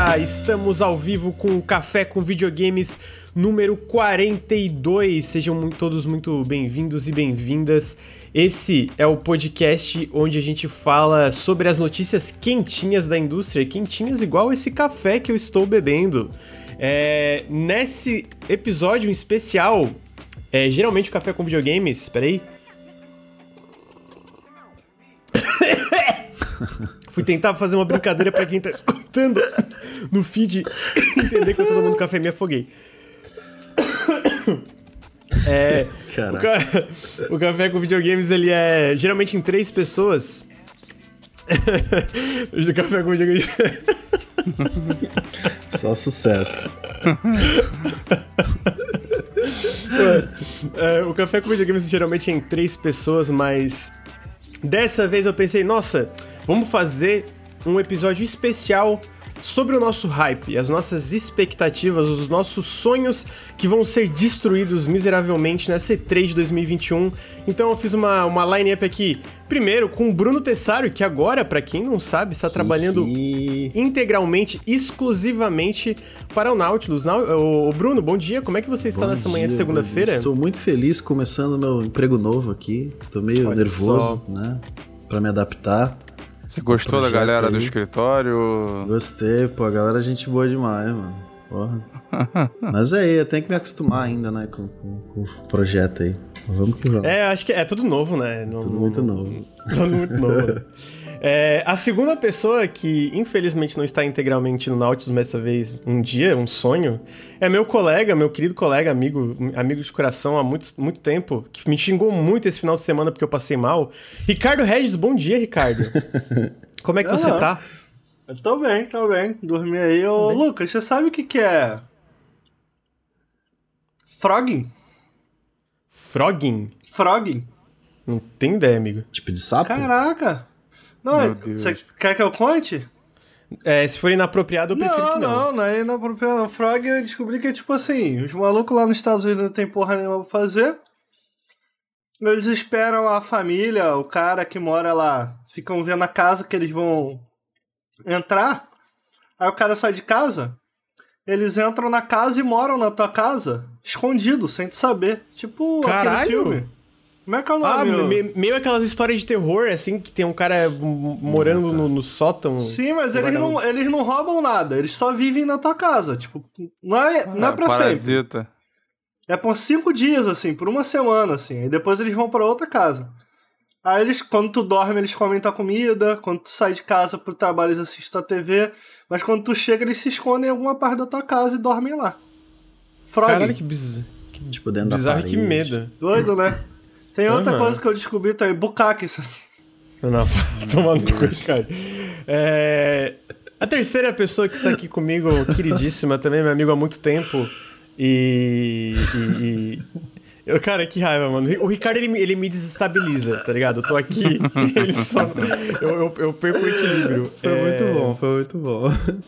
galera, estamos ao vivo com o Café com Videogames número 42. Sejam todos muito bem-vindos e bem-vindas. Esse é o podcast onde a gente fala sobre as notícias quentinhas da indústria, quentinhas igual esse café que eu estou bebendo. Nesse episódio em especial, geralmente o Café com Videogames, espera aí. Fui tentar fazer uma brincadeira pra quem tá escutando no feed entender que eu tô tomando café e me afoguei. O Café com Videogames, ele é geralmente em 3 pessoas. O Café com Videogames... Só sucesso. O Café com Videogames geralmente é em 3 pessoas, mas dessa vez eu pensei, nossa, vamos fazer um episódio especial sobre o nosso hype, as nossas expectativas, os nossos sonhos que vão ser destruídos miseravelmente nessa E3 de 2021. Então eu fiz uma line-up aqui, primeiro com o Bruno Tessaro, que agora, pra quem não sabe, está trabalhando integralmente, exclusivamente para o Nautilus. Ô Bruno, bom dia, como é que você está nessa manhã de segunda-feira? Estou muito feliz começando meu emprego novo aqui, tô meio nervoso, né, pra me adaptar. Você gostou da galera do escritório? Gostei, pô, a galera é gente boa demais, mano. Porra. Mas aí, eu tenho que me acostumar ainda, né, com o projeto aí. Vamos que vamos. Acho que é tudo novo, né? Tudo muito novo. Tudo muito novo. A segunda pessoa que, infelizmente, não está integralmente no Nautilus, mas dessa vez, um sonho, é meu colega, meu querido colega, amigo de coração há muito tempo, que me xingou muito esse final de semana porque eu passei mal. Ricardo Regis, bom dia, Ricardo. Como é que você tá? Eu tô bem. Dormi aí. Ô, Lucas, você sabe o que é frogging? Frogging? Não tenho ideia, amigo. Tipo de sapo? Caraca! Não, você quer que eu conte? Se for inapropriado, eu prefiro que não. Não é inapropriado não. Frog, eu descobri que é tipo assim, os malucos lá nos Estados Unidos não tem porra nenhuma pra fazer. Eles esperam a família, o cara que mora lá, ficam vendo a casa que eles vão entrar. Aí o cara sai de casa, eles entram na casa e moram na tua casa, escondido, sem tu saber. Tipo aquele filme. Como é que é o nome? Meio aquelas histórias de terror, assim, que tem um cara morando no sótão. Sim, mas eles não roubam nada, eles só vivem na tua casa. Tipo, não é pra parasita. sempre. É por 5 dias, assim, por 1 semana, assim. Aí depois eles vão pra outra casa. Aí eles, quando tu dorme, eles comem tua comida. Quando tu sai de casa pro trabalho, eles assistem a TV. Mas quando tu chega, eles se escondem em alguma parte da tua casa e dormem lá. Frog. Caralho, que bizarro. Tipo, dentro Bizarro da parede. Que medo. Doido, né? Tem outra coisa que eu descobri também, bucaque. Não, tomando cu, cara. A terceira pessoa que está aqui comigo, queridíssima também, meu amigo há muito tempo. Cara, que raiva, mano. O Ricardo, ele me desestabiliza, tá ligado? Eu tô aqui, ele só... Eu perco o equilíbrio. Foi muito bom.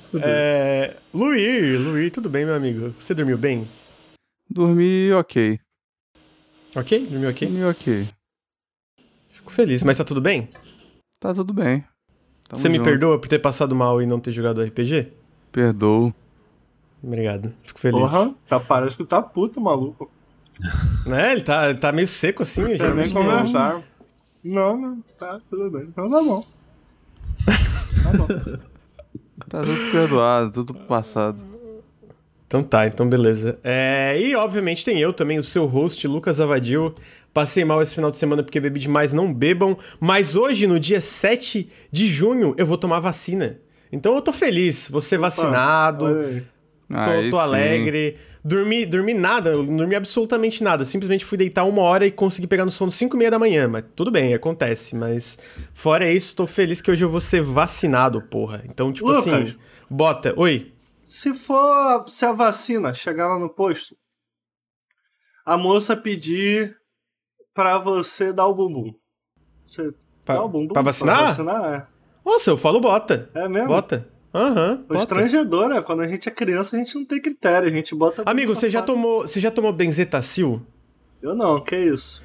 Luir, tudo bem, meu amigo? Você dormiu bem? Dormi ok. Ok? Dormiu ok? Dormi ok. Fico feliz. Mas tá tudo bem? Tá tudo bem. Você me perdoa por ter passado mal e não ter jogado RPG? Perdoo. Obrigado. Fico feliz. Porra, parece que tá puto, maluco. Né? Ele tá meio seco assim. Já nem conversar. Não, tá tudo bem. Então tá bom. Tá tudo perdoado, tudo passado. Então beleza. E obviamente tem eu também, o seu host, Lucas Avadil. Passei mal esse final de semana porque bebi demais, não bebam. Mas hoje, no dia 7 de junho, eu vou tomar vacina. Então eu tô feliz, vou ser vacinado, tô alegre. Dormi nada, não dormi absolutamente nada. Simplesmente fui deitar 1 hora e consegui pegar no sono 5:30 da manhã. Mas tudo bem, acontece. Mas fora isso, tô feliz que hoje eu vou ser vacinado, porra. Então, tipo Lucas, assim, bota... Oi? Se a vacina chegar lá no posto, a moça pedir pra você dar o bumbum. Você dá o bumbum pra vacinar? Pra vacinar, Nossa, eu falo bota. É mesmo? Bota. Aham. O estrangedor, né? Quando a gente é criança, a gente não tem critério, a gente bota... Amigo, você já tomou Benzetacil? Eu não, que isso?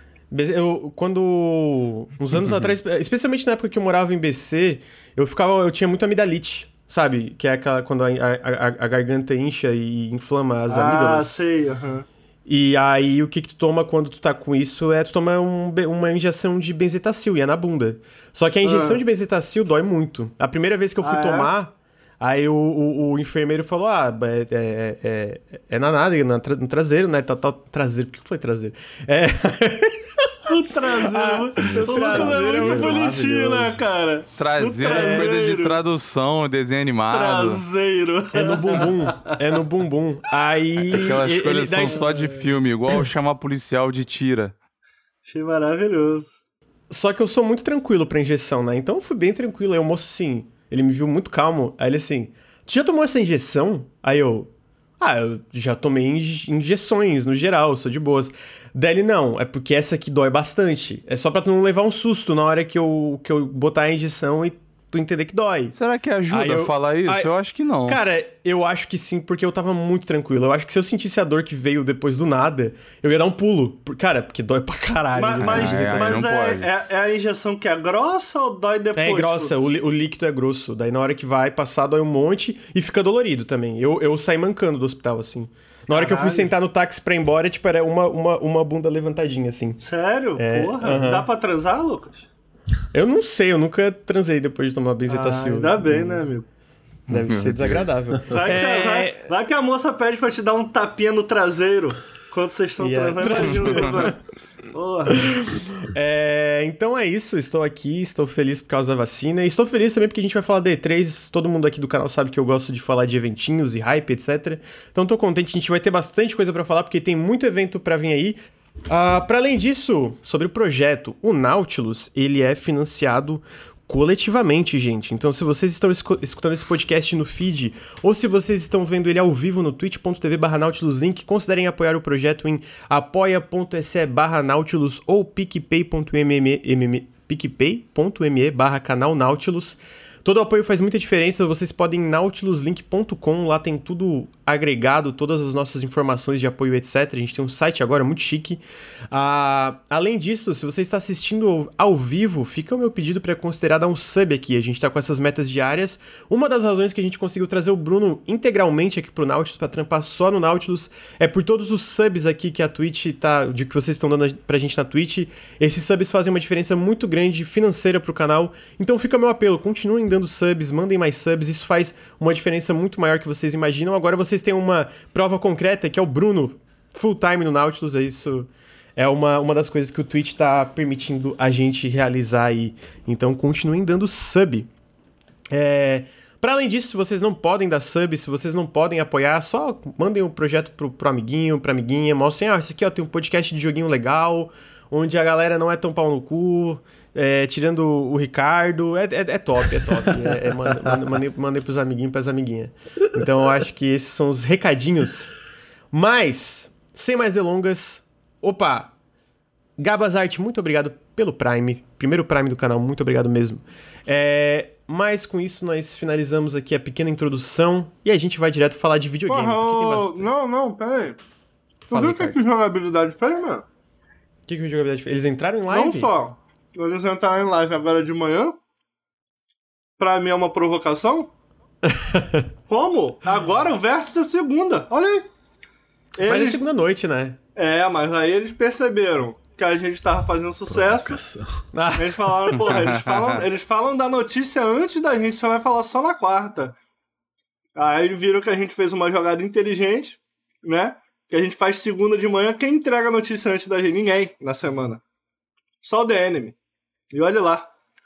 Uns anos atrás, especialmente na época que eu morava em BC, eu tinha muito amidalite. sabe? Que é aquela quando a garganta incha e inflama as Ah, amígdalas. sei, aham. E aí, o que tu toma quando tu tá com isso tu toma uma injeção de benzetacil, e é na bunda. Só que a injeção de benzetacil dói muito. A primeira vez que eu fui tomar, aí o enfermeiro falou, é na nada, no traseiro, né? Traseiro, por que foi traseiro? O traseiro. O traseiro é muito bonitinho, né, cara? Traseiro é coisa de tradução, desenho animado. Traseiro. É no bumbum. Aí... Aquelas coisas são só de filme, igual chamar policial de tira. Achei maravilhoso. Só que eu sou muito tranquilo pra injeção, né? Então eu fui bem tranquilo. Aí o moço, assim, ele me viu muito calmo. Aí ele assim, tu já tomou essa injeção? Aí eu já tomei injeções no geral, sou de boas. Daí ele, não, é porque essa aqui dói bastante. É só pra tu não levar um susto na hora que eu botar a injeção e tu entender que dói. Será que ajuda a falar isso? Eu acho que não. Cara, eu acho que sim, porque eu tava muito tranquilo. Eu acho que se eu sentisse a dor que veio depois do nada, eu ia dar um pulo. Cara, porque dói pra caralho. Mas é a injeção que é grossa ou dói depois? É grossa, o líquido é grosso. Daí na hora que vai passar, dói um monte e fica dolorido também. Eu saí mancando do hospital, assim. Na hora que eu fui sentar no táxi pra ir embora, tipo, era uma bunda levantadinha, assim. Sério? Porra. Dá pra transar, Lucas? Eu não sei, eu nunca transei depois de tomar benzetacil. Ainda bem, né, amigo? Deve ser desagradável. Vai que a moça pede pra te dar um tapinha no traseiro quando vocês estão transando. Imagina. Porra. Então é isso, estou aqui, estou feliz por causa da vacina. E estou feliz também porque a gente vai falar da E3. Todo mundo aqui do canal sabe que eu gosto de falar de eventinhos e hype, etc. Então tô contente, a gente vai ter bastante coisa pra falar, porque tem muito evento pra vir aí. Para além disso, sobre o projeto, o Nautilus, ele é financiado coletivamente, gente. Então, se vocês estão escutando esse podcast no feed, ou se vocês estão vendo ele ao vivo no twitch.tv/nautiluslink, considerem apoiar o projeto em apoia.se/nautilus ou picpay.me/canal Nautilus. Todo o apoio faz muita diferença, vocês podem em nautiluslink.com, lá tem tudo agregado, todas as nossas informações de apoio, etc. A gente tem um site agora muito chique. Além disso, se você está assistindo ao vivo, fica o meu pedido para considerar dar um sub aqui. A gente está com essas metas diárias. Uma das razões que a gente conseguiu trazer o Bruno integralmente aqui pro Nautilus, para trampar só no Nautilus, é por todos os subs aqui que a Twitch de que vocês estão dando pra gente na Twitch. Esses subs fazem uma diferença muito grande financeira pro canal. Então fica meu apelo, continuem dando subs, mandem mais subs, isso faz uma diferença muito maior que vocês imaginam. Agora vocês têm uma prova concreta, que é o Bruno, full time no Nautilus, isso é uma das coisas que o Twitch tá permitindo a gente realizar aí. Então continuem dando sub. Para além disso, se vocês não podem dar sub, se vocês não podem apoiar, só mandem o projeto pro amiguinho, pra amiguinha, mostrem, isso aqui tem um podcast de joguinho legal, onde a galera não é tão pau no cu, tirando o Ricardo, é top. Mandei pros amiguinhos e pras amiguinhas. Então eu acho que esses são os recadinhos. Mas, sem mais delongas, Gabazart, muito obrigado pelo Prime. Primeiro Prime do canal, muito obrigado mesmo. Mas com isso nós finalizamos aqui a pequena introdução e a gente vai direto falar de videogame. Porque tem bastante... Não, pera aí. Tu viu o que jogabilidade fez, mano? O que jogabilidade fez? Eles entraram em live? Não só. Eles entraram em live agora de manhã. Pra mim é uma provocação. Como? Agora o Vértice é segunda. Olha aí. Mas é segunda noite, né? Mas aí eles perceberam que a gente tava fazendo sucesso. Eles falaram, eles falam da notícia antes da gente, só vai falar só na quarta. Aí viram que a gente fez uma jogada inteligente, né? Que a gente faz segunda de manhã. Quem entrega a notícia antes da gente? Ninguém na semana. Só o The Enemy. E olha lá.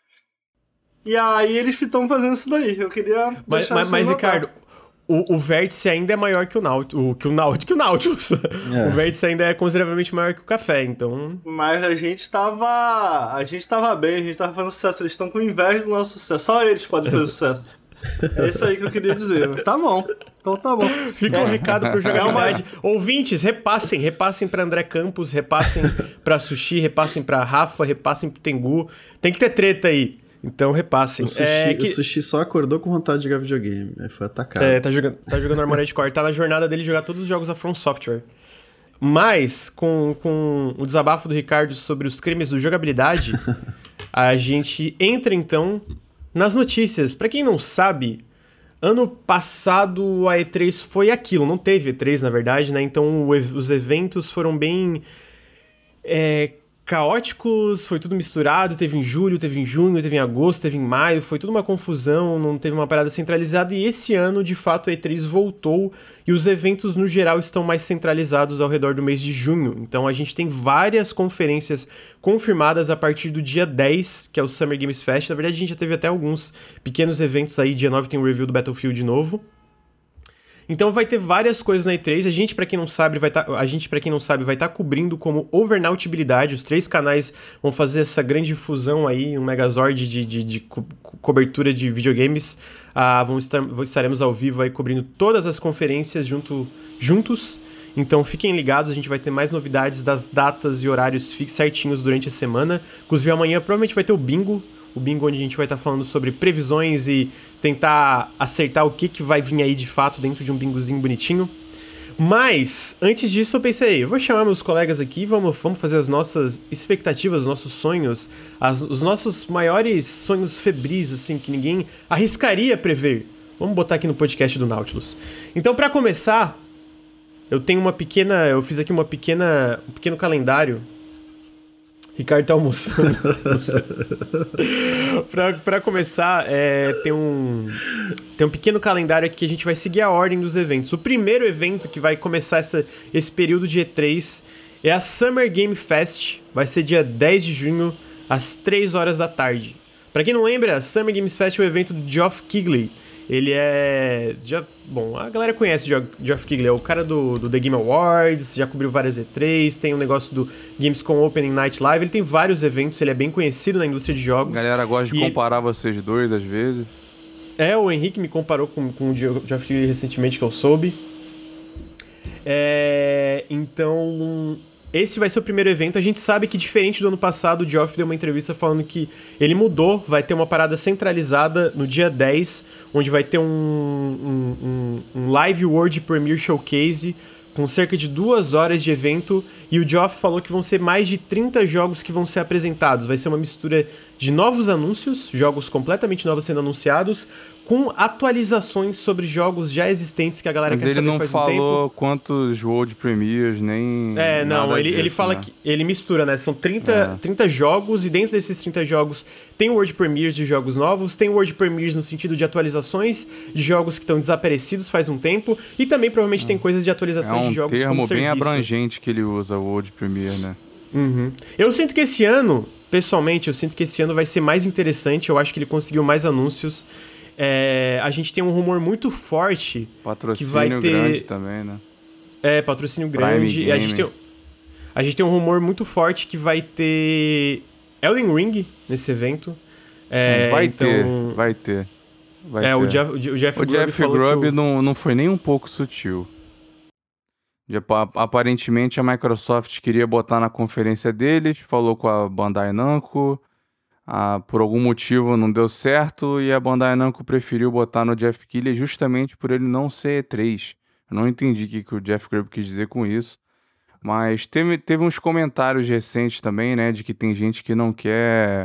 E aí eles estão fazendo isso daí. Eu queria deixar Mas Ricardo, o Vértice ainda é maior que o Nautilus. O Vértice ainda é consideravelmente maior que o Café, então... Mas a gente tava bem, a gente tava fazendo sucesso. Eles estão com inveja do nosso sucesso. Só eles podem fazer sucesso. É isso aí que eu queria dizer. Tá bom. Então tá bom. Fica um recado pro jogabilidade. Ouvintes, repassem pra André Campos, repassem pra Sushi, repassem pra Rafa, repassem pro Tengu. Tem que ter treta aí. Então repassem. O Sushi só acordou com vontade de jogar videogame. Aí foi atacado. Tá jogando Armored Core. Tá na jornada dele jogar todos os jogos da From Software. Mas, com o desabafo do Ricardo sobre os crimes do jogabilidade, a gente entra então nas notícias. Pra quem não sabe, ano passado a E3 foi aquilo, não teve E3 na verdade, né? Então os eventos foram bem caóticos, foi tudo misturado, teve em julho, teve em junho, teve em agosto, teve em maio, foi tudo uma confusão, não teve uma parada centralizada, e esse ano, de fato, a E3 voltou, e os eventos, no geral, estão mais centralizados ao redor do mês de junho. Então a gente tem várias conferências confirmadas a partir do dia 10, que é o Summer Games Fest. Na verdade, a gente já teve até alguns pequenos eventos aí, dia 9 tem um review do Battlefield novo. Então vai ter várias coisas na E3. A gente, pra quem não sabe, vai estar cobrindo como Overnautibilidade. Os 3 canais vão fazer essa grande fusão aí, um megazord de cobertura de videogames. Estaremos ao vivo aí cobrindo todas as conferências juntos. Então fiquem ligados, a gente vai ter mais novidades das datas e horários certinhos durante a semana. Inclusive amanhã provavelmente vai ter o bingo onde a gente vai estar falando sobre previsões e tentar acertar o que vai vir aí de fato dentro de um bingozinho bonitinho. Mas, antes disso, eu pensei, eu vou chamar meus colegas aqui, vamos fazer as nossas expectativas, os nossos sonhos, os nossos maiores sonhos febris, assim, que ninguém arriscaria prever. Vamos botar aqui no podcast do Nautilus. Então, para começar, eu fiz aqui um pequeno calendário. Ricardo tá almoçando. Pra começar, tem um pequeno calendário aqui que a gente vai seguir a ordem dos eventos. O primeiro evento que vai começar esse período de E3 é a Summer Game Fest. Vai ser dia 10 de junho, às 3 horas da tarde. Pra quem não lembra, a Summer Games Fest é o evento do Geoff Keighley. Ele bom, a galera conhece o Geoff Keighley, é o cara do The Game Awards, já cobriu várias E3, tem um negócio do Gamescom Opening Night Live, ele tem vários eventos, ele é bem conhecido na indústria de jogos. A galera gosta de comparar vocês dois, às vezes. O Henrique me comparou com o Geoff Keighley recentemente, que eu soube. Então, esse vai ser o primeiro evento. A gente sabe que, diferente do ano passado, o Geoff deu uma entrevista falando que ele mudou, vai ter uma parada centralizada no dia 10, onde vai ter um Live World Premiere Showcase com cerca de 2 horas de evento, e o Geoff falou que vão ser mais de 30 jogos que vão ser apresentados. Vai ser uma mistura de novos anúncios, jogos completamente novos sendo anunciados, com atualizações sobre jogos já existentes que a galera quer saber faz um tempo. Mas ele não falou quantos World Premiers, nem nada ele disso, fala, né? que ele mistura, né? São 30 jogos, e dentro desses 30 jogos tem World Premiers de jogos novos, tem World Premiers no sentido de atualizações de jogos que estão desaparecidos faz um tempo, e também provavelmente tem coisas de atualizações de jogos como termo bem serviço. abrangente que ele usa, o World Premiere, né? Uhum. Eu sinto que esse ano, pessoalmente, vai ser mais interessante. Eu acho que ele conseguiu mais anúncios. A gente tem um rumor muito forte. Patrocínio que vai ter... grande também, né? Patrocínio grande. E a gente tem um rumor muito forte que vai ter Elden Ring nesse evento. Vai ter. O Jeff Grubb não foi nem um pouco sutil. Aparentemente a Microsoft queria botar na conferência deles, falou com a Bandai Namco, por algum motivo não deu certo, e a Bandai Namco preferiu botar no Jeff Keighley justamente por ele não ser E3. Eu não entendi o que o Jeff Grubb quis dizer com isso, mas teve uns comentários recentes também, né, de que tem gente que não quer,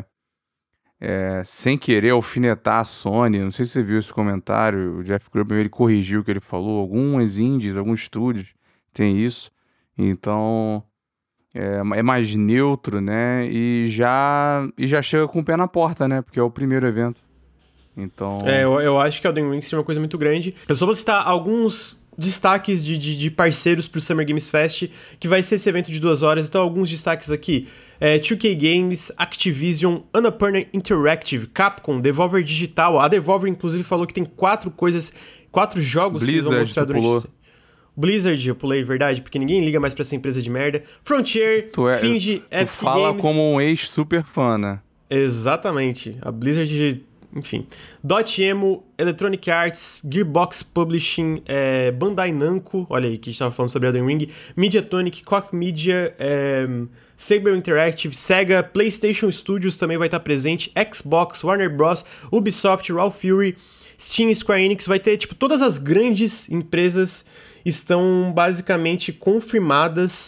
sem querer, alfinetar a Sony. Não sei se você viu esse comentário. O Jeff Grubb, ele corrigiu o que ele falou. Alguns indies, alguns estúdios tem isso, então é mais neutro, né, e já chega com o pé na porta, né, porque é o primeiro evento, então... Eu acho que o Elden Ring seria uma coisa muito grande. Eu só vou citar alguns destaques de parceiros pro Summer Games Fest, que vai ser esse evento de 2 horas, então alguns destaques aqui: 2K Games, Activision, Annapurna Interactive, Capcom, Devolver Digital. A Devolver, inclusive, falou que tem 4 jogos que eles vão mostrar durante... Blizzard, eu pulei, verdade, porque ninguém liga mais pra essa empresa de merda. Frontier, Finge, Epic Games... Tu fala como um ex-super fã, né? Exatamente. A Blizzard, enfim. Dotemu, Electronic Arts, Gearbox Publishing, Bandai Namco, olha aí, que a gente tava falando sobre Elden Ring, Mediatonic, Koch Media, Saber Interactive, Sega, PlayStation Studios também vai estar presente, Xbox, Warner Bros, Ubisoft, Raw Fury, Steam, Square Enix. Vai ter, todas as grandes empresas estão basicamente confirmadas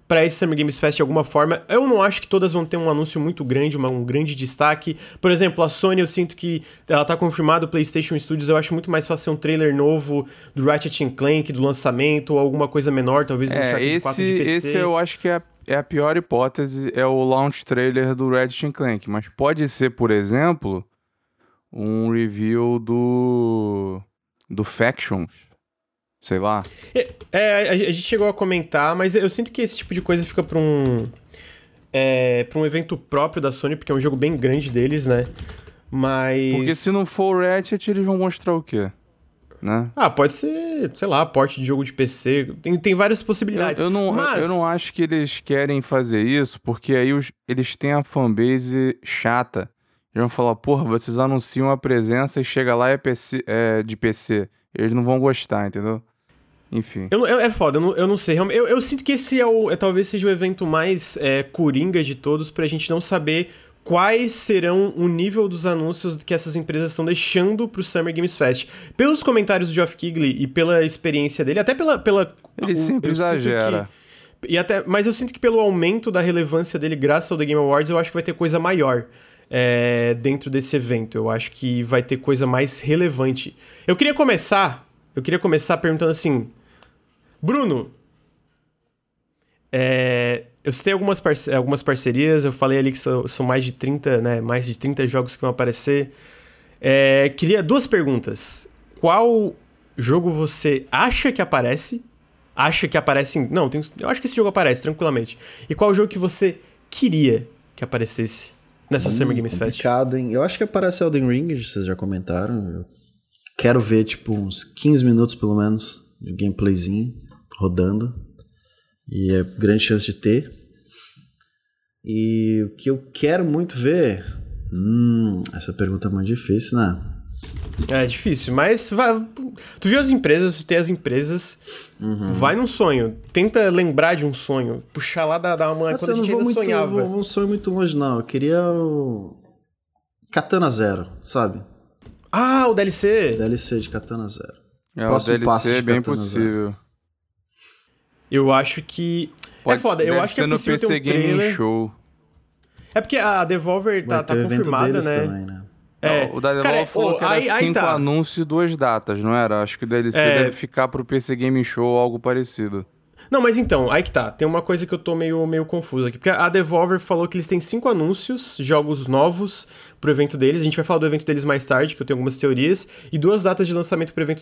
pra esse Summer Games Fest de alguma forma. Eu não acho que todas vão ter um anúncio muito grande, um grande destaque. Por exemplo, a Sony, eu sinto que ela tá confirmada, o PlayStation Studios, eu acho muito mais fácil ser um trailer novo do Ratchet & Clank, do lançamento, ou alguma coisa menor, talvez um Uncharted 4 de PC. Esse eu acho que é a pior hipótese, é o launch trailer do Ratchet & Clank, mas pode ser, por exemplo, um review do Factions, sei lá. A gente chegou a comentar, mas eu sinto que esse tipo de coisa fica pra um evento próprio da Sony, porque é um jogo bem grande deles, né? Mas... Porque se não for o Ratchet, eles vão mostrar o quê? Né? Pode ser, sei lá, porte de jogo de PC. Tem várias possibilidades. Eu não acho que eles querem fazer isso, porque aí eles têm a fanbase chata. Eles vão falar, porra, vocês anunciam a presença e chega lá e é de PC. Eles não vão gostar, entendeu? Enfim. É foda, eu não sei. Eu sinto que esse talvez seja o evento mais coringa de todos, pra gente não saber quais serão o nível dos anúncios que essas empresas estão deixando pro Summer Games Fest. Pelos comentários do Geoff Keighley e pela experiência dele, até pela ele sempre exagera. Mas eu sinto que pelo aumento da relevância dele graças ao The Game Awards, eu acho que vai ter coisa maior dentro desse evento. Eu acho que vai ter coisa mais relevante. Eu queria começar perguntando assim... Bruno, eu citei algumas parcerias, eu falei ali que são mais de 30, né? Mais de 30 jogos que vão aparecer. Queria 2 perguntas. Qual jogo você acha que aparece? Não, eu acho que esse jogo aparece tranquilamente. E qual jogo que você queria que aparecesse nessa Summer Games Fest? Complicado, hein? Eu acho que aparece Elden Ring, vocês já comentaram. Eu quero ver, tipo, uns 15 minutos, pelo menos, de gameplayzinho rodando. E é grande chance de ter. E o que eu quero muito ver... essa pergunta é muito difícil, né? É difícil, mas tu viu as empresas, tu tem as empresas, vai num sonho, tenta lembrar de um sonho, puxar lá da uma quando a gente ainda sonhava. Eu não vou um sonho muito longe, não. Eu queria o Katana Zero, sabe? O DLC? DLC de Katana Zero. O DLC é bem possível. Eu acho que... foda, eu acho que é possível ter um trailer. Gaming Show. É porque a Devolver tá confirmada, né? Também, né? O da Devolver falou que era 5 anúncios e 2 datas, não era? Acho que o DLC deve ficar pro PC Gaming Show ou algo parecido. Não, mas então, aí que tá. Tem uma coisa que eu tô meio confuso aqui. Porque a Devolver falou que eles têm 5 anúncios, jogos novos pro evento deles. A gente vai falar do evento deles mais tarde, que eu tenho algumas teorias. E 2 datas de lançamento pro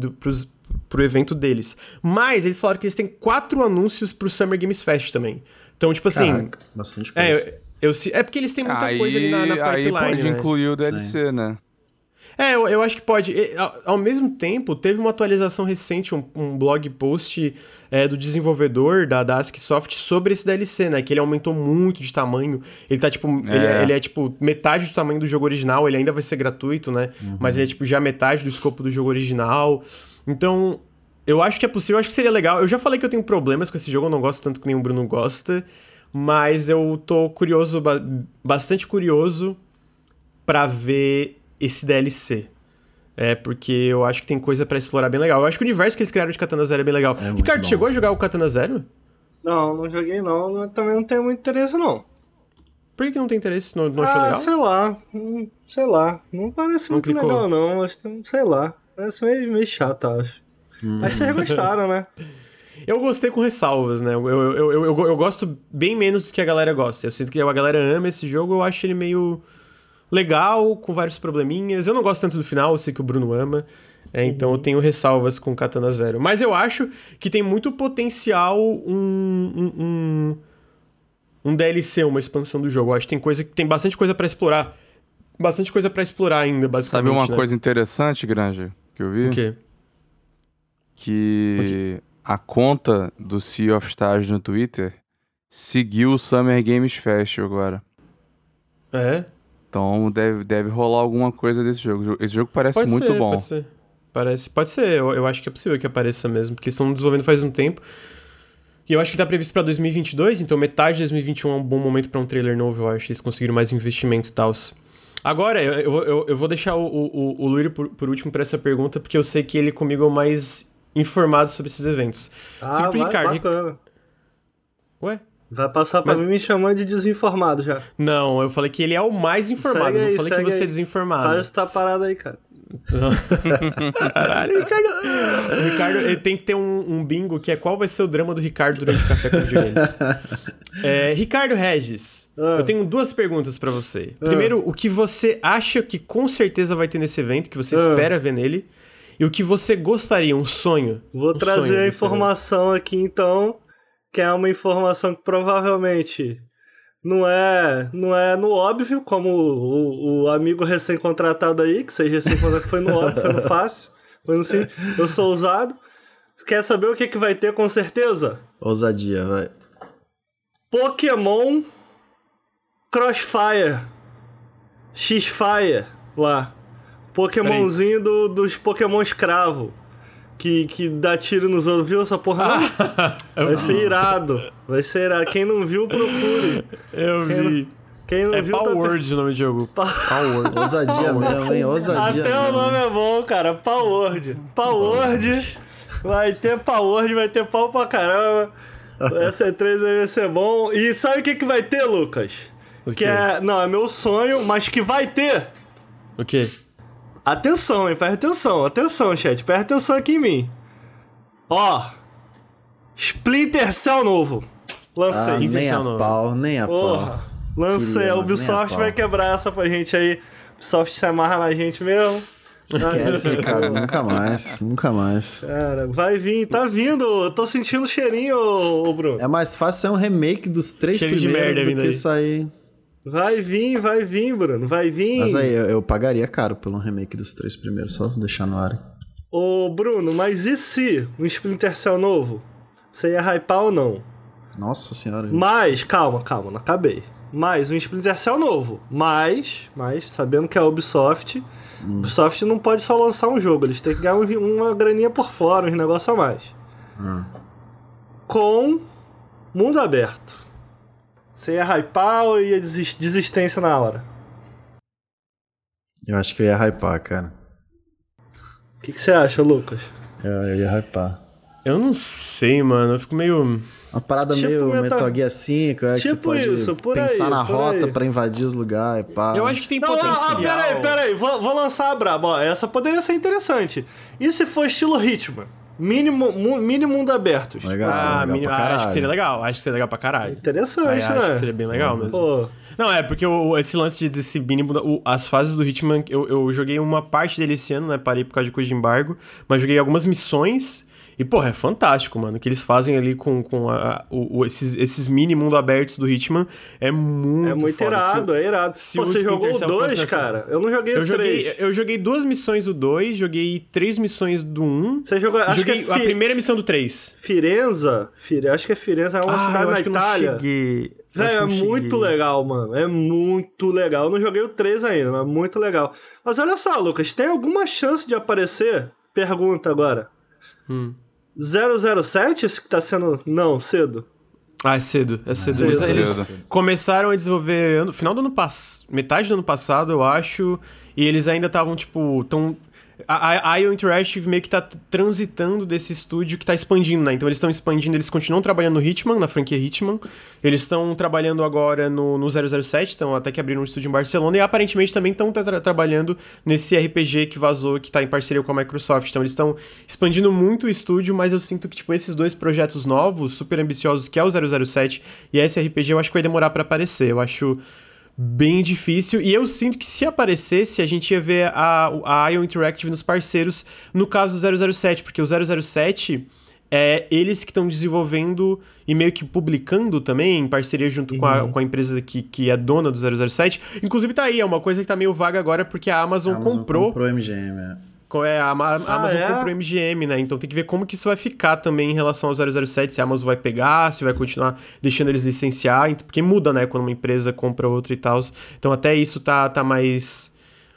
evento deles. Mas eles falaram que eles têm 4 anúncios pro Summer Games Fest também. Então, tipo assim... Caraca, bastante coisa. É porque eles têm muita coisa ali na pipeline, aí pode né? incluir o DLC, né? Eu acho que pode. Ao mesmo tempo, teve uma atualização recente, um blog post do desenvolvedor da AskSoft sobre esse DLC, né? Que ele aumentou muito de tamanho. Ele tá, tipo... Ele é, tipo, metade do tamanho do jogo original. Ele ainda vai ser gratuito, né? Mas ele é, tipo, já metade do escopo do jogo original. Então, eu acho que é possível. Eu acho que seria legal. Eu já falei que eu tenho problemas com esse jogo. Eu não gosto tanto que nem o Bruno gosta. Mas eu tô curioso, bastante curioso pra ver esse DLC. Porque eu acho que tem coisa pra explorar bem legal. Eu acho que o universo que eles criaram de Katana Zero é bem legal. Ricardo, chegou a jogar o Katana Zero? Não joguei não. Também não tenho muito interesse, não. Por que não tem interesse? Não achou legal? Sei lá. Não parece muito legal, não. Mas, sei lá. Parece meio chato, acho. Mas vocês gostaram, né? Eu gostei com ressalvas, né? Eu gosto bem menos do que a galera gosta. Eu sinto que a galera ama esse jogo, eu acho ele meio legal, com vários probleminhas. Eu não gosto tanto do final, eu sei que o Bruno ama. Então eu tenho ressalvas com Katana Zero. Mas eu acho que tem muito potencial um DLC, uma expansão do jogo. Eu acho que tem bastante coisa pra explorar. Bastante coisa pra explorar ainda, basicamente. Sabe uma coisa interessante, Granger, que eu vi? O quê? Que... a conta do Sea of Stars no Twitter seguiu o Summer Games Fest agora. Então deve rolar alguma coisa desse jogo. Esse jogo parece muito bom. Pode ser. Eu acho que é possível que apareça mesmo, porque eles estão desenvolvendo faz um tempo. E eu acho que tá previsto pra 2022, então metade de 2021 é um bom momento pra um trailer novo, eu acho. Eles conseguiram mais investimento e tal. Agora, eu vou deixar o Luírio por último pra essa pergunta, porque eu sei que ele comigo é o mais informado sobre esses eventos. Bacana. Ué? Vai passar pra mim me chamando de desinformado já. Não, eu falei que ele é o mais informado. Segue aí, não falei que você é aí. desinformado. Faz essa parada aí, cara. Caralho, Ricardo. O Ricardo, ele tem que ter um bingo que é qual vai ser o drama do Ricardo durante o Café com Videogames. Ricardo Regis, eu tenho 2 perguntas pra você. Primeiro, o que você acha que com certeza vai ter nesse evento, que você espera ver nele, e o que você gostaria, um sonho. Vou trazer a informação aqui, então, que é uma informação que provavelmente não é no óbvio, como o amigo recém-contratado aí, que vocês recém-contrataram, foi no óbvio, foi no fácil, foi no sim. Eu sou ousado. Você quer saber o que vai ter com certeza? Ousadia, vai. Pokémon Crossfire. X-Fire, lá. Pokémonzinho dos Pokémon escravo. Que dá tiro nos outros, viu essa porra não? Vai ser irado. Vai ser irado. Quem não viu, procure. Eu vi. Quem não viu, Power Word o nome do jogo. Power Word. Ousadia mesmo, hein? Ousadia Até mesmo. o nome é bom, cara. Power Word. Power Word. Vai ter Power Word, vai ter pau pra caramba. Essa E3 aí vai ser bom. E sabe o que vai ter, Lucas? O quê? Não, é meu sonho, mas que vai ter. O quê? Atenção, hein? Presta atenção. Atenção, chat. Presta atenção aqui em mim. Ó. Splinter Cell novo. Lancei. Nem a pau, nem a Porra. pau. Lancei. A Queríamos, Ubisoft nem a vai pau. quebrar essa pra gente aí. Ubisoft se amarra na gente mesmo. Esquece, Ricardo. Nunca mais. Nunca mais. Cara, vai vir. Tá vindo. Eu tô sentindo o cheirinho, ô Bruno. É mais fácil ser um remake dos 3 Cheiro de primeiros merda do vindo que aí. sair... Vai vir, Bruno. Vai vir. Mas aí, eu pagaria caro pelo remake dos 3 primeiros, só deixar no ar. Ô, Bruno, mas e se um Splinter Cell novo? Você ia hypar ou não? Nossa senhora. Mas, calma, não acabei. Mais um Splinter Cell novo. Mas, sabendo que é a Ubisoft, Ubisoft não pode só lançar um jogo, eles têm que ganhar uma graninha por fora, uns negócios a mais. Com mundo aberto. Você ia hypar ou ia desistência na hora? Eu acho que eu ia hypar, cara. O que você acha, Lucas? Eu ia hypar. Eu não sei, mano. Eu fico meio... Uma parada Tipo meio Metal Gear 5, é que você Tipo pode isso, por pensar aí, na por rota aí. pra invadir os lugares, pá. Eu acho que tem Não, potencial. peraí. Vou lançar a braba. Ó, essa poderia ser interessante. E se for estilo Hitman? Mini mundo abertos. Legal, Ah, legal pra caralho. acho que seria legal. Acho que seria legal pra caralho. Interessante, Aí, né? acho que seria bem legal mesmo. Pô, Não, é porque esse lance desse mínimo... As fases do Hitman, eu joguei uma parte dele esse ano, né? Parei por causa de coisa de embargo. Mas joguei algumas missões... E, porra, é fantástico, mano. O que eles fazem ali com esses mini mundo abertos do Hitman é muito foda. irado, é irado. se Pô, o você jogou o Splinter Cell 2, fosse assim- cara? Eu não joguei o 3. Eu joguei 2 missões do 2, joguei 3 missões do 1. Você jogou... Acho Joguei que é a primeira missão do 3. Firenze? Acho que é Firenze, é uma cidade eu na acho que Itália. eu não cheguei. Velho, é muito legal, mano. É muito legal. Eu não joguei o 3 ainda, mas é muito legal. Mas olha só, Lucas, tem alguma chance de aparecer? Pergunta agora. 007, esse que tá sendo... Não, cedo. Ah, é cedo. É cedo. Cedo. Eles começaram a desenvolver no final do ano passado, metade do ano passado, eu acho, e eles ainda estavam, tipo, a IO Interactive meio que tá transitando desse estúdio que tá expandindo, né? Então eles estão expandindo, eles continuam trabalhando no Hitman, na franquia Hitman. Eles estão trabalhando agora no 007, então até que abriram um estúdio em Barcelona. E aparentemente também estão trabalhando nesse RPG que vazou, que tá em parceria com a Microsoft. Então eles estão expandindo muito o estúdio, mas eu sinto que, tipo, esses 2 projetos novos, super ambiciosos, que é o 007 e esse RPG, eu acho que vai demorar pra aparecer. Eu acho... bem difícil, e eu sinto que se aparecesse, a gente ia ver a IO Interactive nos parceiros, no caso do 007, porque o 007 é eles que estão desenvolvendo e meio que publicando também, em parceria junto com a empresa que é dona do 007. Inclusive tá aí, é uma coisa que tá meio vaga agora, porque a Amazon comprou a MGM, a Amazon comprou o MGM, né? Então tem que ver como que isso vai ficar também em relação ao 007, se a Amazon vai pegar, se vai continuar deixando eles licenciar, porque muda, né? Quando uma empresa compra outra e tal. Então até isso tá mais...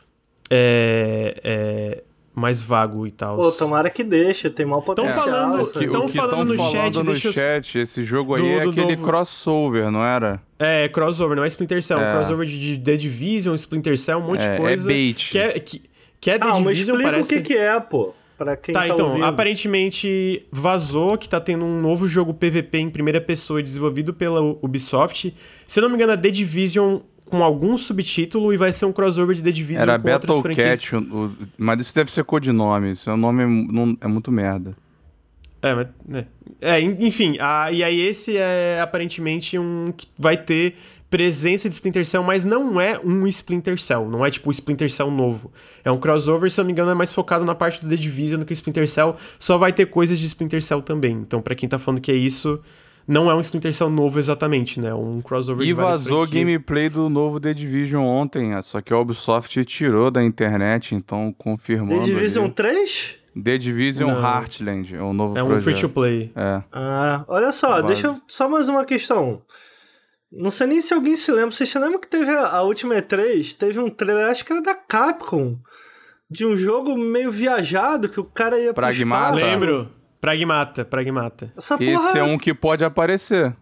mais vago e tal. Pô, tomara que deixe, tem mal potencial. falando- isso aí. Tão O que estão falando no falando chat, no deixa eu- chat, esse jogo aí do- é do aquele novo- crossover, não era? É, crossover, não é Splinter Cell. É um crossover de The Division, Splinter Cell, um monte de coisa. É bait. Que é The Ah, mas Division, explica parece... o que é, pô. Pra quem Tá, tá então, ouvindo. aparentemente vazou que tá tendo um novo jogo PVP em primeira pessoa desenvolvido pela Ubisoft. Se eu não me engano, é The Division com algum subtítulo e vai ser um crossover de The Division Era com outras franquias. Battlecat, mas isso deve ser codinome. Seu nome é muito merda. Mas, né. Enfim, e aí esse é aparentemente um que vai ter presença de Splinter Cell, mas não é um Splinter Cell, não é tipo o Splinter Cell novo. É um crossover, se eu não me engano, é mais focado na parte do The Division do que Splinter Cell, só vai ter coisas de Splinter Cell também. Então, pra quem tá falando que é isso, não é um Splinter Cell novo exatamente, né? É um crossover E de várias vazou franquias. gameplay do novo The Division ontem, só que a Ubisoft tirou da internet, então The confirmando Division ali. 3? The Division Não. Heartland, é um novo É um projeto. free-to-play. É. Olha só, Vaza. deixa eu... Só mais uma questão. Não sei nem se alguém se lembra. Vocês se lembram que teve a última E3? Teve um trailer, acho que era da Capcom, de um jogo meio viajado, que o cara ia pro Pragmata? espaço. Lembro. Pragmata. Essa Esse porra... é um que pode aparecer.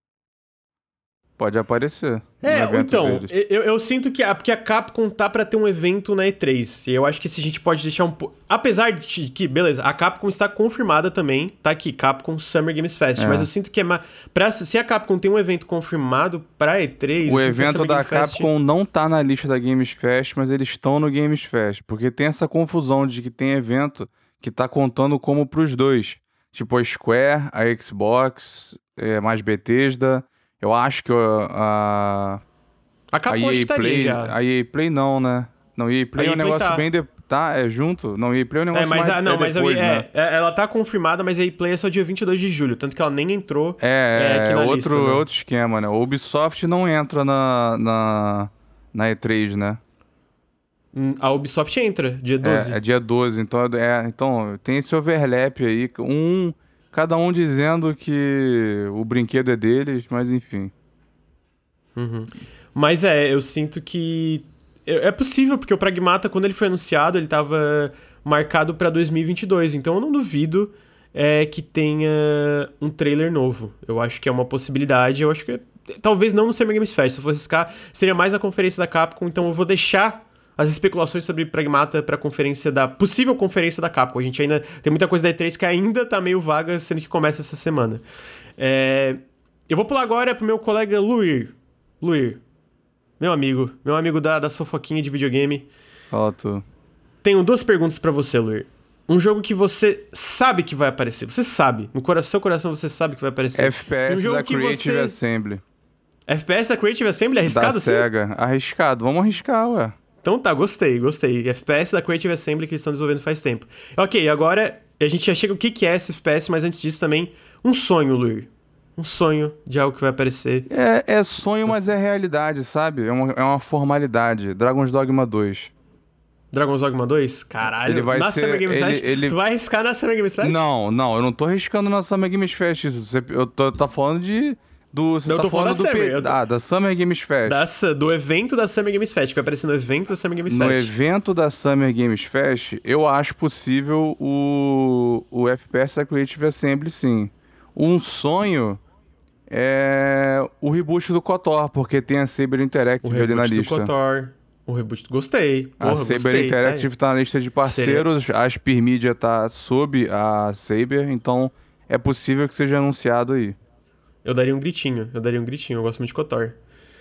Pode aparecer no evento Então, deles. eu sinto que porque a Capcom tá pra ter um evento na E3, e eu acho que se a gente pode deixar um pouco... Apesar de que, beleza, a Capcom está confirmada também, tá aqui, Capcom Summer Games Fest, mas eu sinto que se a Capcom tem um evento confirmado pra E3... O evento da Capcom não tá na lista da Games Fest, mas eles estão no Games Fest, porque tem essa confusão de que tem evento que tá contando como pros dois. Tipo a Square, a Xbox, mais Bethesda... Eu acho que A Capcom acho EA que tá ali Play... já. A EA Play não, né? Não, EA Play A é EA um Play negócio tá. bem... Tá, é junto? Não, EA Play é um negócio Mas, mais depois, né? ela tá confirmada, mas a EA Play é só dia 22 de julho, tanto que ela nem entrou aqui na lista, né? outro esquema, né? O Ubisoft não entra na E3, né? A Ubisoft entra, dia 12. É dia 12, então tem esse overlap aí, cada um dizendo que o brinquedo é deles, mas enfim. Mas eu sinto que... É possível, porque o Pragmata, quando ele foi anunciado, ele tava marcado pra 2022, então eu não duvido que tenha um trailer novo. Eu acho que é uma possibilidade, eu acho que talvez não no Summer Games Fest, se eu fosse ficar, seria mais a conferência da Capcom, então eu vou deixar as especulações sobre Pragmata pra possível conferência da Capcom. A gente ainda tem muita coisa da E3 que ainda tá meio vaga, sendo que começa essa semana. Eu vou pular agora pro meu colega Luir, meu amigo das fofoquinhas de videogame. Fala tu. Tenho 2 perguntas pra você, Luir. Um jogo que você sabe que vai aparecer. Você sabe. No seu coração você sabe que vai aparecer. FPS jogo da que Creative Assembly. FPS da Creative Assembly? Arriscado Da assim? SEGA. Arriscado. Vamos arriscar, ué. Então tá, gostei. FPS da Creative Assembly que eles estão desenvolvendo faz tempo. Ok, agora a gente já chega o que é esse FPS, mas antes disso também, um sonho, Luir. Um sonho de algo que vai aparecer. É sonho, mas é realidade, sabe? É uma formalidade. Dragon's Dogma 2. Dragon's Dogma 2? Caralho, Ele vai na ser- Summer Game Fest? ele- Tu vai arriscar na Summer Game Fest? Não, eu não tô arriscando na Summer Games Fest isso. Eu tô falando Você Não, eu tá tô falando falando da Summer, da Summer Games Fest. Do evento da Summer Games Fest, que vai aparecer no evento da Summer Games No Fest. evento da Summer Games Fest, eu acho possível o FPS da Creative Assembly, sim. Um sonho é o reboot do KOTOR, porque tem a Saber Interactive ali na reboot do lista. KOTOR. O reboot, gostei. Porra, A Saber gostei, Interactive tá na lista de parceiros, a Aspir Media tá sob a Saber, então é possível que seja anunciado aí. Eu daria um gritinho, eu gosto muito de KOTOR.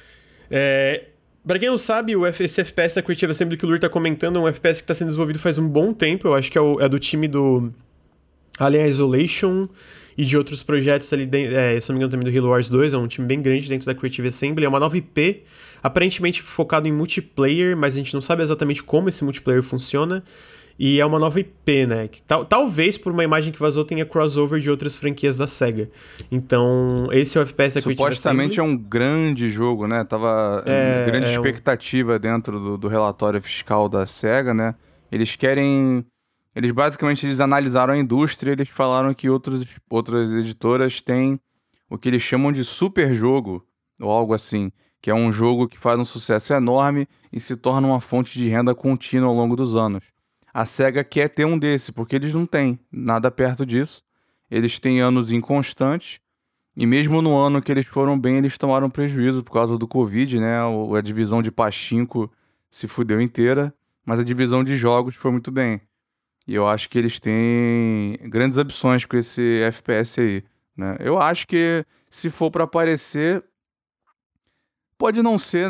Pra quem não sabe, esse FPS da Creative Assembly que o Lur tá comentando é um FPS que tá sendo desenvolvido faz um bom tempo, eu acho que é do time do Alien Isolation e de outros projetos ali, se não me engano também do Halo Wars 2, é um time bem grande dentro da Creative Assembly, é uma nova IP, aparentemente focado em multiplayer, mas a gente não sabe exatamente como esse multiplayer funciona, e é uma nova IP, né, que talvez por uma imagem que vazou tenha crossover de outras franquias da SEGA. Então, esse é o FPS da Creative Supostamente Assembly. é um grande jogo, né? Tava grande expectativa dentro do relatório fiscal da SEGA, né? Eles basicamente analisaram a indústria e eles falaram que outras editoras têm o que eles chamam de super jogo, ou algo assim, que é um jogo que faz um sucesso enorme e se torna uma fonte de renda contínua ao longo dos anos. A SEGA quer ter um desse, porque eles não têm nada perto disso. Eles têm anos inconstantes, e mesmo no ano que eles foram bem, eles tomaram prejuízo por causa do Covid, né? A divisão de pachinko se fudeu inteira, mas a divisão de jogos foi muito bem. E eu acho que eles têm grandes opções com esse FPS aí, né? Eu acho que se for pra aparecer, pode não ser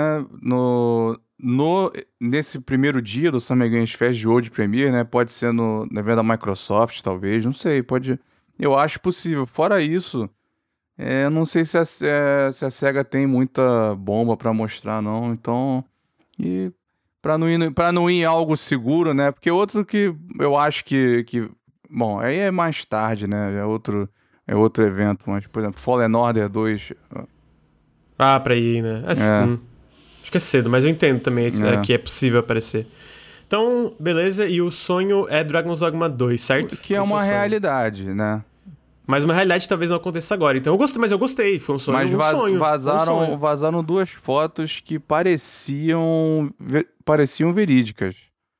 nesse primeiro dia do Summer Games Fest de World Premiere, né? Pode ser no evento da Microsoft, talvez, não sei, pode... Eu acho possível. Fora isso, eu não sei se a SEGA tem muita bomba pra mostrar, não, então... E pra não ir em algo seguro, né? Porque outro que eu acho que... Bom, aí é mais tarde, né? É outro evento, mas, por exemplo, Fallen Order 2... Pra ir, né? Acho que é cedo, mas eu entendo também que é possível aparecer. Então, beleza, e o sonho é Dragon's Dogma 2, certo? Que é uma realidade, né? Mas uma realidade talvez não aconteça agora. Então eu gostei, foi um sonho. Mas vazaram 2 fotos que pareciam verídicas.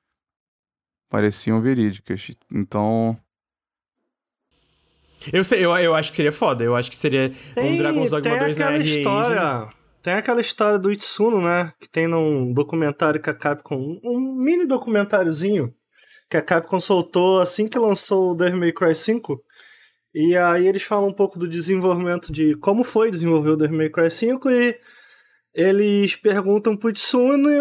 Então... Eu acho que seria foda. Eu acho que seria um Dragon's Dogma 2 na RE Engine. Tem aquela história do Itsuno, né? Que tem num documentário que a Capcom... Um mini documentáriozinho que a Capcom soltou assim que lançou o Devil May Cry 5. E aí eles falam um pouco do desenvolvimento de como foi desenvolver o Devil May Cry 5 e eles perguntam pro Itsune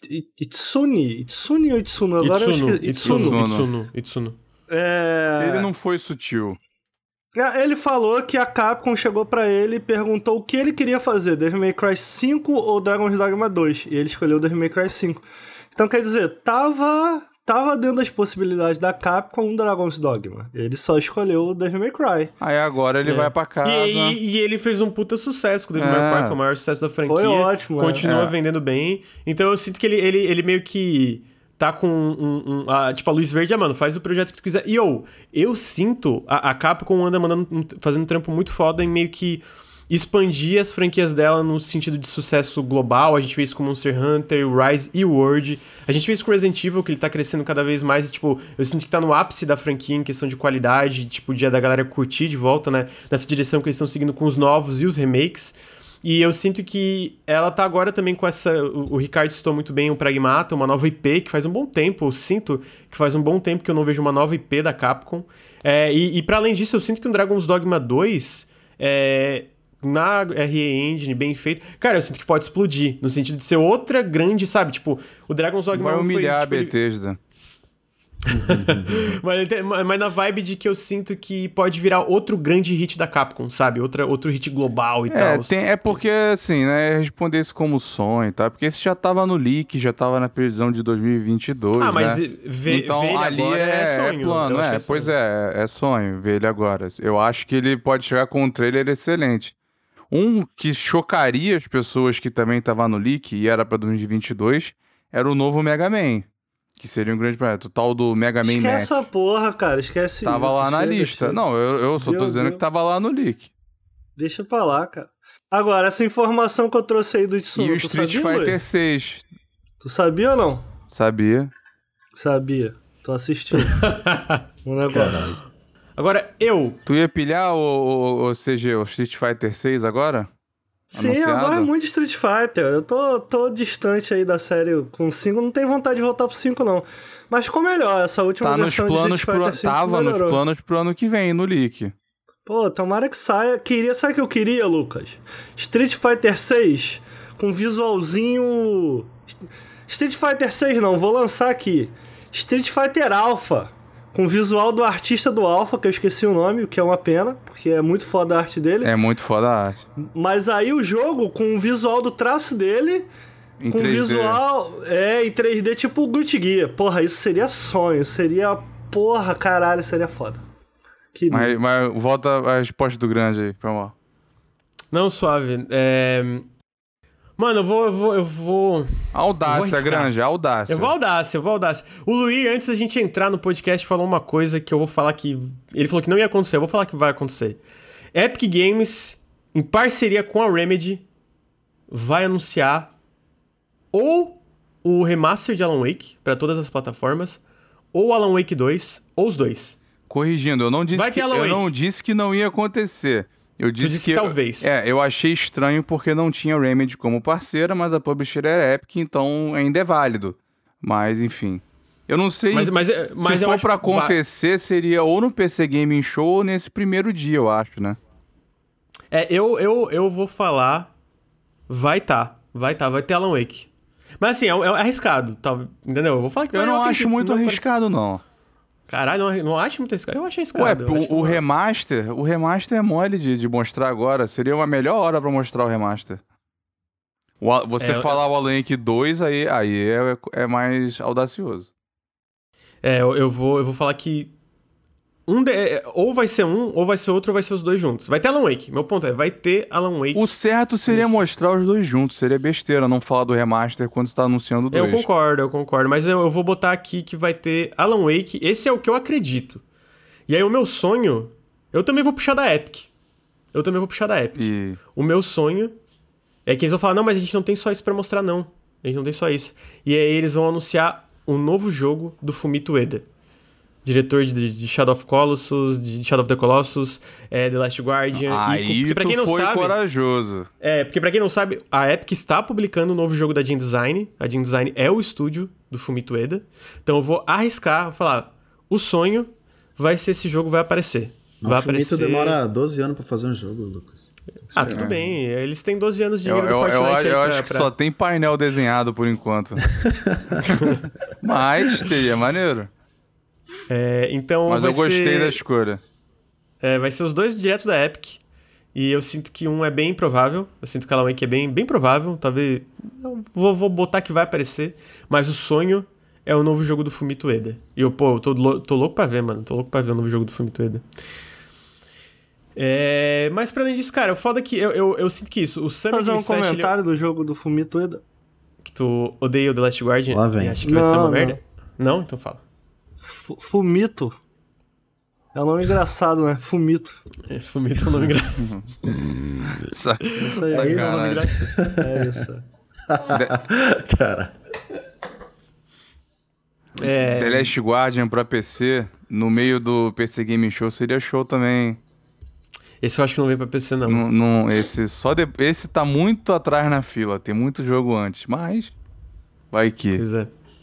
ou Itsuno? Agora eu esqueci. Itsuno. Ele não foi sutil. Ele falou que a Capcom chegou pra ele e perguntou o que ele queria fazer, Devil May Cry 5 ou Dragon's Dogma 2, e ele escolheu Devil May Cry 5. Então, quer dizer, tava dentro das possibilidades da Capcom um Dragon's Dogma. Ele só escolheu o Devil May Cry. Aí agora ele vai pra casa. E ele fez um puta sucesso com o Devil May Cry, foi o maior sucesso da franquia. Foi ótimo, continua vendendo bem. Então eu sinto que ele meio que... tá com tipo, a luz verde, mano, faz o projeto que tu quiser. E eu sinto, a Capcom anda fazendo um trampo muito foda em meio que expandir as franquias dela no sentido de sucesso global. A gente vê isso com Monster Hunter, Rise e World. A gente vê isso com Resident Evil, que ele tá crescendo cada vez mais. E, tipo, eu sinto que tá no ápice da franquia em questão de qualidade, tipo, dia da galera curtir de volta, né? Nessa direção que eles estão seguindo com os novos e os remakes. E eu sinto que ela tá agora também com essa... O Ricardo citou muito bem o Pragmata, uma nova IP, que faz um bom tempo, eu sinto que faz um bom tempo que eu não vejo uma nova IP da Capcom. E pra além disso, eu sinto que o Dragon's Dogma 2, na RE Engine, bem feito... Cara, eu sinto que pode explodir, no sentido de ser outra grande, sabe? Tipo, o Dragon's Dogma 1 vai humilhar foi, tipo, a Bethesda. mas na vibe de que eu sinto que pode virar outro grande hit da Capcom, sabe? Outro hit global e tal. É porque, assim, né? Responder isso como sonho, tá? Porque esse já tava no leak, já tava na previsão de 2022, né? Mas então ver ele ali agora é sonho. Plano, pois é sonho ver ele agora. Eu acho que ele pode chegar com um trailer excelente. Um que chocaria as pessoas que também tava no leak e era pra 2022 era o novo Mega Man. Que seria um grande projeto. O tal do Mega Man Max. Esquece essa porra, cara. Esquece tava isso. Lá na lista. Não, eu só tô dizendo que tava lá no leak. Deixa pra lá, cara. Agora, essa informação que eu trouxe aí do Itsuno, e o Street Fighter 6. Tu sabia ou não? Sabia. Tô assistindo. Um negócio. Caralho. Agora, Tu ia pilhar o CG, o Street Fighter 6 agora? Sim, anunciado? Eu gosto muito de Street Fighter. Eu tô distante aí da série com 5. Não tenho vontade de voltar pro 5, não. Mas ficou melhor. Essa última versão de Street Fighter 5 tava melhorou. nos planos pro ano que vem, no leak. Pô, tomara que saia. Sabe o que eu queria, Lucas? Street Fighter 6 com visualzinho... Street Fighter 6 não, vou lançar aqui. Street Fighter Alpha. Com visual do artista do Alpha, que eu esqueci o nome, o que é uma pena, porque é muito foda a arte dele. É muito foda a arte. Mas aí o jogo, com o visual do traço dele, em com 3D. Visual em 3D, tipo o Guilty Gear. Porra, isso seria sonho, seria... Porra, caralho, seria foda. Mas volta a resposta do grande aí, foi mal. Não, suave. Mano, eu vou... Audácia, Grande, audácia. Eu vou audácia. O Luiz, antes da gente entrar no podcast, falou uma coisa que eu vou falar que... Ele falou que não ia acontecer, eu vou falar que vai acontecer. Epic Games, em parceria com a Remedy, vai anunciar ou o remaster de Alan Wake para todas as plataformas, ou Alan Wake 2, ou os dois. Corrigindo, eu não disse que não ia acontecer. Eu disse que talvez. Eu achei estranho porque não tinha Remedy como parceira, mas a publisher era Epic, então ainda é válido. Mas, enfim. Eu não sei. Mas se eu for acho pra que acontecer, seria ou no PC Gaming Show ou nesse primeiro dia, eu acho, né? Eu vou falar. Vai ter Alan Wake. Mas assim, é arriscado, tá, entendeu? Eu vou falar que Eu não acho muito arriscado, não. Caralho, não acho muito arriscado. Eu acho Ué, arriscado. o remaster é mole de mostrar agora. Seria uma melhor hora pra mostrar o remaster. Você falar o Alan Wake 2, aí é mais audacioso. Eu vou falar que ou vai ser um, ou vai ser outro, ou vai ser os dois juntos. Vai ter Alan Wake. Meu ponto vai ter Alan Wake. O certo seria mostrar os dois juntos. Seria besteira não falar do remaster quando você tá anunciando dois. Eu concordo. Mas eu vou botar aqui que vai ter Alan Wake. Esse é o que eu acredito. E aí o meu sonho... Eu também vou puxar da Epic. O meu sonho é que eles vão falar, não, mas a gente não tem só isso pra mostrar, não. A gente não tem só isso. E aí eles vão anunciar um novo jogo do Fumito Ueda. Diretor de Shadow of Colossus, de Shadow of the Colossus, The Last Guardian. Aí pra quem não sabe, corajoso. Porque pra quem não sabe, a Epic está publicando um novo jogo da Jin Design. A Jin Design é o estúdio do Fumito Ueda. Então eu vou arriscar, vou falar, o sonho vai ser esse jogo vai aparecer. O Fumito demora 12 anos pra fazer um jogo, Lucas. Tudo bem. Eles têm 12 anos de dinheiro do Fortnite. Eu acho que só tem painel desenhado por enquanto. Mas seria maneiro. Então mas eu gostei da escolha. Vai ser os dois direto da Epic. E eu sinto que um é bem improvável. Eu sinto que o Alan Wake é bem provável. Talvez. Eu vou botar que vai aparecer. Mas o sonho é o novo jogo do Fumito Ueda. E eu tô louco pra ver, mano. Tô louco pra ver o novo jogo do Fumito Ueda. Mas pra além disso, cara, o foda é que eu sinto que isso. O Summer fazer Games um comentário do jogo do Fumito Ueda. Que tu odeia o The Last Guardian? Lá vem. Acho que vai ser uma merda. Não? Então fala. Fumito. É um nome engraçado, né? Fumito. Fumito é um nome engraçado. Isso aí é um nome engraçado. É isso. Cara. The Last Guardian pra PC, no meio do PC Gaming Show, seria show também. Esse eu acho que não vem pra PC, não. Esse tá muito atrás na fila. Tem muito jogo antes, mas vai que. Pois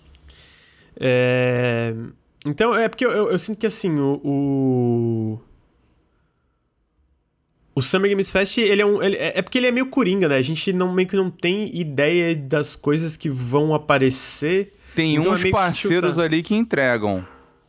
é. Então, porque eu sinto que, assim, o Summer Games Fest, é porque ele é meio coringa, né? A gente meio que não tem ideia das coisas que vão aparecer. Tem então uns parceiros ali que entregam.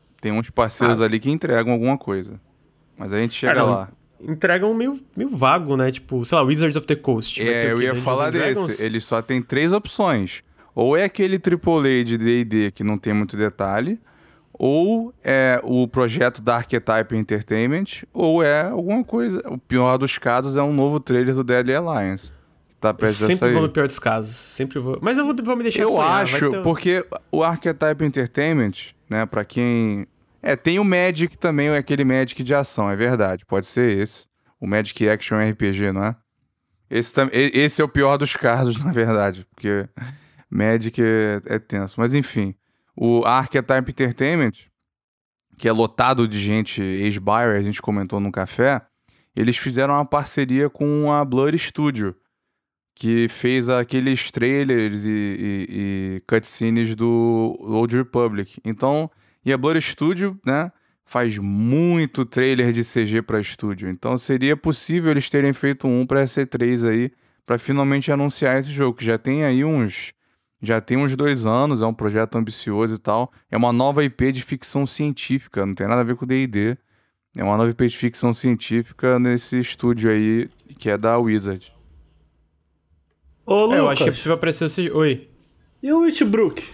Alguma coisa. Mas a gente chega lá. Entregam meio vago, né? Tipo, sei lá, Wizards of the Coast. Eu ia falar desse. Ele só tem 3 opções. Ou é aquele AAA de D&D que não tem muito detalhe, ou é o projeto da Archetype Entertainment, ou é alguma coisa. O pior dos casos é um novo trailer do Deadly Alliance. Que tá prestes a sair. Sempre vou no pior dos casos. Sempre vou. Mas eu vou me deixar Eu sonhar. acho, porque o Archetype Entertainment, né, pra quem... tem o Magic também, aquele Magic de ação, é verdade. Pode ser esse. O Magic Action RPG, não é? Esse é o pior dos casos, na verdade, porque... Magic é tenso. Mas enfim, o Archetype Entertainment, que é lotado de gente ex-Bioware, a gente comentou no café, eles fizeram uma parceria com a Blur Studio, que fez aqueles trailers e cutscenes do Old Republic. Então, e a Blur Studio, né, faz muito trailer de CG para estúdio. Então seria possível eles terem feito um para EC3 aí, para finalmente anunciar esse jogo, que já tem uns 2 anos, é um projeto ambicioso e tal. É uma nova IP de ficção científica, não tem nada a ver com D&D. É uma nova IP de ficção científica nesse estúdio aí, que é da Wizard. Ô, Lucas. Eu acho que é possível aparecer esse... Oi. E o Witchbrook?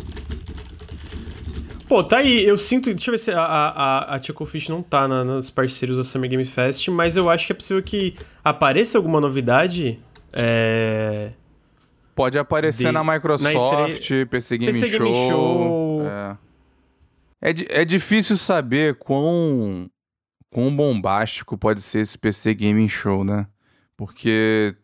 Pô, tá aí. Eu sinto... Deixa eu ver se a Chucklefish não tá nos parceiros da Summer Game Fest, mas eu acho que é possível que apareça alguma novidade... Pode aparecer na Microsoft, PC Game Show. É difícil saber quão bombástico pode ser esse PC Gaming Show, né? Porque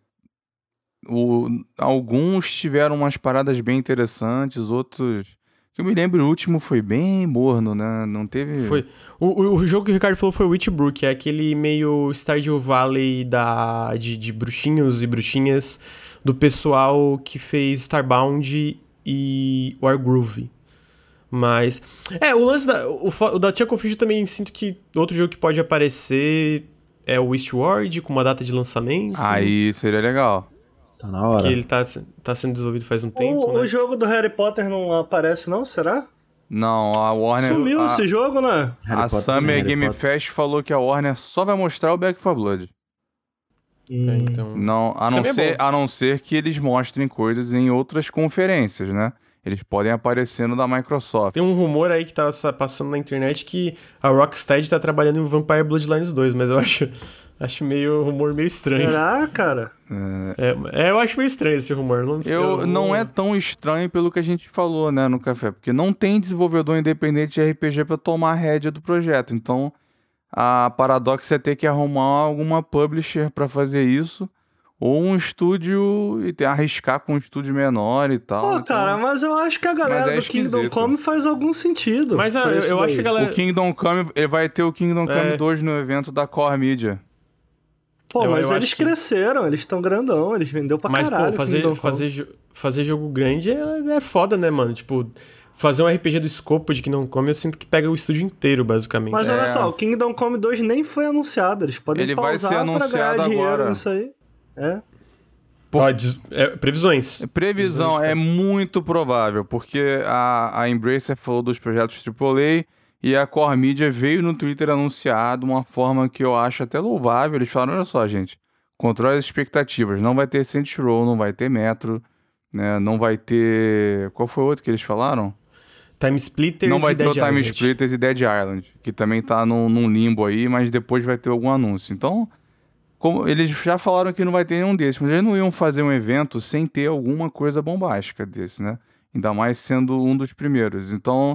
alguns tiveram umas paradas bem interessantes, outros... Que eu me lembro, o último foi bem morno, né? Não teve... Foi. O jogo que o Ricardo falou foi o Witchbrook, é aquele meio Stardew Valley de bruxinhos e bruxinhas do pessoal que fez Starbound e Wargroove. Mas... o lance o da Tia Confusion também sinto que outro jogo que pode aparecer é o Eastward, com uma data de lançamento. Aí seria legal. Tá na hora. Que ele tá sendo desenvolvido faz um tempo, O né? jogo do Harry Potter não aparece não, será? Não, a Warner... Sumiu esse jogo, né? A Summer Game Fest falou que a Warner só vai mostrar o Back 4 Blood. Então... Não, a não ser que eles mostrem coisas em outras conferências, né? Eles podem aparecer no da Microsoft. Tem um rumor aí que tá passando na internet que a Rocksteady tá trabalhando em Vampire Bloodlines 2, mas eu acho meio rumor meio estranho. Será, cara? Eu acho meio estranho esse rumor. Não é tão estranho pelo que a gente falou, né, no café, porque não tem desenvolvedor independente de RPG pra tomar a rédea do projeto. Então, a Paradox é ter que arrumar alguma publisher pra fazer isso, ou um estúdio e arriscar com um estúdio menor e tal. Pô, então... cara, mas eu acho que a galera do Kingdom Come faz algum sentido. Mas eu acho que a galera... O Kingdom Come, ele vai ter o Kingdom Come 2 no evento da Core Media. Pô, mas eles cresceram, eles estão grandão, eles vendeu pra caralho. Mas, fazer jogo grande é foda, né, mano? Tipo, fazer um RPG do escopo de Kingdom Come, eu sinto que pega o estúdio inteiro, basicamente. Mas olha só, o Kingdom Come 2 nem foi anunciado, eles podem pausar pra ganhar dinheiro agora. Nisso aí. Previsões. Previsão é muito provável, porque a Embracer falou dos projetos AAA e a Core Media veio no Twitter anunciar de uma forma que eu acho até louvável. Eles falaram, olha só, gente, controle as expectativas, não vai ter Saints Row, não vai ter Metro, né, não vai ter... Qual foi o outro que eles falaram? Time Splitters não vai e ter Dead o Time Island. Splitters e Dead Island, que também tá num limbo aí, mas depois vai ter algum anúncio. Então... Como eles já falaram que não vai ter nenhum desses, mas eles não iam fazer um evento sem ter alguma coisa bombástica desse, né? Ainda mais sendo um dos primeiros. Então,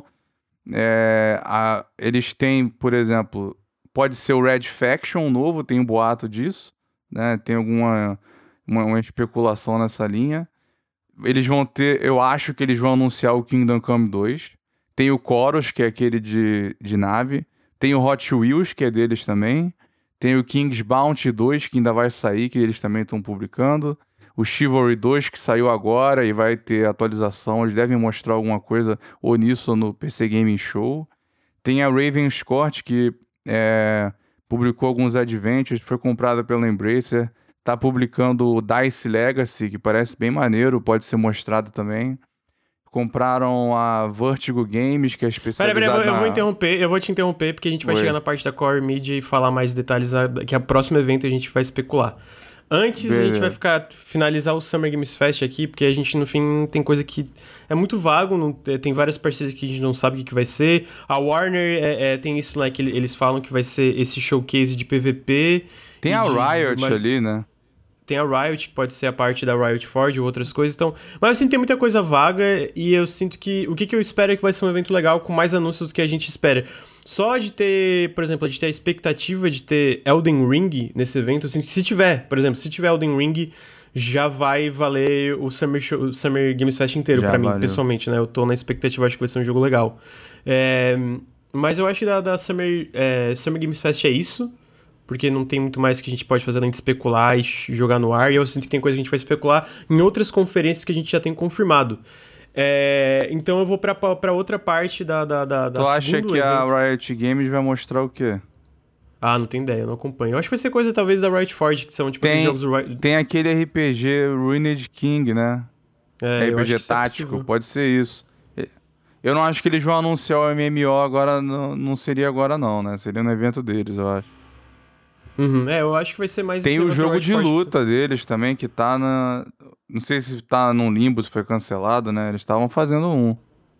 eles têm, por exemplo, pode ser o Red Faction novo, tem um boato disso, né? Tem alguma uma especulação nessa linha. Eles vão ter, eu acho que eles vão anunciar o Kingdom Come 2. Tem o Chorus, que é aquele de nave. Tem o Hot Wheels, que é deles também. Tem o King's Bounty 2, que ainda vai sair, que eles também estão publicando. O Chivalry 2, que saiu agora e vai ter atualização. Eles devem mostrar alguma coisa ou nisso ou no PC Gaming Show. Tem a Ravenscourt, que publicou alguns adventures, foi comprada pela Embracer. Tá publicando o Dice Legacy, que parece bem maneiro, pode ser mostrado também. Compraram a Vertigo Games, que é especializada eu vou te interromper, porque a gente vai chegar na parte da Core Media e falar mais detalhes, que é o próximo evento a gente vai especular. Antes, a gente vai finalizar o Summer Games Fest aqui, porque a gente, no fim, tem coisa que é muito vago, tem várias parcerias que a gente não sabe o que vai ser. A Warner tem isso, né, que eles falam que vai ser esse showcase de PVP. Tem a Riot ali, né? Tem a Riot, que pode ser a parte da Riot Forge ou outras coisas. Então, mas eu sinto que tem muita coisa vaga e eu sinto que... O que eu espero é que vai ser um evento legal com mais anúncios do que a gente espera. Só de ter, por exemplo, de ter a expectativa de ter Elden Ring nesse evento, eu sinto que se tiver Elden Ring, já vai valer o Summer Games Fest inteiro pra mim, pessoalmente, né? Eu tô na expectativa, acho que vai ser um jogo legal. Mas eu acho que da Summer Games Fest é isso. Porque não tem muito mais que a gente pode fazer além de especular e jogar no ar. E eu sinto que tem coisa que a gente vai especular em outras conferências que a gente já tem confirmado. Então eu vou pra outra parte da Tu acha que a Riot Games vai mostrar o quê? Ah, não tenho ideia, eu não acompanho. Eu acho que vai ser coisa talvez da Riot Forge, que são tipo jogos do Riot... Tem aquele RPG Ruined King, né? RPG tático, pode ser isso. Eu não acho que eles vão anunciar o MMO agora, não seria agora não, né? Seria no evento deles, eu acho. Eu acho que vai ser mais... Tem o jogo de luta deles também, que tá na... Não sei se tá num limbo, se foi cancelado, né? Eles estavam fazendo um.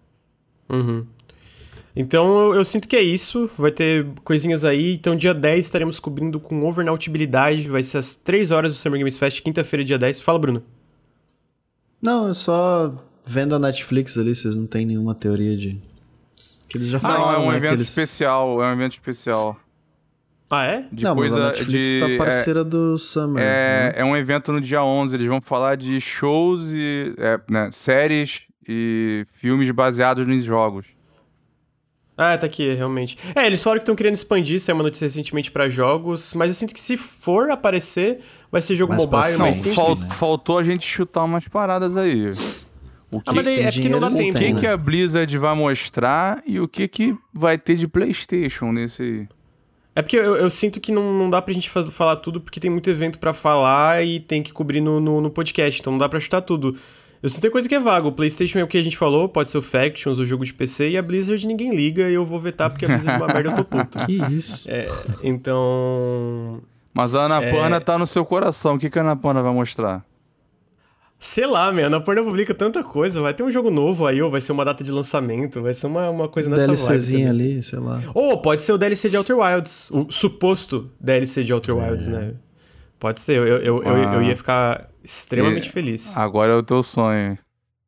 Então eu sinto que é isso. Vai ter coisinhas aí. Então dia 10 estaremos cobrindo com overnautibilidade. Vai ser às 3 horas do Summer Games Fest, quinta-feira, dia 10. Fala, Bruno. Não, eu só vendo a Netflix ali, vocês não tem nenhuma teoria de... Que eles já falaram, é um né, evento especial, é um evento especial. Ah, é? Mas a Netflix tá parceira do Summer. É um evento no dia 11, eles vão falar de shows e séries e filmes baseados nos jogos. Ah, tá aqui, realmente. Eles falaram que estão querendo expandir, saiu uma notícia recentemente pra jogos, mas eu sinto que se for aparecer, vai ser jogo mobile. Faltou a gente chutar umas paradas aí. O que, mas é porque não dá tempo. O que a Blizzard vai mostrar e o que vai ter de PlayStation nesse... É porque eu sinto que não dá pra gente falar tudo, porque tem muito evento pra falar e tem que cobrir no podcast, então não dá pra chutar tudo. Eu sinto que tem coisa que é vago. O PlayStation é o que a gente falou, pode ser o Factions, o jogo de PC, e a Blizzard ninguém liga, e eu vou vetar porque a Blizzard é uma merda, eu tô puto. Que isso? Então... Mas a Annapurna tá no seu coração. O que a Annapurna vai mostrar? Sei lá, a Annapurna publica tanta coisa. Vai ter um jogo novo aí, ou vai ser uma data de lançamento, vai ser uma coisa nessa vibe. DLCzinho ali, sei lá. Ou pode ser o DLC de Outer Wilds, o suposto DLC de Outer Wilds, né? Pode ser, eu ia ficar extremamente feliz. Agora é o teu sonho.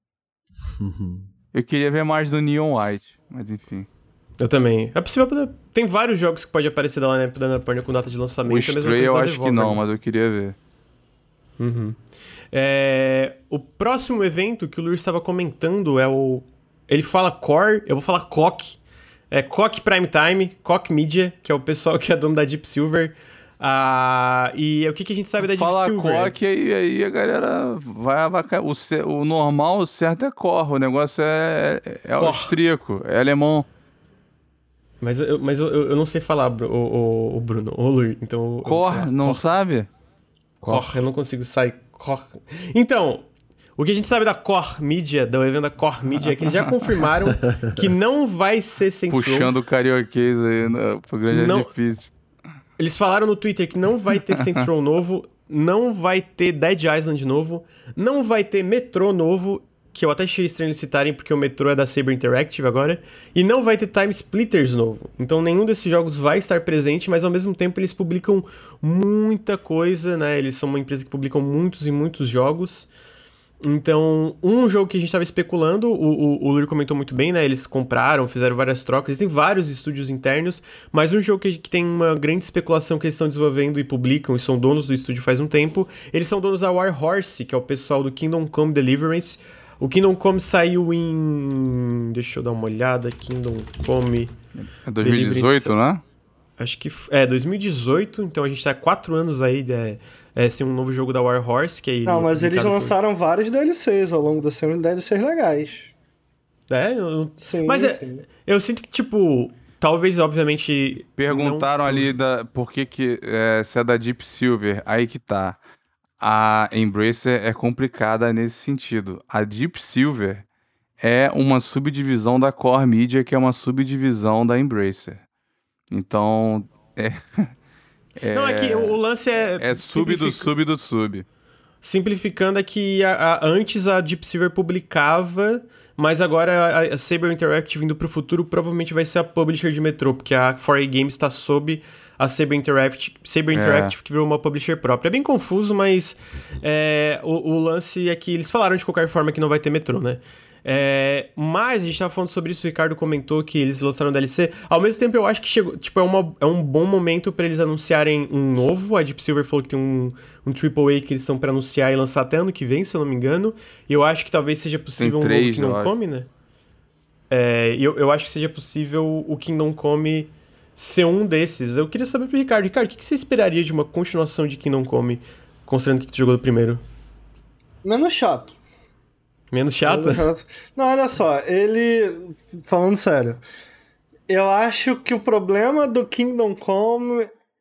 Eu queria ver mais do Neon White, mas enfim. Eu também. É possível, tem vários jogos que pode aparecer da Annapurna com data de lançamento. O Stray eu acho que não, mas eu queria ver. O próximo evento que o Luiz estava comentando é o... Ele fala Core, eu vou falar Koch. É Koch Prime Time, Koch Media, que é o pessoal que é dono da Deep Silver. E o que a gente sabe da Deep Silver? Fala Koch e aí a galera vai... O normal, o certo é Core, o negócio é austríaco, é alemão. Mas eu não sei falar, o Bruno, o Luiz, então... Core, não sabe? Core, eu não consigo sair. Core. Então, o que a gente sabe da Core Media, do evento da Core Media, é que eles já confirmaram que não vai ser Saints Row. Puxando o carioquês aí, o programa é difícil. Eles falaram no Twitter que não vai ter Saints Row novo, não vai ter Dead Island novo, não vai ter Metro novo, que eu até achei estranho eles citarem, porque o Metro é da Saber Interactive agora, e não vai ter Time Splitters novo. Então nenhum desses jogos vai estar presente, mas ao mesmo tempo eles publicam muita coisa, né? Eles são uma empresa que publicam muitos e muitos jogos. Então, um jogo que a gente estava especulando, o Luri comentou muito bem, né? Eles compraram, fizeram várias trocas, eles têm vários estúdios internos, mas um jogo que tem uma grande especulação que eles estão desenvolvendo e publicam, e são donos do estúdio faz um tempo, eles são donos da Warhorse, que é o pessoal do Kingdom Come Deliverance. O Kingdom Come saiu em... Deixa eu dar uma olhada. Kingdom Come... É 2018, né? Acho que... 2018. Então a gente tá há 4 anos aí sem um novo jogo da Warhorse. Que não, mas eles lançaram vários DLCs ao longo da semana. DLCs legais. Sim, mas sim. Eu sinto que, tipo... Talvez, obviamente... Perguntaram ali por que se é da Deep Silver. Aí que tá. A Embracer é complicada nesse sentido. A Deep Silver é uma subdivisão da Core Media, que é uma subdivisão da Embracer. Então, Não, é que o lance é... É sub do sub do sub. Simplificando, é que antes a Deep Silver publicava, mas agora a Saber Interactive indo pro futuro provavelmente vai ser a publisher de Metro, porque a 4A Games está sob a Saber Interactive que virou uma publisher própria. É bem confuso, mas o lance é que eles falaram de qualquer forma que não vai ter Metro, né? Mas a gente tava falando sobre isso, o Ricardo comentou que eles lançaram DLC. Ao mesmo tempo, eu acho que chegou, tipo, é um bom momento pra eles anunciarem um novo. A Deep Silver falou que tem um AAA que eles estão pra anunciar e lançar até ano que vem, se eu não me engano. E eu acho que talvez seja possível um novo Kingdom Come, né? Eu acho que seja possível o Kingdom Come ser um desses. Eu queria saber pro Ricardo. Ricardo, o que você esperaria de uma continuação de Kingdom Come, considerando que tu jogou do primeiro? Menos chato. Menos chato? Não, olha só, falando sério, eu acho que o problema do Kingdom Come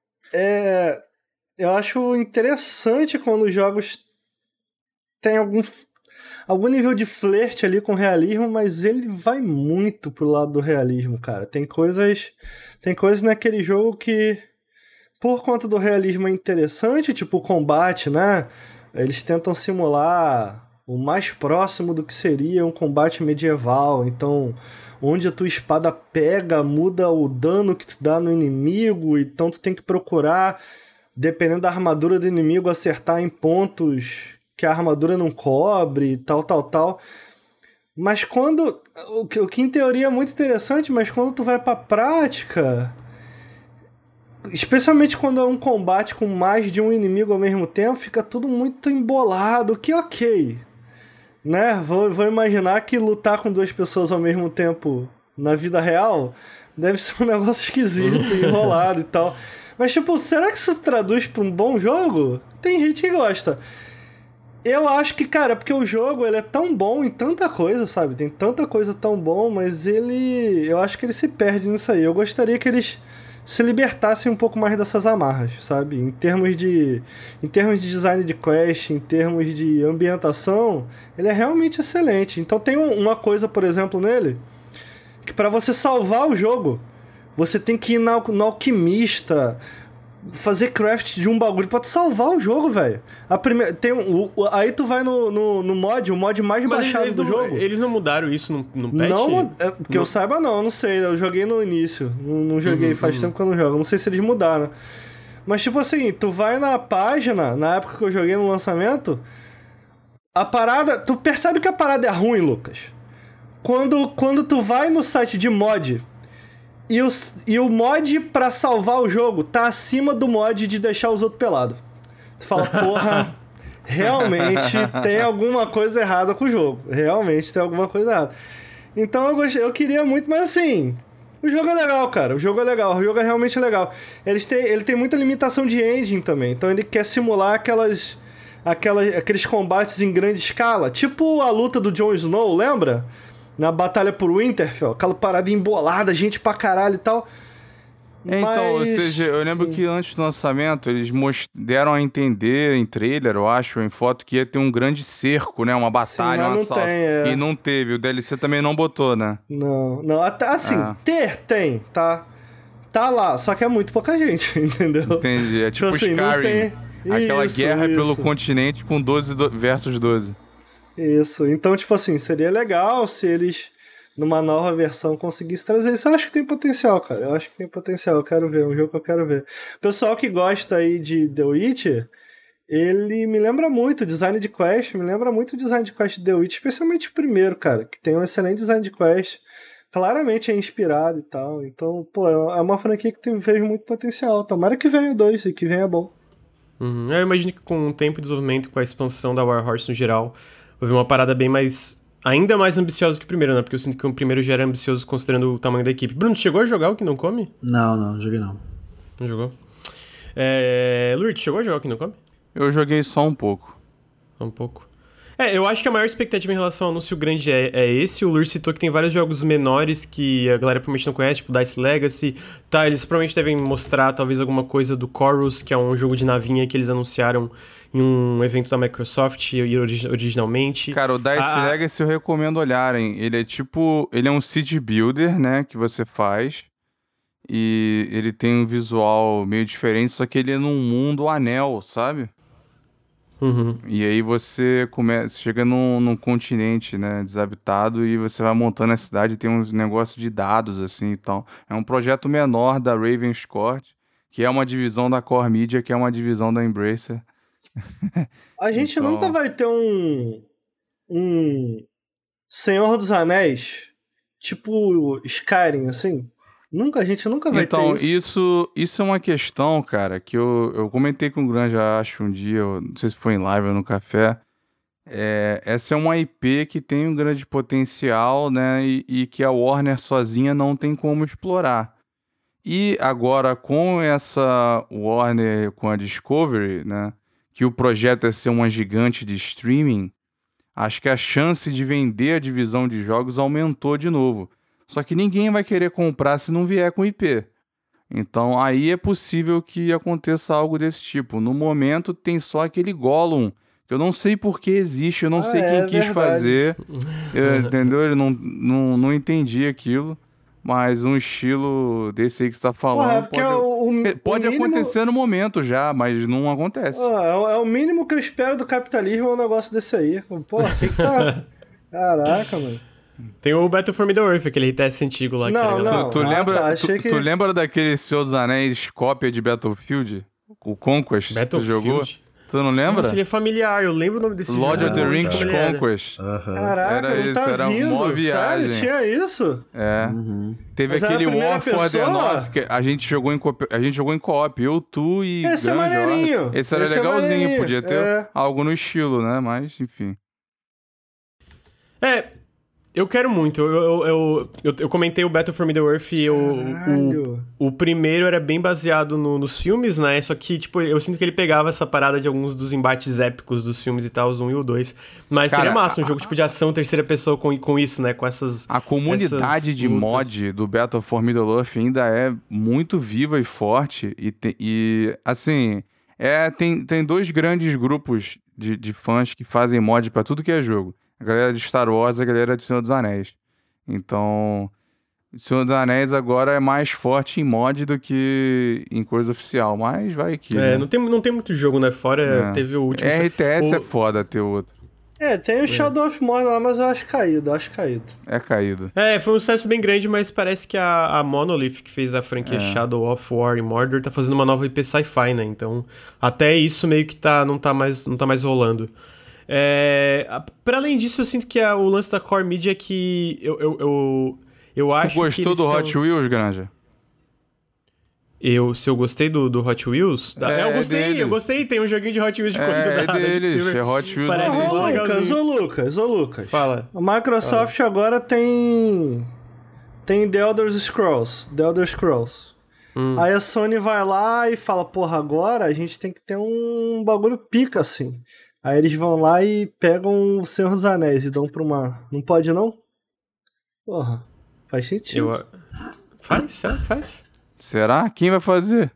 eu acho interessante quando os jogos têm algum nível de flerte ali com realismo, mas ele vai muito pro lado do realismo, cara. Tem coisas naquele jogo que, por conta do realismo, é interessante, tipo o combate, né? Eles tentam simular o mais próximo do que seria um combate medieval. Então, onde a tua espada pega, muda o dano que tu dá no inimigo, então tu tem que procurar, dependendo da armadura do inimigo, acertar em pontos que a armadura não cobre, tal. Mas quando... O que em teoria é muito interessante, mas quando tu vai pra prática... Especialmente quando é um combate com mais de um inimigo ao mesmo tempo, fica tudo muito embolado, que ok... Né? Vou imaginar que lutar com 2 pessoas ao mesmo tempo na vida real deve ser um negócio esquisito, enrolado e tal. Mas, tipo, será que isso se traduz pra um bom jogo? Tem gente que gosta. Eu acho que, cara, porque o jogo ele é tão bom em tanta coisa, sabe? Tem tanta coisa tão bom, mas eu acho que ele se perde nisso aí. Eu gostaria que eles se libertassem um pouco mais dessas amarras, sabe? Em termos de design de quest, em termos de ambientação, ele é realmente excelente. Então tem uma coisa, por exemplo, nele, que pra você salvar o jogo, você tem que ir no alquimista, fazer craft de um bagulho pra tu salvar o jogo, velho. Aí tu vai no mod, o mod mais baixado do jogo. Eles não mudaram isso no patch? Não, que eu saiba não sei. Eu joguei no início. Não joguei, faz tempo que eu não jogo. Não sei se eles mudaram. Mas tipo assim, tu vai na página, na época que eu joguei no lançamento, a parada... Tu percebe que a parada é ruim, Lucas. Quando tu vai no site de mod... E o mod pra salvar o jogo tá acima do mod de deixar os outros pelados. Tu fala, porra, realmente tem alguma coisa errada com o jogo. Realmente tem alguma coisa errada. Então eu queria muito, mas assim, o jogo é legal, cara. O jogo é legal, o jogo é realmente legal. Ele tem muita limitação de engine também. Então ele quer simular aqueles combates em grande escala. Tipo a luta do Jon Snow, lembra? Na batalha por Winterfell, aquela parada embolada, gente pra caralho e tal. Então, ou seja, eu lembro que antes do lançamento eles deram a entender em trailer, eu acho, em foto, que ia ter um grande cerco, né? Uma batalha, sim, mas um não tem, E não teve. O DLC também não botou, né? Não. Assim, tem, tá? Tá lá, só que é muito pouca gente, entendeu? Entendi. É tipo assim, Skyrim. Aquela guerra isso. pelo continente com 12 versus 12. Isso, então, tipo assim, seria legal se eles, numa nova versão, conseguissem trazer isso. Eu acho que tem potencial, cara. Eu acho que tem potencial, eu quero ver, é um jogo que eu quero ver. O pessoal que gosta aí de The Witcher, ele me lembra muito o design de quest, me lembra muito o design de quest de The Witcher, especialmente o primeiro, cara, que tem um excelente design de quest, claramente é inspirado e tal. Então, pô, é uma franquia que vejo muito potencial. Tomara que venha o 2 e que venha bom. Eu imagino que com o tempo de desenvolvimento, com a expansão da Warhorse no geral, houve uma parada bem mais... ainda mais ambiciosa que o primeiro, né? Porque eu sinto que o primeiro já era ambicioso considerando o tamanho da equipe. Bruno, chegou a jogar o Kingdom Come? Não joguei não. Não jogou? Lurt, chegou a jogar o Kingdom Come? Eu joguei só um pouco. Um pouco. Eu acho que a maior expectativa em relação ao anúncio grande é esse. O Lur citou que tem vários jogos menores que a galera provavelmente não conhece, tipo Dice Legacy. Tá, eles provavelmente devem mostrar talvez alguma coisa do Chorus, que é um jogo de navinha que eles anunciaram em um evento da Microsoft originalmente. Cara, o Dice Legacy eu recomendo olharem. Ele é um city builder, né, que você faz. E ele tem um visual meio diferente, só que ele é num mundo anel, sabe? Uhum. E aí você chega num continente, né, desabitado, e você vai montando a cidade, tem uns negócios de dados, assim, e tal. É um projeto menor da Ravenscourt, que é uma divisão da Core Media, que é uma divisão da Embracer. A gente nunca vai ter um Senhor dos Anéis, tipo Skyrim, assim? A gente nunca vai ter isso. Isso é uma questão, cara, que eu comentei com o Granja, acho, um dia, não sei se foi em live ou no café. Essa é uma IP que tem um grande potencial, né, e que a Warner sozinha não tem como explorar. E agora, com essa Warner, com a Discovery, né, que o projeto é ser uma gigante de streaming, acho que a chance de vender a divisão de jogos aumentou de novo. Só que ninguém vai querer comprar se não vier com IP. Então aí é possível que aconteça algo desse tipo. No momento tem só aquele Gollum, que eu não sei por que existe, eu não sei quem quis fazer. Entendeu? Eu não entendi aquilo. Mas um estilo desse aí que você tá falando pode acontecer no momento já, mas não acontece. É o mínimo que eu espero do capitalismo, é um negócio desse aí. Pô, o que tá... Caraca, mano. Tem o Battle for Middle-earth, aquele teste antigo lá. Não. Tu lembra daquele Senhor dos Anéis cópia de Battlefield? O Conquest? Tu jogou? Tu não lembra? Nossa, ele é familiar, eu lembro o nome desse Lord of the Rings Conquest. Caraca, era não tá era vindo, uma viagem. Sério? Tinha isso? Teve aquele War for the North, que a gente jogou em co-op, eu, tu e esse é maneirinho. Esse era legalzinho, podia ter algo no estilo, né? Mas, enfim. Eu quero muito. Eu comentei o Battle for Middle-earth e o primeiro era bem baseado nos filmes, né? Só que, tipo, eu sinto que ele pegava essa parada de alguns dos embates épicos dos filmes e tal, os 1 e o 2. Mas Cara, seria massa, um jogo tipo de ação terceira pessoa com isso, né? Com essas A comunidade de lutas. mod do Battle for Middle-earth ainda é muito viva e forte. E assim, tem dois grandes grupos de fãs que fazem mod pra tudo que é jogo. A galera de Star Wars e a galera de Senhor dos Anéis. Então, Senhor dos Anéis agora é mais forte em mod do que em coisa oficial. Mas vai que... né? Não tem muito jogo, né? Fora teve o último... RTS é foda ter outro. Tem o Shadow of Mordor lá, mas eu acho caído. É caído. Foi um sucesso bem grande, mas parece que a Monolith, que fez a franquia Shadow of War e Mordor, tá fazendo uma nova IP sci-fi, né? Então, até isso meio que não tá mais rolando. Pra além disso, eu sinto que o lance da Core Media é que eu acho que Tu gostou do Hot Wheels, Granja? Se eu gostei do Hot Wheels? Eu gostei, tem um joguinho de Hot Wheels de corrida da deles, é Hot Wheels. Parece Ô Lucas. Fala. A Microsoft agora tem The Elder Scrolls. Aí a Sony vai lá e fala, porra, agora a gente tem que ter um bagulho pica, assim. Aí eles vão lá e pegam o Senhor dos Anéis e dão pra uma... Não pode, não? Porra, faz sentido. Faz. Será? Quem vai fazer?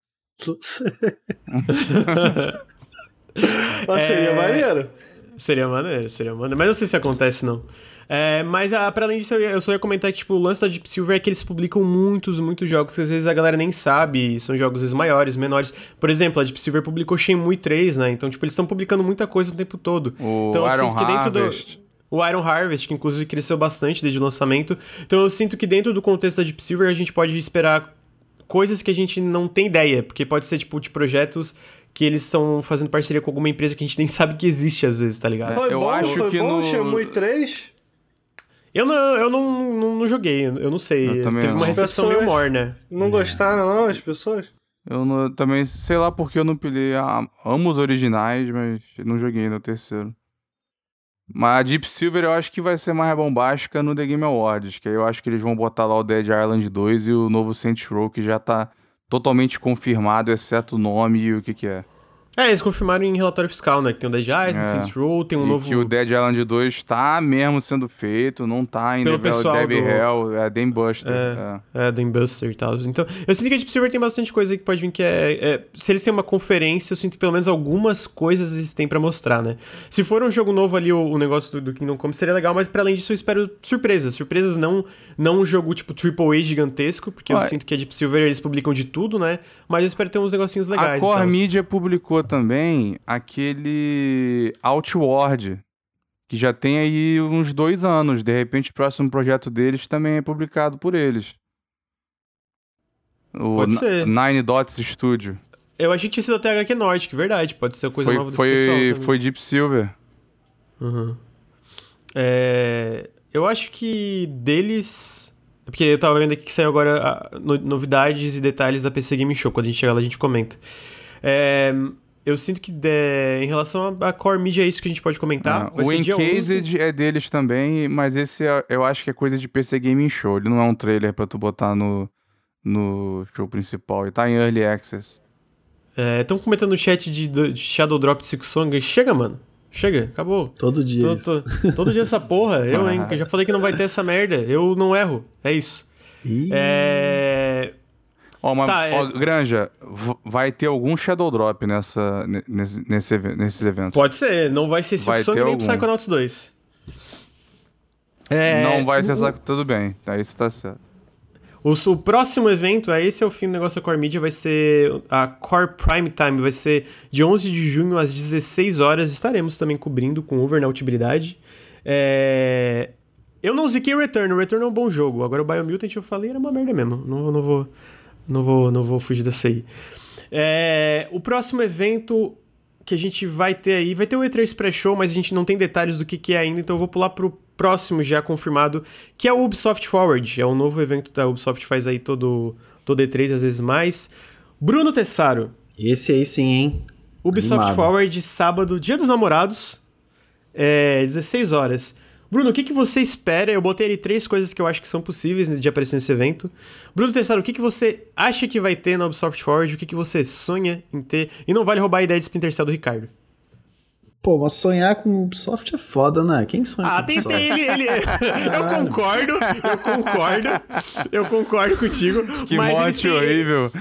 Mas seria maneiro. Seria maneiro. Mas não sei se acontece, não. Mas, para além disso, eu só ia comentar que, tipo, o lance da Deep Silver é que eles publicam muitos jogos que às vezes a galera nem sabe, são jogos às vezes maiores, menores. Por exemplo, a Deep Silver publicou Shenmue 3, né? Então, tipo, eles estão publicando muita coisa o tempo todo. O Iron Harvest. O Iron Harvest, que inclusive cresceu bastante desde o lançamento. Então, eu sinto que dentro do contexto da Deep Silver a gente pode esperar coisas que a gente não tem ideia, porque pode ser, tipo, de projetos que eles estão fazendo parceria com alguma empresa que a gente nem sabe que existe, às vezes, tá ligado? Foi bom Shenmue 3? Eu não joguei, eu não sei. Teve uma recepção meio morna. Não gostaram, não, as pessoas? Eu também, sei lá porque eu não pilhei. Amo os originais, mas não joguei no terceiro. Mas a Deep Silver eu acho que vai ser mais bombástica no The Game Awards, que aí eu acho que eles vão botar lá o Dead Island 2 e o novo Saints Row, que já tá totalmente confirmado, exceto o nome e o que é. Eles confirmaram em relatório fiscal, né? Que tem o Dead Island, Saints Row, tem um novo... que o Dead Island 2 tá mesmo sendo feito, não tá em Devil Hell, é Dame Buster. Dame Buster e tal. Então, eu sinto que a Deep Silver tem bastante coisa aí que pode vir que se eles têm uma conferência, eu sinto que pelo menos algumas coisas eles têm pra mostrar, né? Se for um jogo novo ali, o negócio do Kingdom Come seria legal, mas pra além disso eu espero surpresas. Surpresas não um jogo tipo AAA gigantesco, porque eu sinto que a Deep Silver eles publicam de tudo, né? Mas eu espero ter uns negocinhos legais. A Core Media publicou também aquele Outward, que já tem aí uns 2 anos. De repente, o próximo projeto deles também é publicado por eles. Pode ser. Nine Dots Studio. Eu achei que tinha sido até HQ Nordic, verdade. Pode ser coisa nova desse pessoal também. Foi Deep Silver. Uhum. Eu acho que deles... Porque eu tava vendo aqui que saiu agora novidades e detalhes da PC Game Show. Quando a gente chegar lá, a gente comenta. Eu sinto que em relação a Core Media é isso que a gente pode comentar. O Encased é deles também, mas esse eu acho que é coisa de PC Game Show. Ele não é um trailer pra tu botar no show principal. Ele tá em Early Access. Estão comentando no chat de Shadow Drop Silksong. Chega, mano. Chega, acabou. Todo dia todo dia essa porra. Eu já falei que não vai ter essa merda. Eu não erro. É isso. Granja, vai ter algum Shadow Drop nesses eventos? Pode ser, não vai ser Silksong nem Psychonauts 2. Não vai ser tudo bem, aí você tá certo. O próximo evento, esse é o fim do negócio da Core Media, vai ser a Core Prime Time, vai ser de 11 de junho às 16 horas, estaremos também cobrindo com overnautibilidade. Eu não ziquei o Return é um bom jogo, agora o Biomutant eu falei era uma merda mesmo, não vou fugir dessa aí. O próximo evento que a gente vai ter aí, vai ter o E3 Pre-Show, mas a gente não tem detalhes do que é ainda, então eu vou pular pro próximo já confirmado, que é o Ubisoft Forward. É um novo evento da Ubisoft, faz aí todo E3, às vezes mais. Bruno Tessaro. Esse aí sim, hein? Ubisoft Forward, sábado, Dia dos Namorados, 16 horas. Bruno, o que você espera? Eu botei ali 3 coisas que eu acho que são possíveis de aparecer nesse evento. Bruno Tessaro, o que você acha que vai ter na Ubisoft Forward? O que você sonha em ter? E não vale roubar a ideia de Splinter Cell do Ricardo. Pô, mas sonhar com Ubisoft é foda, né? Quem sonha com Ubisoft? Ele... Eu concordo contigo. Que morte horrível.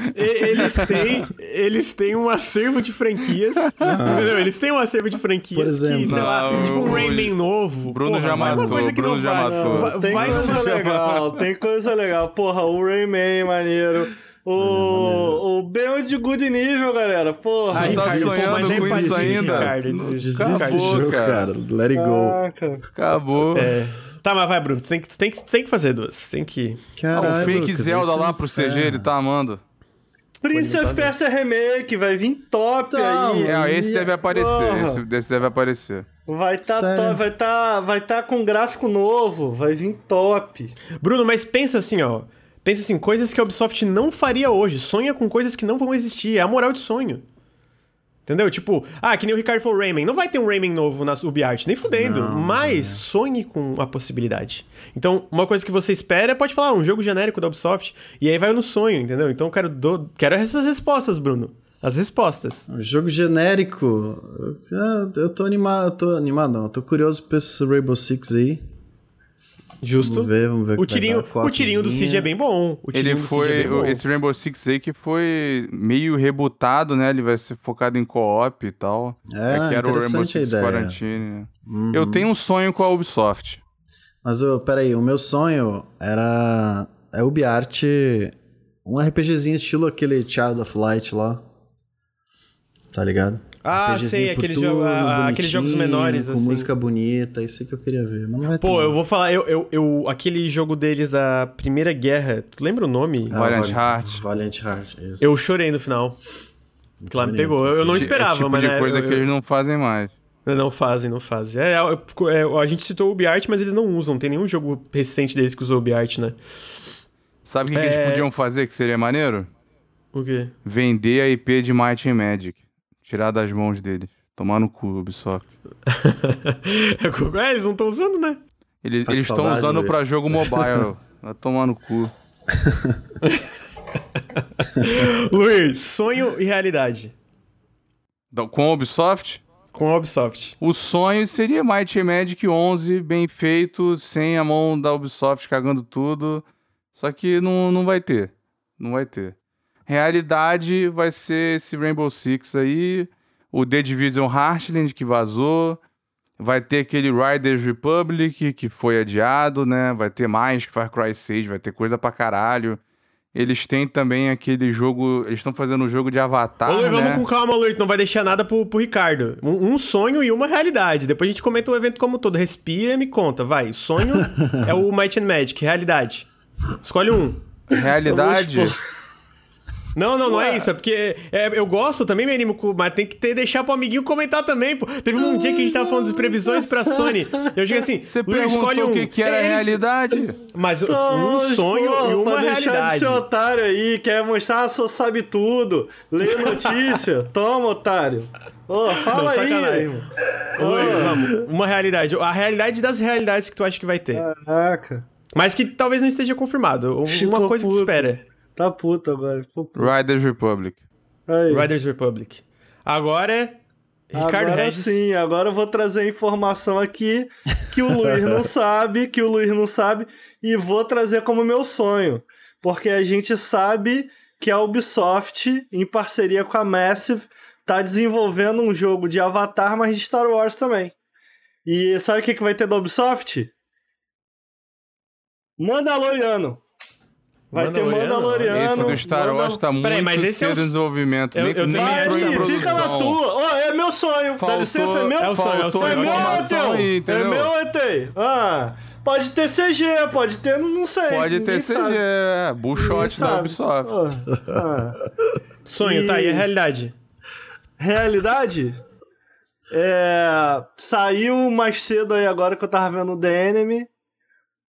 Eles têm um acervo de franquias. Entendeu? Eles têm um acervo de franquias. Por exemplo. Que, sei lá, tipo um Rayman novo. Bruno já matou. Tem coisa legal. Porra, o Rayman, maneiro. O Beyond Good nível, galera. Porra. Tá sonhando com isso ainda? Acabou, cara. Let it go. Acabou. Tá, mas vai, Bruno. Tem que fazer 2. Tem que... Caralho, o fake Lucas, Zelda lá pro CG, ele tá amando. Prince of Persia Remake, vai vir top aí. Esse deve aparecer. Esse deve aparecer. Vai tá com gráfico novo, vai vir top. Bruno, mas pensa assim, ó. Pensa assim, coisas que a Ubisoft não faria hoje. Sonha com coisas que não vão existir. É a moral de sonho. Entendeu? Tipo, que nem o Ricardo falou, Rayman. Não vai ter um Rayman novo na UbiArt, nem fudendo. Mas sonhe com a possibilidade. Então, uma coisa que você espera, pode falar, um jogo genérico da Ubisoft. E aí vai no sonho, entendeu? Então, eu quero essas respostas, Bruno. As respostas. Um jogo genérico. Eu tô animado, não. Eu tô curioso pra esse Rainbow Six aí. Justo. Vamos ver o tirinho do Cid é bem bom. Esse Rainbow Six aí que foi meio rebootado, né? Ele vai ser focado em co-op e tal. Que era o Rainbow Six Quarantine. Uhum. Eu tenho um sonho com a Ubisoft. Mas, peraí, o meu sonho é UbiArt, um RPGzinho estilo aquele Child of Light lá. Tá ligado? Sei, aqueles jogos menores, com assim. música bonita, isso aí que eu queria ver. Mas não vai ter. Eu vou falar, aquele jogo deles da Primeira Guerra, tu lembra o nome? Valiant Heart. Valiant Heart, isso. Eu chorei no final. Muito lá me pegou. Eu não esperava, tipo mas... de coisa que eles não fazem mais. Não fazem. A gente citou o UbiArt, mas eles não usam. Tem nenhum jogo recente deles que usou o UbiArt, né? Sabe o que eles podiam fazer que seria maneiro? O quê? Vender a IP de Might and Magic. Tirar das mãos deles. Tomar no cu, Ubisoft. Eles não estão usando, né? Eles estão usando pra jogo mobile. Vai tomar no cu. Luiz, sonho e realidade. Com a Ubisoft? Com a Ubisoft. O sonho seria Might and Magic 11, bem feito, sem a mão da Ubisoft cagando tudo. Só que não vai ter. Não vai ter. Realidade vai ser esse Rainbow Six aí, o The Division Heartland que vazou, vai ter aquele Riders Republic que foi adiado, né? Vai ter mais que Far Cry 6, vai ter coisa pra caralho. Eles têm também aquele jogo, eles estão fazendo um jogo de Avatar, né? Vamos com calma, Luiz, não vai deixar nada pro Ricardo. Um sonho e uma realidade. Depois a gente comenta o evento como um todo. Respira e me conta, vai. Sonho é o Might and Magic, realidade. Escolhe um. Realidade... Não é isso. É porque eu gosto também, me animo, mas tem que deixar pro amiguinho comentar também, pô. Teve um dia que a gente tava falando de previsões pra Sony. Eu digo assim, você perguntou o que era realidade. Mas um sonho e uma realidade. Deixar de ser otário aí, quer mostrar só sabe tudo. Lê notícia. Toma, otário. Fala aí, irmão. Vamos. Uma realidade. A realidade das realidades que tu acha que vai ter. Caraca. Mas que talvez não esteja confirmado. Uma coisa que tu espera. Tá puto agora. Riders Republic. Aí. Riders Republic. Agora é Ricardo Regis. Sim, agora eu vou trazer a informação aqui que o Luiz não sabe, e vou trazer como meu sonho. Porque a gente sabe que a Ubisoft, em parceria com a Massive, tá desenvolvendo um jogo de Avatar, mas de Star Wars também. E sabe o que vai ter da Ubisoft? Mandaloriano. Vai ter Mandaloriano. Esse do Star Wars tá muito cedo em desenvolvimento. Nem fica na tua. É meu sonho. Dá licença, é meu sonho. É meu, ET. Pode ter CG, pode ter, não sei. Pode ter CG, bullshot da Ubisoft. Sonho, tá, e a realidade? Realidade? Saiu mais cedo aí agora que eu tava vendo o The Enemy.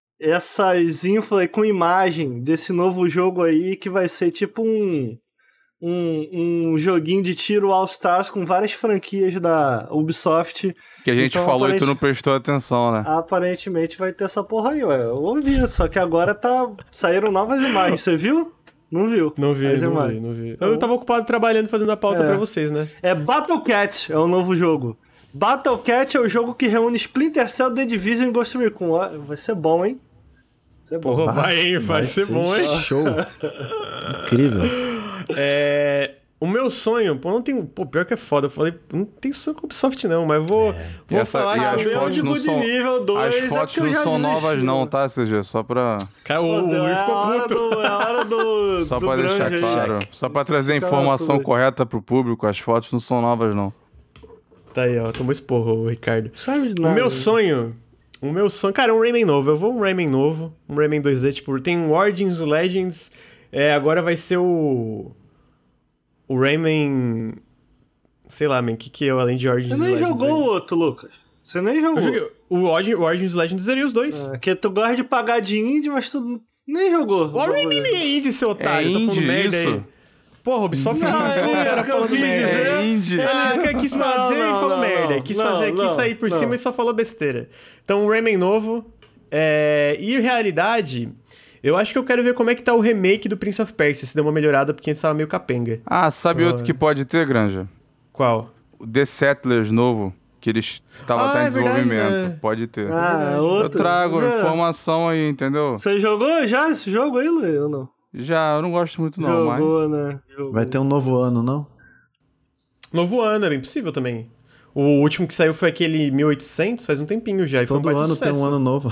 Essas info com imagem desse novo jogo aí que vai ser tipo um joguinho de tiro All Stars com várias franquias da Ubisoft. Que a gente falou e tu não prestou atenção, né? Aparentemente vai ter essa porra aí, ué. Eu ouvi, só que agora saíram novas imagens. Você viu? Não viu. Não vi. Eu tava ocupado trabalhando, fazendo a pauta pra vocês, né? É Battle Cat, é o novo jogo. Battle Cat é o jogo que reúne Splinter Cell, The Division e Ghost Recon. Ó, vai ser bom, hein? Porra, vai ser bom, hein? Show. Incrível. O meu sonho, não tem. Pior que é foda. Eu falei, não tem sonho com a Ubisoft, não, mas vou falar que as fotos não são. Nível 2, as fotos não são novas, não, tá, CG? Só pra. Cara, o Luiz ficou puto. É a hora do. Só pra deixar claro. Só pra trazer a informação correta pro público, as fotos não são novas, não. Tá aí, ó. Tomou esporro, Ricardo. Sabe de nada. O meu sonho, cara, um Rayman novo. Eu vou um Rayman novo. Um Rayman 2D, tipo, tem o Origins, o Legends. Agora vai ser o Rayman... Sei lá, man, o que é além de Origins e Legends? Você nem jogou o outro, Lucas. Você nem jogou. Eu joguei o Origins e Legends, zerei os dois. Que tu gosta de pagar de indie, mas tu nem jogou. O Rayman nem é indie, seu otário. É tô falando indie, merda isso? aí. Porra, Ubisoft não, cara falando merda. É indie. Quis fazer e falou merda. Quis sair por cima e só falou besteira. Então, um Rayman novo. E em realidade, eu acho que eu quero ver como é que tá o remake do Prince of Persia, se deu uma melhorada, porque antes tava meio capenga. Ah, sabe outro que pode ter, Granja? Qual? O The Settlers novo, que eles estavam em desenvolvimento. Verdade, né? Pode ter. Outro. Eu trago informação aí, entendeu? Você jogou já esse jogo aí, Luiz, ou não? Já, eu não gosto muito não, Jogou, mas... né? Jogou. Vai ter um novo ano, não? Novo ano, é bem possível também. O último que saiu foi aquele 1800, faz um tempinho já. Todo foi um ano sucesso. tem um ano novo.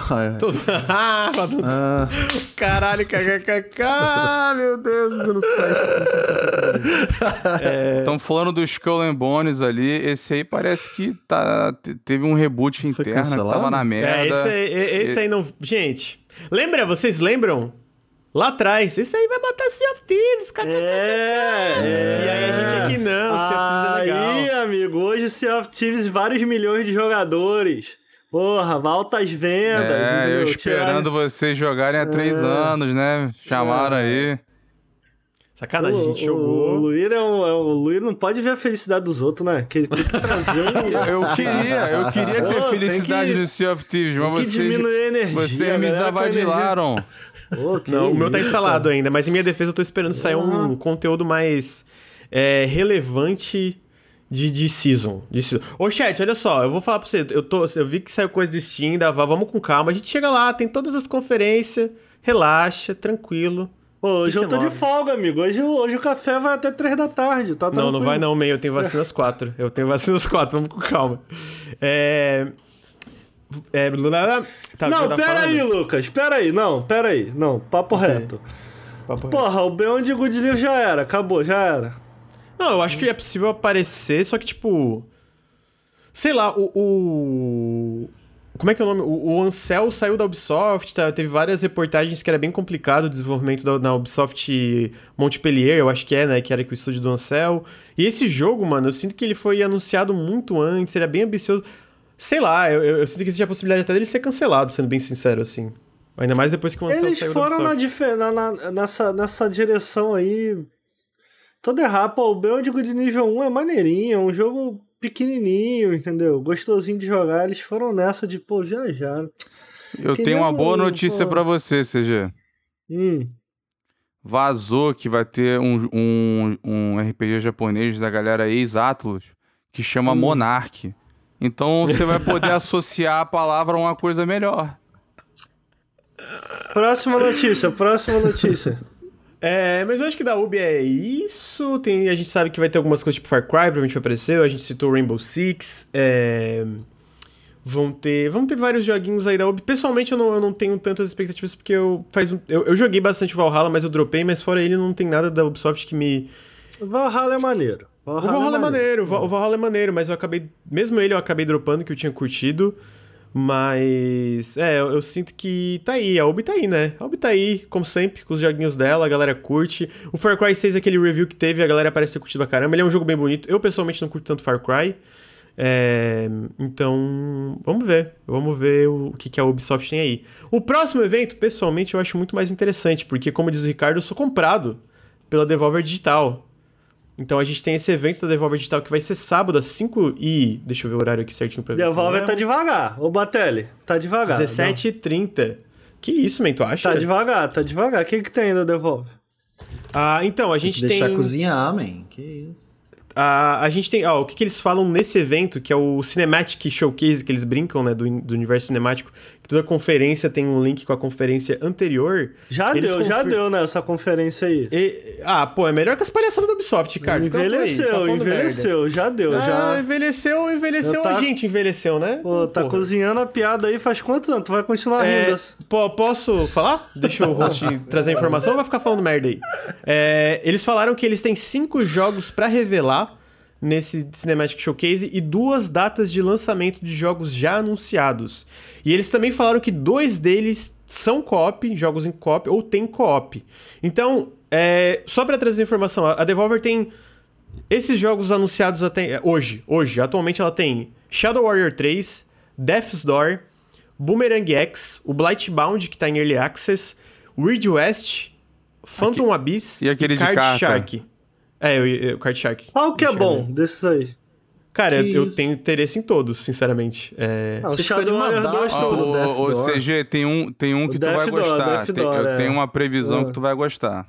Caralho, kkk, meu Deus. Eu não Estão falando do Skull and Bones ali, esse aí parece que teve um reboot interno, que tava na merda. Esse aí não... Gente, vocês lembram? Lá atrás, esse aí vai matar Sea of Thieves, kkk. E aí a gente aqui não, Sea of Thieves é legal. Aí, amigo, hoje Sea of Thieves, vários milhões de jogadores. Porra, altas vendas. Eu esperando vocês jogarem há 3 anos, né? Chamaram aí. Sacanagem, a gente jogou. O Luir não pode ver a felicidade dos outros, né? Que ele tem que trazer Eu queria ter felicidade no Sea of Thieves, mas vocês diminuir a energia. Vocês me zavadilaram. Não, o meu tá instalado ainda, mas em minha defesa eu tô esperando sair um conteúdo mais relevante de season. Ô, chat, olha só, eu vou falar pra você, eu vi que saiu coisa do Steam, vamos com calma, a gente chega lá, tem todas as conferências, relaxa, tranquilo. Pô, hoje eu tô de folga, amigo, hoje o café vai até 3 da tarde, tá tranquilo. Não vai não, man, eu tenho vacina às 4, vamos com calma. Pera aí, Lucas, pera aí, papo reto. Porra, o Beyond Good Livre já era, acabou, já era. Não, eu acho que é possível aparecer, só que tipo... Sei lá, como é que é o nome? O Ansel saiu da Ubisoft, teve várias reportagens que era bem complicado o desenvolvimento na Ubisoft Montpellier, eu acho que né? Que era com o estúdio do Ansel. E esse jogo, mano, eu sinto que ele foi anunciado muito antes, ele é bem ambicioso... Sei lá, eu sinto que existe a possibilidade até dele ser cancelado, sendo bem sincero, assim. Ainda mais depois que o Ansel saiu da Ubisoft. Eles foram nessa direção aí... Todo errado. Pô, o Beyond Good nível 1 é maneirinho, é um jogo pequenininho, entendeu? Gostosinho de jogar. Eles foram nessa de, viajar. Eu tenho uma boa notícia pra você, CG. Vazou que vai ter um RPG japonês da galera ex-Atlus que chama Monarch. Então você vai poder associar a palavra a uma coisa melhor. Próxima notícia. Mas eu acho que da Ubi é isso. A gente sabe que vai ter algumas coisas tipo Far Cry, provavelmente vai aparecer. A gente citou Rainbow Six. Vão ter vários joguinhos aí da Ubi. Pessoalmente eu não tenho tantas expectativas porque eu joguei bastante o Valhalla, mas eu dropei. Mas fora ele não tem nada da Ubisoft que me... O Valhalla é maneiro. O Valhalla é maneiro, mas eu acabei dropando, que eu tinha curtido. Mas, eu sinto que tá aí, a Ubi tá aí, né? A Ubi tá aí, como sempre, com os joguinhos dela, a galera curte. O Far Cry 6, aquele review que teve, a galera parece ter curtido pra caramba. Ele é um jogo bem bonito. Eu, pessoalmente, não curto tanto Far Cry. Então, vamos ver o que a Ubisoft tem aí. O próximo evento, pessoalmente, eu acho muito mais interessante, porque, como diz o Ricardo, eu sou comprado pela Devolver Digital. Então a gente tem esse evento da Devolver Digital que vai ser sábado às 5 e... Deixa eu ver o horário aqui certinho pra ver. Devolver tá devagar. Ô, Batelli, tá devagar. 17h30. Que isso, man, tu acha? Tá devagar. O que tem da Devolver? Então, a gente tem... Deixar cozinhar, man. Que isso. A gente tem... o que eles falam nesse evento, que é o Cinematic Showcase, que eles brincam, né, do universo cinemático, que toda conferência tem um link com a conferência anterior. Já deu nessa conferência aí. É melhor que as palhaçadas da Ubisoft, cara. Envelheceu, já deu. Envelheceu, a gente envelheceu, né? Pô, tá cozinhando a piada aí faz quantos anos? Tu vai continuar rindo? Posso falar? Deixa o host trazer a informação ou vai ficar falando merda aí? Eles falaram que eles têm 5 jogos pra revelar nesse Cinematic Showcase e 2 datas de lançamento de jogos já anunciados. E eles também falaram que 2 deles são co-op, jogos em co-op, ou tem co-op. Então, só pra trazer informação, a Devolver tem esses jogos anunciados até hoje. Atualmente ela tem Shadow Warrior 3, Death's Door, Boomerang X, o Blightbound, que tá em Early Access, Weird West, Phantom Abyss e aquele Card de carta. Shark. O Card Shark. Qual que é bom desses aí? Cara, eu tenho interesse em todos, sinceramente. O Shadow Warrior 2 todo. O CG, tem um que tu vai gostar. Eu tenho uma previsão que tu vai gostar.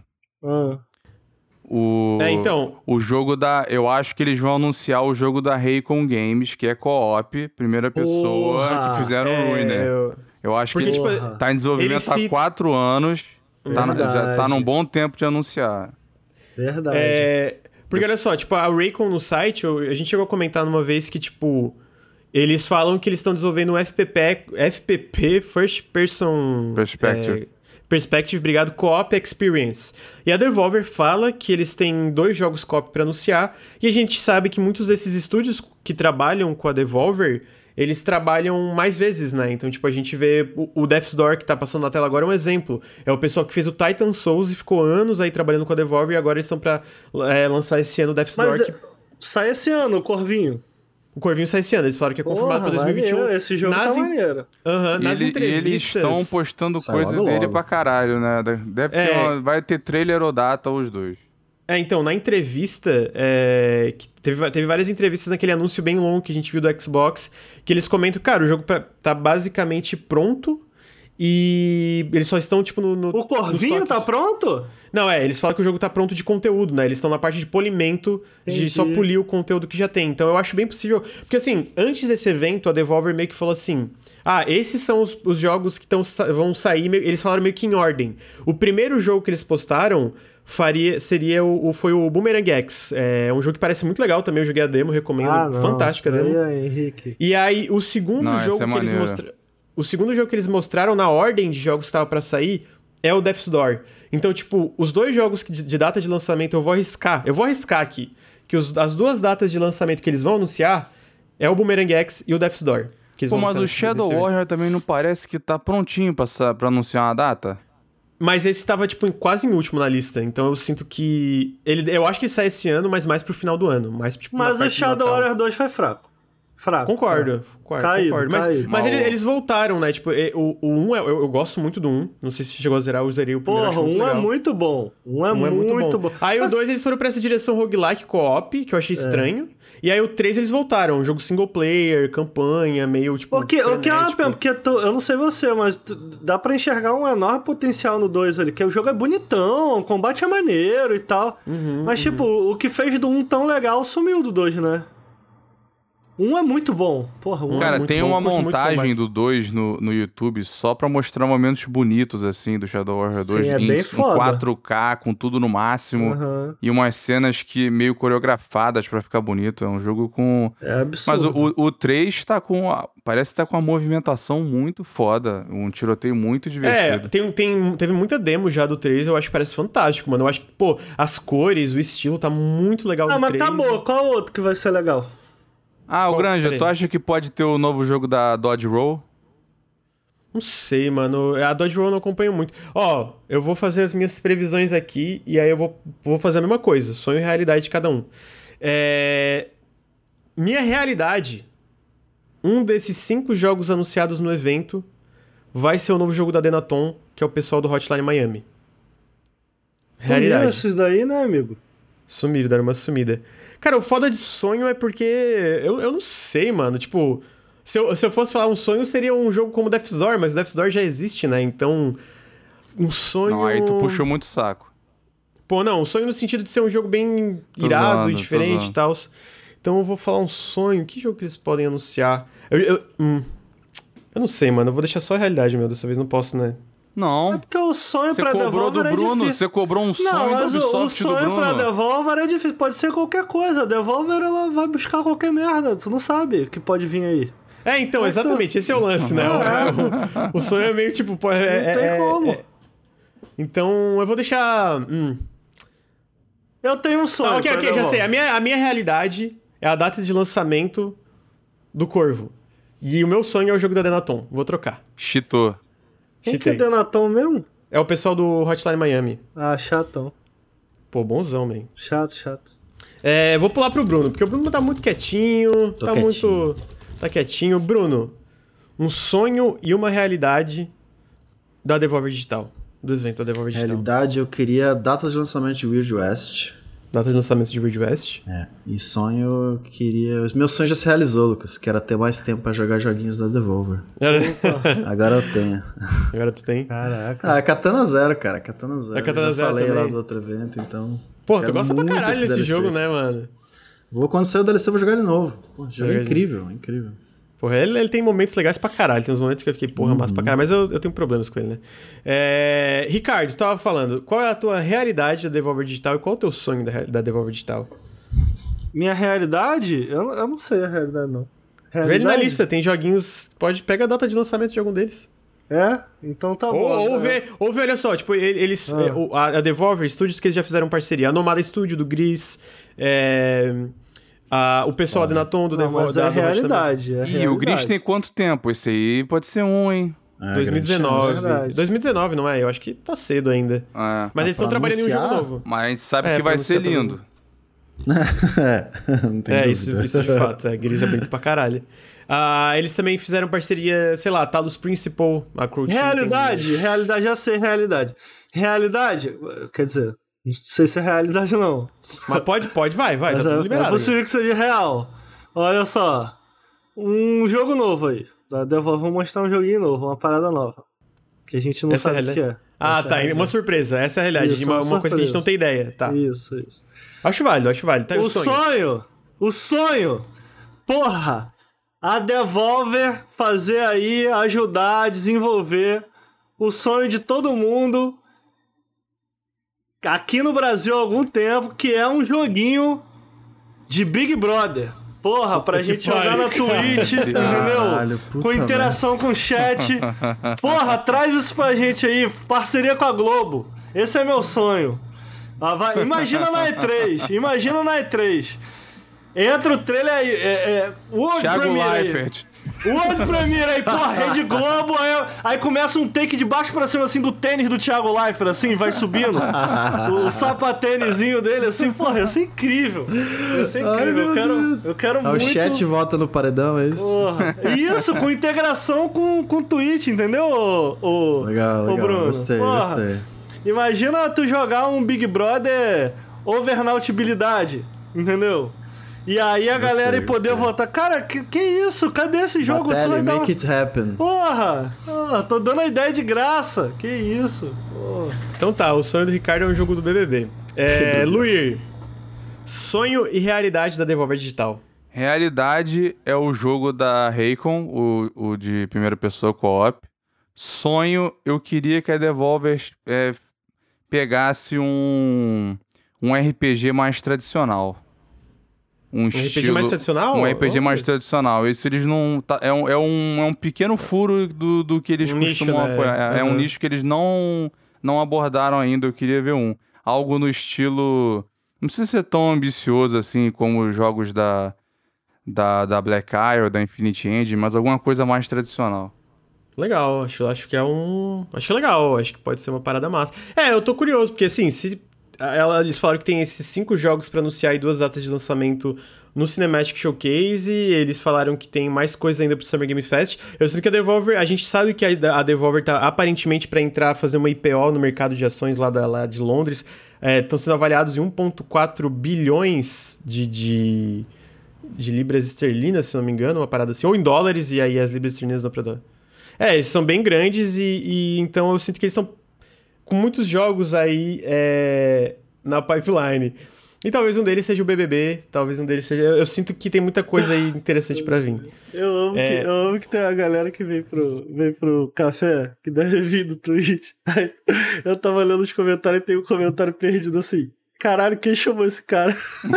O jogo eu acho que eles vão anunciar o jogo da Raycon Games, que é co-op, primeira pessoa, que fizeram o Ruiner. Eu acho que tá em desenvolvimento há 4 anos. Já tá num bom tempo de anunciar. Verdade. Porque olha só, a Raycon no site, a gente chegou a comentar numa vez que, eles falam que eles estão desenvolvendo um FPP, First Person... Perspective, obrigado, Co-op Experience. E a Devolver fala que eles têm 2 jogos co-op pra anunciar, e a gente sabe que muitos desses estúdios que trabalham com a Devolver, eles trabalham mais vezes, né? Então, a gente vê o Death's Door, que tá passando na tela agora, é um exemplo. É o pessoal que fez o Titan Souls e ficou anos aí trabalhando com a Devolver, e agora eles estão pra lançar esse ano o Death's Door. Sai esse ano, o Corvinho. O Corvinho sai esse ano, eles falaram que é confirmado pra 2021. Maneiro, esse jogo tá maneiro. Nas entrevistas... E eles estão postando coisa dele pra caralho, né? Vai ter trailer ou data, ou os dois. Então, na entrevista, que teve várias entrevistas naquele anúncio bem longo que a gente viu do Xbox, que eles comentam, cara, o jogo tá basicamente pronto e eles só estão, no O Corvinho tá pronto? Não, eles falam que o jogo tá pronto de conteúdo, né? Eles estão na parte de polimento, de só polir o conteúdo que já tem. Então, eu acho bem possível... Porque, assim, antes desse evento, a Devolver meio que falou assim... esses são os jogos que vão sair... Eles falaram meio que em ordem. O primeiro jogo que eles postaram... foi o Boomerang X. É um jogo que parece muito legal também, eu joguei a demo, recomendo. Fantástica a demo. Henrique. E aí, o segundo jogo que eles mostraram... O segundo jogo que eles mostraram na ordem de jogos que estava pra sair é o Death's Door. Então, os 2 jogos de data de lançamento eu vou arriscar aqui, que as 2 datas de lançamento que eles vão anunciar é o Boomerang X e o Death's Door. Mas o Shadow Warrior também não parece que tá prontinho pra anunciar uma data? Mas esse tava, quase em último na lista. Então eu sinto que... Eu acho que sai esse ano, mas mais pro final do ano. Mas o Shadow Warrior 2 foi fraco. Concordo. Mas eles voltaram, né? O 1, eu gosto muito do 1. Não sei se chegou a zerar, eu zerei o primeiro. Porra, o 1 é muito bom. O 1 é muito bom. Aí o 2 eles foram pra essa direção roguelike co-op, que eu achei estranho. E aí o 3 eles voltaram. Jogo single player, campanha, meio O que é uma pena, porque eu não sei você, mas dá pra enxergar um enorme potencial no 2 ali, que o jogo é bonitão, o combate é maneiro e tal. Mas o que fez do 1 tão legal sumiu do 2, né? 1 é muito bom. Porra, 1 Cara, é muito tem bom. uma montagem do 2 no YouTube só pra mostrar momentos bonitos, assim, do Shadow Warrior 2. Sim, é bem foda. 4K, com tudo no máximo. E umas cenas meio coreografadas pra ficar bonito. É um jogo com... É absurdo. Mas o 3 tá com... Parece que tá com uma movimentação muito foda. Um tiroteio muito divertido. Teve muita demo já do 3. Eu acho que parece fantástico, mano. Eu acho que, as cores, o estilo tá muito legal do 3. Mas tá bom. Qual outro que vai ser legal? O Granja, tu acha que pode ter o novo jogo da Dodge Roll? Não sei, mano. A Dodge Roll eu não acompanho muito. Eu vou fazer as minhas previsões aqui e aí eu vou fazer a mesma coisa. Sonho e realidade de cada um. Minha realidade, um desses 5 jogos anunciados no evento vai ser o novo jogo da Denaton, que é o pessoal do Hotline Miami. Realidade. Esses daí, né, amigo? Sumiram, deram uma sumida. Cara, o foda de sonho é porque... Eu não sei, mano. Tipo, se eu fosse falar um sonho, seria um jogo como Death's Door, mas o Death's Door já existe, né? Então, um sonho... Não, aí tu puxou muito o saco. Pô, não, um sonho no sentido de ser um jogo bem irado e diferente e tal. Então eu vou falar um sonho. Que jogo que eles podem anunciar? Eu não sei, mano. Eu vou deixar só a realidade, meu. Dessa vez não posso, né? Não. É porque o sonho pra Você cobrou Devolver do é Bruno, difícil. você cobrou um sonho Não, mas do Ubisoft o do sonho Bruno. pra Devolver é difícil. Pode ser qualquer coisa. A Devolver, ela vai buscar qualquer merda. Tu não sabe o que pode vir aí. É, então, exatamente. Esse é o lance, né? O sonho é meio tipo... Pô, Não tem como. Então, eu vou deixar... Eu tenho um sonho. Ok, já sei. A minha realidade é a data de lançamento do Corvo. E o meu sonho é o jogo da Denaton. Vou trocar. Cheatou. Quem que é Denaton mesmo? É o pessoal do Hotline Miami. Ah, chatão. Pô, bonzão, man. Chato. Vou pular pro Bruno, porque o Bruno tá muito quietinho. Tá quietinho. Bruno, um sonho e uma realidade da Devolver Digital. Do evento da Devolver Digital. Realidade, eu queria datas de lançamento de Weird West. Data de lançamento de Weird West. E sonho, eu queria... O meu sonho já se realizou, Lucas, que era ter mais tempo pra jogar joguinhos da Devolver. Agora eu tenho. Agora tu tem? Caraca. Katana Zero, cara. Katana Zero. Katana eu Zero falei também. lá do outro evento, então... Pô, tu gosta pra caralho esse desse DLC. jogo, né, mano? Quando sair o DLC, eu vou jogar de novo. Pô, jogo Joga incrível. Porra, ele tem momentos legais pra caralho. Tem uns momentos que eu fiquei, porra, massa pra caralho. Mas eu tenho problemas com ele, né? Ricardo, tu tava falando. Qual é a tua realidade da Devolver Digital e qual é o teu sonho da Devolver Digital? Minha realidade? Eu não sei a realidade, não. Vê ele na lista, tem joguinhos... Pega a data de lançamento de algum deles. É? Então tá bom. Ou vê, olha só, tipo, eles... A Devolver Studios, que eles já fizeram parceria. A Nomada Studio, do Gris... o pessoal da Denaton, do Devolver... Mas é realidade, E o Gris tem quanto tempo? Esse aí pode ser um, hein? 2019. 2019, não é? Eu acho que tá cedo ainda. Mas eles estão trabalhando em um jogo novo. Mas a gente sabe que vai ser lindo. Não tem dúvida. Isso de fato. Gris é bonito pra caralho. Eles também fizeram parceria, sei lá, Talos Principal, a Crouch. Realidade, já sei, realidade. Realidade, quer dizer, não sei se é realidade não. Mas pode, vai, Mas tá tudo liberado. É possível que seja real. Olha só, um jogo novo aí. Vou mostrar um joguinho novo, uma parada nova. Que a gente não sabe o que é. Tá, uma surpresa, essa é a realidade. Isso, uma coisa que a gente não tem ideia, tá. Isso. Acho válido. Tá, o sonho, porra, a Devolver fazer aí, ajudar a desenvolver o sonho de todo mundo aqui no Brasil há algum tempo, que é um joguinho de Big Brother. Porra, pra gente jogar na Twitch, entendeu? Com interação com o chat. Porra, traz isso pra gente aí, parceria com a Globo. Esse é meu sonho. Imagina na E3. Entra o trailer aí, World Thiago Premiere Leifert. World Premiere aí, porra, Rede Globo, aí começa um take de baixo pra cima, assim, do tênis do Thiago Leifert, assim, vai subindo, o sapatênisinho dele, assim, porra, ia ser incrível. Eu quero muito... O chat volta no paredão, é isso? Porra, isso, com integração com o Twitch, entendeu, Legal, Bruno? Gostei. Imagina tu jogar um Big Brother overnautibilidade, entendeu? E aí a galera ia poder votar. Cara, que isso? Cadê esse jogo? Make it happen. Porra! Tô dando a ideia de graça. Que isso? Porra. Então tá, o sonho do Ricardo é um jogo do BBB. Luir, sonho e realidade da Devolver Digital. Realidade é o jogo da Raycon, o de primeira pessoa co-op. Sonho, eu queria que a Devolver pegasse um RPG mais tradicional. Um RPG mais tradicional? Um RPG mais tradicional. Isso eles não... É um pequeno furo do que eles costumam apoiar. É um nicho que eles não abordaram ainda. Eu queria ver algo no estilo... Não precisa ser tão ambicioso assim como os jogos da Black Eye ou da Infinity End, mas alguma coisa mais tradicional. Legal, acho que é acho que é legal, acho que pode ser uma parada massa. Eu tô curioso, porque assim, eles falaram que tem esses 5 jogos pra anunciar e 2 datas de lançamento no Cinematic Showcase, eles falaram que tem mais coisa ainda pro Summer Game Fest. Eu sinto que a Devolver, a gente sabe que a Devolver tá aparentemente para entrar, fazer uma IPO no mercado de ações lá de Londres. Estão sendo avaliados em 1,4 bilhões de libras esterlinas, se não me engano, uma parada assim, ou em dólares, e aí as libras esterlinas dão pra dar. Eles são bem grandes e então eu sinto que eles estão com muitos jogos aí na pipeline. E talvez um deles seja o BBB, talvez um deles seja... Eu sinto que tem muita coisa aí interessante pra vir. Eu amo que tem uma galera que vem pro café, que dá review do Twitch. Aí, eu tava olhando os comentários e tem um comentário perdido assim. Caralho, quem chamou esse cara?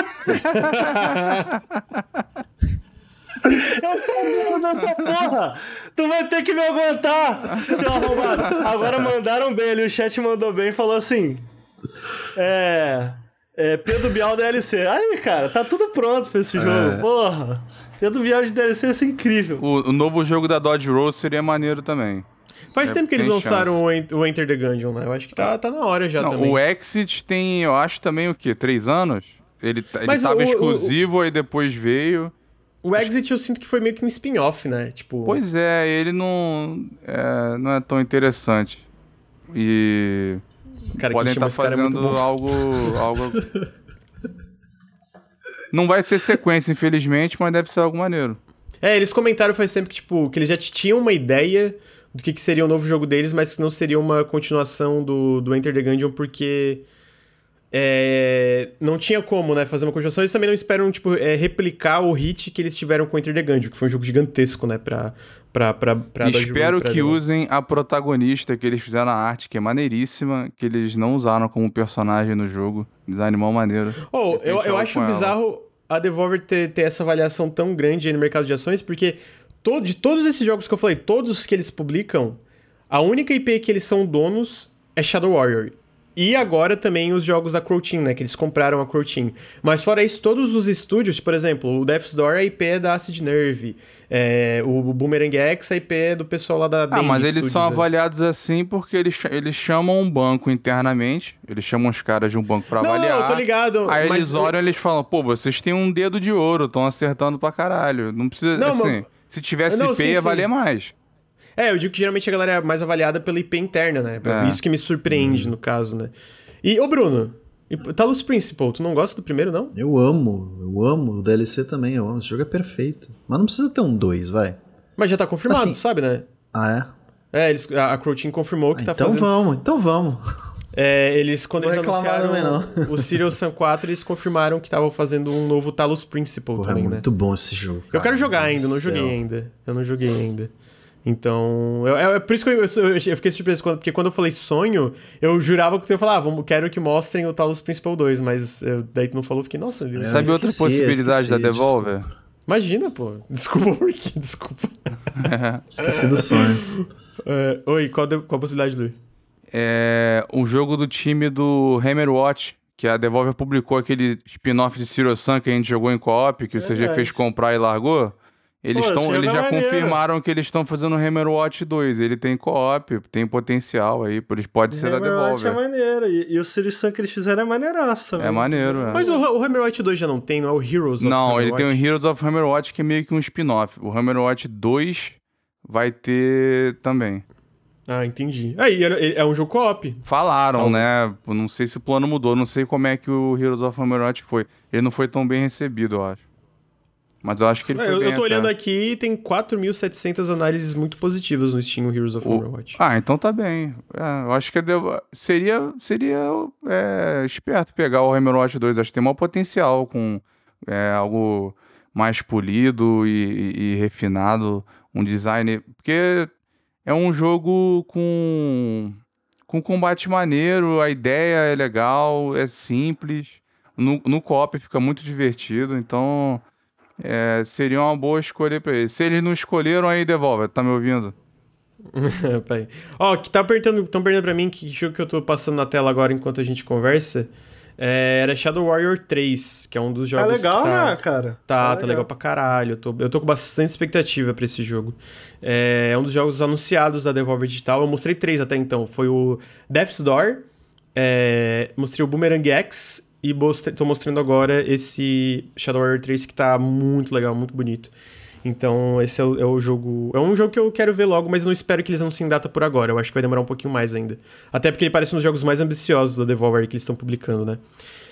Eu sou o dono dessa porra! Tu vai ter que me aguentar, seu arrombado. Agora mandaram bem ali, o chat mandou bem e falou assim... Pedro Bial DLC. Aí, cara, tá tudo pronto pra esse jogo. Porra. Pedro Bial de DLC ia ser incrível. O novo jogo da Dodge Rose seria maneiro também. Faz tempo que eles lançaram o Enter the Gungeon, né? Eu acho que tá na hora já também. O Exit tem, eu acho também o quê? 3 anos? Ele tava exclusivo, aí depois veio. O Exit eu sinto que foi meio que um spin-off, né? Tipo... Pois é, ele não é tão interessante. E... Cara, podem estar fazendo algo... Não vai ser sequência, infelizmente, mas deve ser algo maneiro. Eles comentaram faz tempo que, tipo, que eles já tinham uma ideia do que seria o novo jogo deles, mas que não seria uma continuação do Enter the Gungeon, porque não tinha como, né, fazer uma continuação. Eles também não esperam, tipo, replicar o hit que eles tiveram com Enter the Gungeon, que foi um jogo gigantesco, né, pra espero que usem a protagonista que eles fizeram na arte, que é maneiríssima, que eles não usaram como personagem no jogo. Design mal maneiro. Eu acho bizarro a Devolver ter essa avaliação tão grande aí no mercado de ações, porque de todos esses jogos que eu falei, todos que eles publicam, a única IP que eles são donos é Shadow Warrior. E agora também os jogos da Crow Team, né? Que eles compraram a Crow Team. Mas fora isso, todos os estúdios, por exemplo, o Death's Door, a IP é da Acid Nerve. O Boomerang X, a IP é do pessoal lá da Dane mas eles Studios, são avaliados assim porque eles chamam um banco internamente, eles chamam os caras de um banco pra avaliar. Não, eu tô ligado. Aí eles olham e eles falam, pô, vocês têm um dedo de ouro, estão acertando pra caralho. Não precisa, se tivesse IP, ia valer mais. Eu digo que geralmente a galera é mais avaliada pela IP interna, né? Isso que me surpreende, no caso, né? E, Bruno, Talos Principle, tu não gosta do primeiro, não? Eu amo. O DLC também, eu amo. Esse jogo é perfeito. Mas não precisa ter um 2, vai. Mas já tá confirmado, assim, sabe, né? Ah, é? A Crow Team confirmou que tá então fazendo... Então vamos. Quando eles anunciaram o Serious Sam 4, eles confirmaram que estavam fazendo um novo Talos Principle também, é muito bom esse jogo, cara. Eu quero jogar ainda, não joguei ainda. Eu não joguei ainda. Então, é por isso que eu fiquei surpreso, porque quando eu falei sonho, eu jurava que você ia falar, quero que mostrem o Talos Principle 2, mas daí tu não falou, fiquei, nossa... Sabe outra possibilidade da Devolver? Desculpa. Imagina, pô. Desculpa por quê? Desculpa. Esqueci do sonho. Oi, qual a possibilidade, Luiz? Um jogo do time do Hammerwatch, que a Devolver publicou aquele spin-off de Zero Sun que a gente jogou em co-op, que o CG fez comprar e largou. Eles já confirmaram que eles estão fazendo o Hammerwatch 2. Ele tem co-op, tem potencial aí, pode ser da Devolver. É maneiro, e o Serious Sam que eles fizeram é maneiraço. É maneiro, Mas o Hammerwatch 2 já não tem, não é o Heroes of Hammerwatch? Não, ele tem o Heroes of Hammerwatch, que é meio que um spin-off. O Hammerwatch 2 vai ter também. Ah, entendi. Aí é um jogo co-op. Falaram, né? Não sei se o plano mudou, não sei como é que o Heroes of Hammerwatch foi. Ele não foi tão bem recebido, eu acho. Mas eu acho que ele foi bem. Eu tô olhando aqui e tem 4.700 análises muito positivas no Steam, o Heroes of Overwatch. Então tá bem. Eu acho que seria esperto pegar o Hammerwatch 2. Acho que tem maior potencial com algo mais polido e refinado. Um design... Porque é um jogo com combate maneiro, a ideia é legal, é simples. No co-op fica muito divertido, então... seria uma boa escolha pra eles. Se eles não escolheram, aí Devolver, tá me ouvindo? Que estão perguntando pra mim que jogo que eu tô passando na tela agora enquanto a gente conversa. Era Shadow Warrior 3, que é um dos jogos legal, que tá... né, cara? Tá legal pra caralho. Eu tô com bastante expectativa pra esse jogo. É um dos jogos anunciados da Devolver Digital. Eu mostrei 3 até então. Foi o Death's Door, mostrei o Boomerang X e tô mostrando agora esse Shadow Warrior 3 que tá muito legal, muito bonito. Então, esse é o jogo... É um jogo que eu quero ver logo, mas não espero que eles anunciem data por agora. Eu acho que vai demorar um pouquinho mais ainda. Até porque ele parece um dos jogos mais ambiciosos da Devolver que eles estão publicando, né?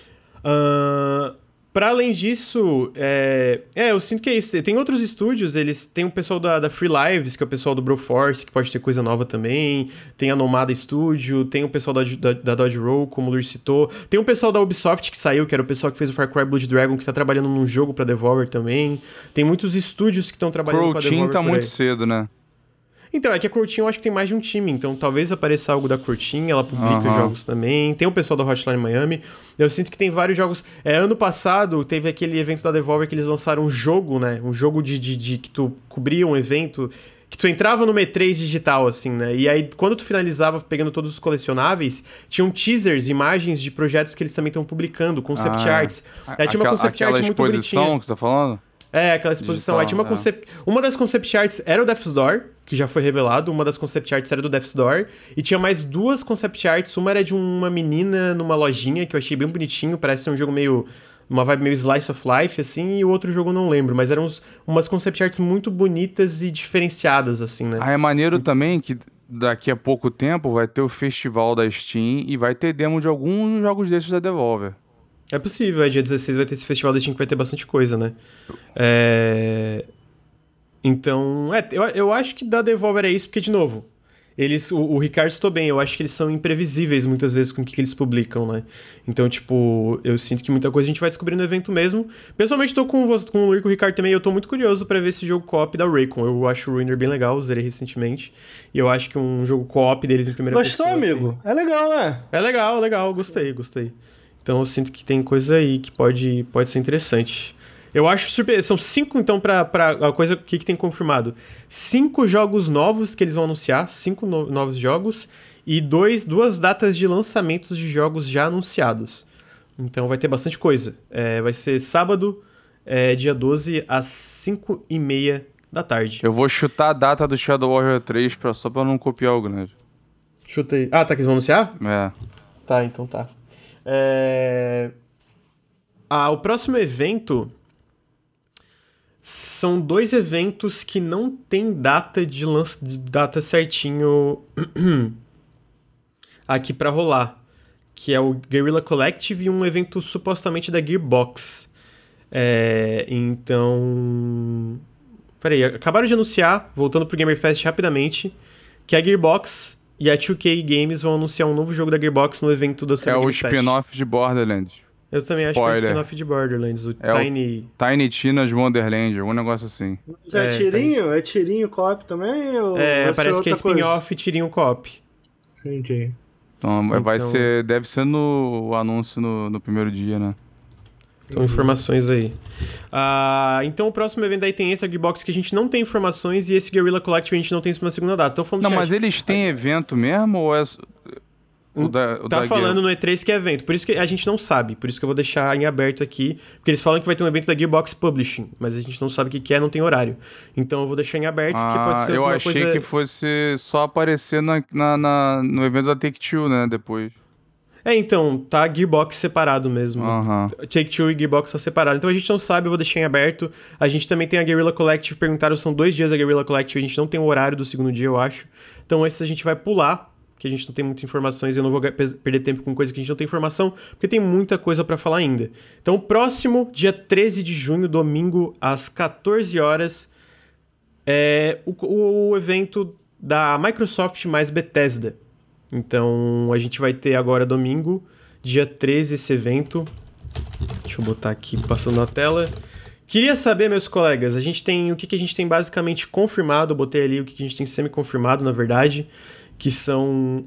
Pra além disso, eu sinto que é isso. Tem outros estúdios, eles tem o pessoal da Free Lives, que é o pessoal do Broforce, que pode ter coisa nova também. Tem a Nomada Studio, tem o pessoal da Dodge Roll, como o Luiz citou. Tem o pessoal da Ubisoft que saiu, que era o pessoal que fez o Far Cry Blood Dragon, que tá trabalhando num jogo pra Devolver também. Tem muitos estúdios que estão trabalhando pra Devolver. Crow Team tá muito cedo, né? Então, é que a Crow Team eu acho que tem mais de um time, então talvez apareça algo da Crow Team, ela publica jogos também, tem o pessoal da Hotline Miami, eu sinto que tem vários jogos, ano passado teve aquele evento da Devolver que eles lançaram um jogo, né, um jogo de que tu cobria um evento, que tu entrava no E3 digital, assim, né, e aí quando tu finalizava pegando todos os colecionáveis, tinham teasers, imagens de projetos que eles também estão publicando, concept arts. Aí tinha uma concept art muito bonitinha. Aquela exposição que você tá falando? Aquela exposição. Aí tinha uma das concept arts era o Death's Door, que já foi revelado. Uma das concept arts era do Death's Door. E tinha mais duas concept arts. Uma era de uma menina numa lojinha, que eu achei bem bonitinho. Parece ser um jogo meio... Uma vibe meio slice of life, assim. E o outro jogo eu não lembro. Mas eram umas concept arts muito bonitas e diferenciadas, assim, né? É maneiro também que daqui a pouco tempo vai ter o festival da Steam e vai ter demo de alguns jogos desses da Devolver. É possível, dia 16 vai ter esse festival da Steam que vai ter bastante coisa, né? Então, eu acho que da Devolver é isso, porque, de novo, o Ricardo citou bem, eu acho que eles são imprevisíveis muitas vezes com o que eles publicam, né? Então, tipo, eu sinto que muita coisa a gente vai descobrir no evento mesmo. Pessoalmente, tô com o Luiz e com o Ricardo também, eu tô muito curioso pra ver esse jogo co-op da Raycon. Eu acho o Ruiner bem legal, zerei recentemente. E eu acho que um jogo co-op deles em primeira pessoa... Gostou, amigo? É legal, né? É legal, gostei. Então eu sinto que tem coisa aí que pode ser interessante. Eu acho surpresa. São 5, então, pra a coisa que tem confirmado. 5 jogos novos que eles vão anunciar, 5 novos jogos, e 2 datas de lançamentos de jogos já anunciados. Então vai ter bastante coisa. Vai ser sábado, dia 12, às 5h30 da tarde. Eu vou chutar a data do Shadow Warrior 3 só pra não copiar o grande. Chutei. Ah, tá, que eles vão anunciar? Tá, então tá. O próximo evento são 2 eventos que não tem data de data certinho aqui pra rolar, que é o Guerrilla Collective e um evento supostamente da Gearbox. Então... Peraí, acabaram de anunciar, voltando pro GamerFest rapidamente, que a Gearbox e a 2K Games vão anunciar um novo jogo da Gearbox no evento do É o spin-off de Borderlands. Eu também acho que é o spin-off de Borderlands, o Tiny Tina's Wonderland, um negócio assim. Mas tirinho? É tirinho co-op também? Ou parece que é spin-off tirinho co-op. Entendi. Então, deve ser no anúncio no primeiro dia, né? Então, informações aí. Então, o próximo evento aí tem esse, a Gearbox, que a gente não tem informações, e esse Guerrilla Collective a gente não tem isso na segunda data. Então, falando mas eles têm evento mesmo, ou é... falando no E3 que é evento, por isso que a gente não sabe, por isso que eu vou deixar em aberto aqui, porque eles falam que vai ter um evento da Gearbox Publishing, mas a gente não sabe o que é, não tem horário. Então eu vou deixar em aberto, porque pode ser alguma coisa... Eu achei que fosse só aparecer no evento da Take-Two, né, depois. Então, tá Gearbox separado mesmo. Take-Two e Gearbox tá separado. Então a gente não sabe, eu vou deixar em aberto. A gente também tem a Guerrilla Collective, perguntaram, são 2 dias a Guerrilla Collective, a gente não tem o horário do segundo dia, eu acho. Então esse a gente vai pular, que a gente não tem muitas informações e eu não vou perder tempo com coisa que a gente não tem informação, porque tem muita coisa pra falar ainda. Então, o próximo, dia 13 de junho, domingo, às 14 horas, é o evento da Microsoft mais Bethesda. Então, a gente vai ter agora domingo, dia 13, esse evento. Deixa eu botar aqui, passando na tela. Queria saber, meus colegas, o que a gente tem basicamente confirmado, eu botei ali o que a gente tem semi-confirmado, na verdade, que são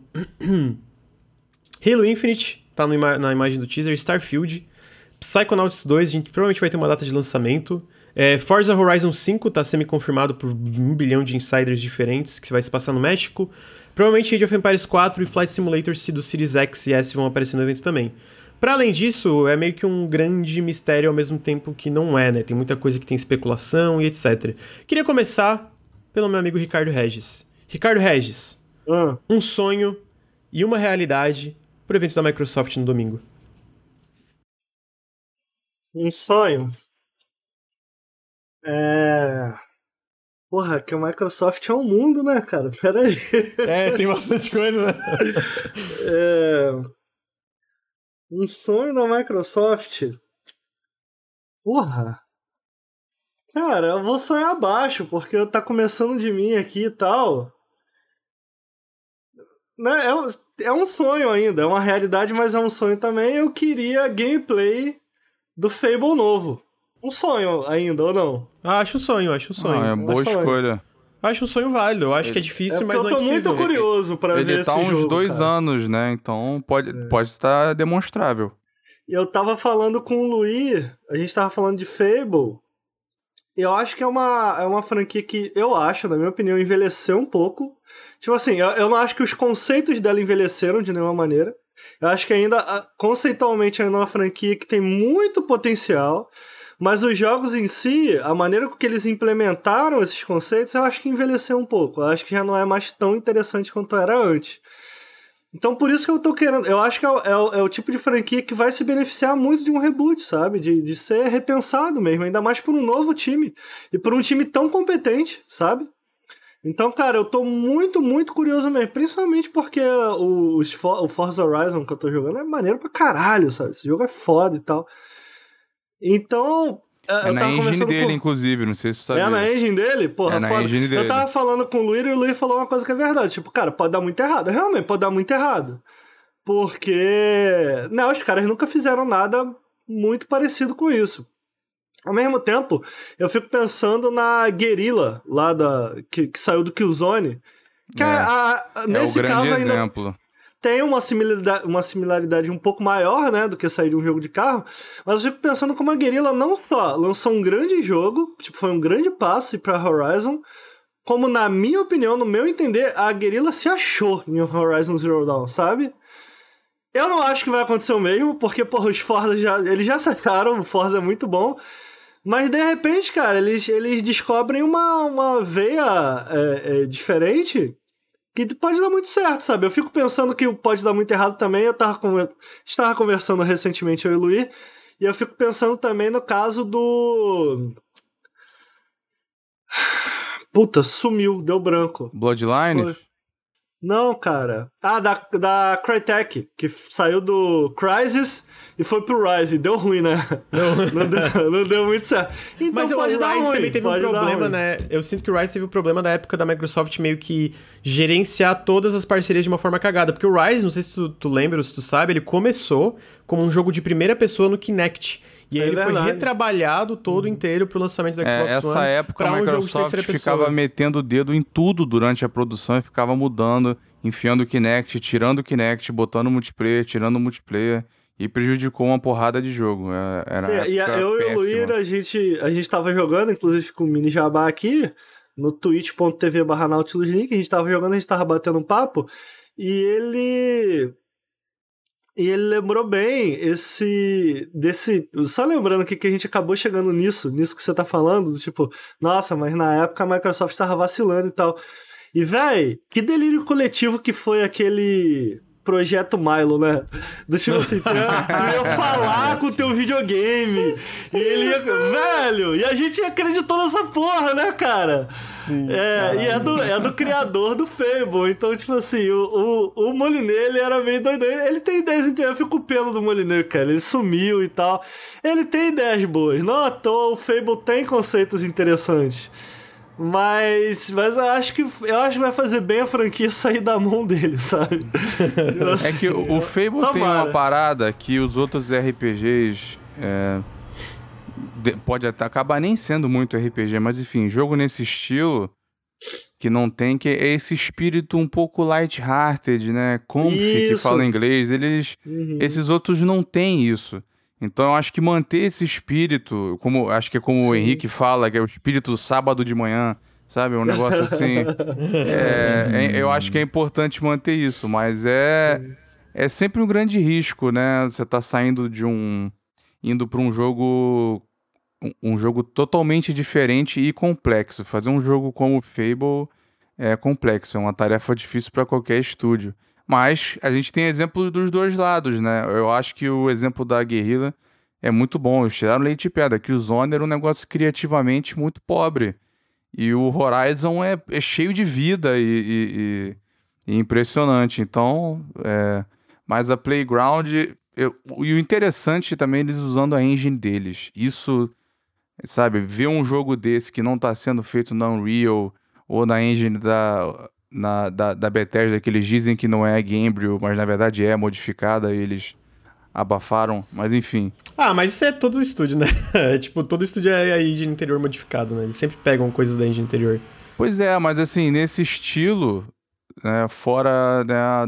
Halo Infinite, tá na imagem do teaser, Starfield, Psychonauts 2, a gente provavelmente vai ter uma data de lançamento, Forza Horizon 5 tá semi-confirmado por 1 bilhão de insiders diferentes, que vai se passar no México, provavelmente Age of Empires 4 e Flight Simulator do Series X e S vão aparecer no evento também. Para além disso, é meio que um grande mistério ao mesmo tempo que não é, né? Tem muita coisa que tem especulação e etc. Queria começar pelo meu amigo Ricardo Regis. Ricardo Regis, um sonho e uma realidade pro evento da Microsoft no domingo. Um sonho. Porra, que a Microsoft é um mundo, né, cara? Pera aí. Tem bastante coisa, né? Um sonho da Microsoft. Porra. Cara, eu vou sonhar abaixo, porque tá começando de mim aqui e tal. Né? É um sonho ainda, é uma realidade, mas é um sonho também. Eu queria gameplay do Fable novo. Um sonho ainda, ou não? Acho um sonho. É boa escolha. Acho um sonho válido. Eu acho que é difícil, mas não é eu tô muito curioso pra ver esse jogo. Ele tá uns 2 anos, né? Então pode estar demonstrável. E eu tava falando com o Luiz, a gente tava falando de Fable. Eu acho que é uma franquia que, eu acho, na minha opinião, envelheceu um pouco. Tipo assim, eu não acho que os conceitos dela envelheceram de nenhuma maneira. Eu acho que ainda, conceitualmente, ainda é uma franquia que tem muito potencial. Mas os jogos em si, a maneira com que eles implementaram esses conceitos, eu acho que envelheceu um pouco. Eu acho que já não é mais tão interessante quanto era antes. Então, por isso que eu tô querendo... Eu acho que é o tipo de franquia que vai se beneficiar muito de um reboot, sabe? De ser repensado mesmo, ainda mais por um novo time. E por um time tão competente, sabe? Então, cara, eu tô muito, muito curioso mesmo. Principalmente porque o Forza Horizon que eu tô jogando é maneiro pra caralho, sabe? Esse jogo é foda e tal. Então... É na engine dele, inclusive, não sei se você sabia. É na engine dele? Porra, é na foda. engine dele. Eu tava falando com o Luiz e o Luiz falou uma coisa que é verdade. Tipo, cara, pode dar muito errado. Realmente, pode dar muito errado. Porque... Não, os caras nunca fizeram nada muito parecido com isso. Ao mesmo tempo, eu fico pensando na Guerrilla, lá que saiu do Killzone. Que nesse o grande caso ainda... exemplo. Tem uma similaridade um pouco maior, né, do que sair de um jogo de carro, mas eu fico pensando como a Guerrilla não só lançou um grande jogo, tipo, foi um grande passo pra Horizon, como, na minha opinião, no meu entender, a Guerrilla se achou em Horizon Zero Dawn, sabe? Eu não acho que vai acontecer o mesmo, porque, porra, os Forza eles já sacaram, o Forza é muito bom, mas, de repente, cara, eles descobrem uma veia diferente que pode dar muito certo, sabe? Eu fico pensando que pode dar muito errado também. Estava conversando recentemente eu e o Luiz, e eu fico pensando também no caso do... Puta, sumiu, deu branco. Bloodlines? Não, cara. Da Crytek, que saiu do Crysis e foi pro Rise. Deu ruim, né? Não deu muito certo. Então mas pode dar ruim. Também teve um problema, né? Eu sinto que o Rise teve um problema da época da Microsoft meio que gerenciar todas as parcerias de uma forma cagada. Porque o Rise, não sei se tu lembra ou se tu sabe, ele começou como um jogo de primeira pessoa no Kinect. E aí ele foi retrabalhado todo inteiro pro lançamento do Xbox One. Essa época a Microsoft ficava metendo o dedo em tudo durante a produção e ficava mudando, enfiando o Kinect, tirando o Kinect, botando o multiplayer, tirando o multiplayer. E prejudicou uma porrada de jogo. Sim, e eu e o Luir, a gente tava jogando, inclusive com o Mini Jabá aqui, no twitch.tv/Nautilus Link, a gente tava jogando, a gente tava batendo um papo, e ele lembrou bem só lembrando que a gente acabou chegando nisso que você tá falando, do tipo, nossa, mas na época a Microsoft tava vacilando e tal. E, véi, que delírio coletivo que foi aquele Projeto Milo, né? Do tipo assim, tu ia falar com o teu videogame, e ele ia... Velho, e a gente acreditou nessa porra, né, cara? Sim, e é do criador do Fable, então, tipo assim, o Moliné, ele era meio doido, ele tem ideias inteiras, eu fico com o pelo do Moliné, cara, ele sumiu e tal, ele tem ideias boas, não à toa, o Fable tem conceitos interessantes. Mas eu acho que vai fazer bem a franquia sair da mão dele, sabe? É que o Fable tem uma parada que os outros RPGs pode até acabar nem sendo muito RPG, mas enfim, jogo nesse estilo que não tem, que é esse espírito um pouco light-hearted, né? Comfy, que fala em inglês, esses outros não têm isso. Então eu acho que manter esse espírito, acho que é como o Henrique fala, que é o espírito do sábado de manhã, sabe? Um negócio assim. Eu acho que é importante manter isso, mas é sempre um grande risco, né? Você tá saindo indo para um jogo totalmente diferente e complexo. Fazer um jogo como o Fable é complexo, é uma tarefa difícil para qualquer estúdio. Mas a gente tem exemplo dos dois lados, né? Eu acho que o exemplo da Guerrilla é muito bom. Eles tiraram leite de pedra. Que o Zone era um negócio criativamente muito pobre. E o Horizon é cheio de vida e impressionante. Então, mas a Playground... E o interessante também é eles usando a engine deles. Isso, sabe, ver um jogo desse que não tá sendo feito na Unreal ou na engine da Bethesda, que eles dizem que não é Gamebryo, mas na verdade é modificada e eles abafaram, mas enfim. Mas isso é todo o estúdio, né? Tipo, todo estúdio é a engine interior modificado, né? Eles sempre pegam coisas da engine interior. Pois é, mas assim, nesse estilo, né, fora, né,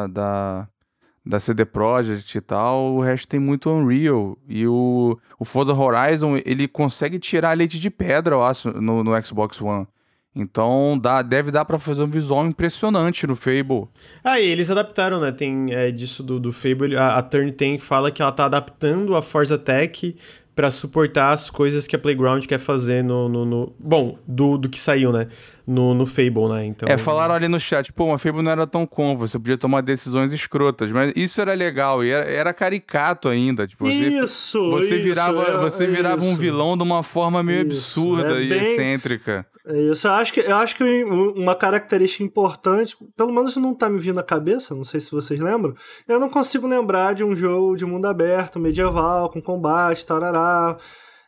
da CD Projekt e tal, o resto tem muito Unreal. E o Forza Horizon, ele consegue tirar leite de pedra, eu acho, no Xbox One. Então deve dar pra fazer um visual impressionante no Fable. E eles adaptaram, né? Tem disso do Fable. A Turn 10 fala que ela tá adaptando a Forza Tech pra suportar as coisas que a Playground quer fazer bom, do que saiu, né? No Fable, né? Então... falaram ali no chat, pô, mas Fable não era tão você podia tomar decisões escrotas, mas isso era legal, e era caricato ainda, tipo, você virava um vilão de uma forma meio absurda e excêntrica. Isso, eu acho que uma característica importante, pelo menos não tá me vindo à cabeça, não sei se vocês lembram, eu não consigo lembrar de um jogo de mundo aberto, medieval, com combate, tarará,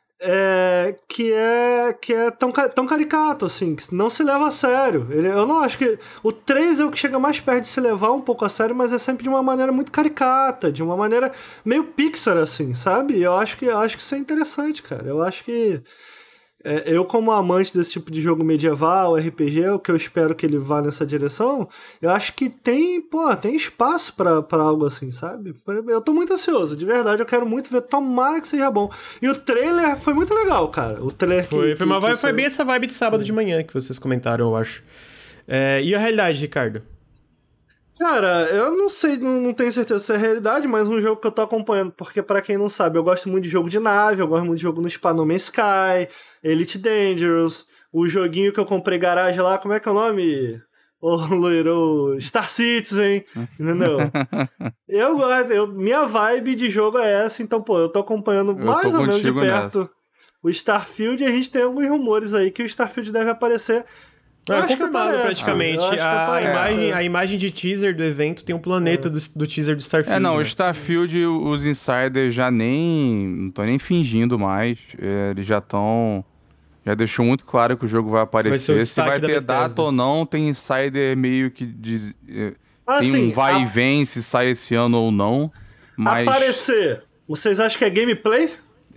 que é tão caricato, assim, que não se leva a sério. Eu não acho que... O 3 é o que chega mais perto de se levar um pouco a sério, mas é sempre de uma maneira muito caricata, de uma maneira meio Pixar, assim, sabe? Eu acho que isso é interessante, cara. Eu acho que... eu, como amante desse tipo de jogo medieval, RPG, o que eu espero que ele vá nessa direção, eu acho que tem espaço pra algo assim, sabe? Eu tô muito ansioso, de verdade, eu quero muito ver, tomara que seja bom. E o trailer foi muito legal, cara. O trailer foi bem essa vibe de sábado de manhã que vocês comentaram, eu acho. E a realidade, Ricardo? Cara, eu não sei, não tenho certeza se é realidade, mas um jogo que eu tô acompanhando, porque pra quem não sabe, eu gosto muito de jogo de nave, eu gosto muito de jogo no Man's Sky, Elite Dangerous, o joguinho que eu comprei garagem lá, como é que é o nome? Ô, loiro, Star Citizen, entendeu? Eu gosto, minha vibe de jogo é essa, então, pô, eu tô acompanhando mais ou menos de perto o Starfield, e a gente tem alguns rumores aí que o Starfield deve aparecer. Confirmado praticamente. A imagem de teaser do evento tem um planeta do teaser do Starfield. O Starfield, os insiders já não estão nem fingindo mais. Eles já deixou muito claro que o jogo vai aparecer. Se vai ter data ou não, tem insider meio que diz... tem um vai e vem se sai esse ano ou não. Mas... Aparecer, vocês acham que é gameplay?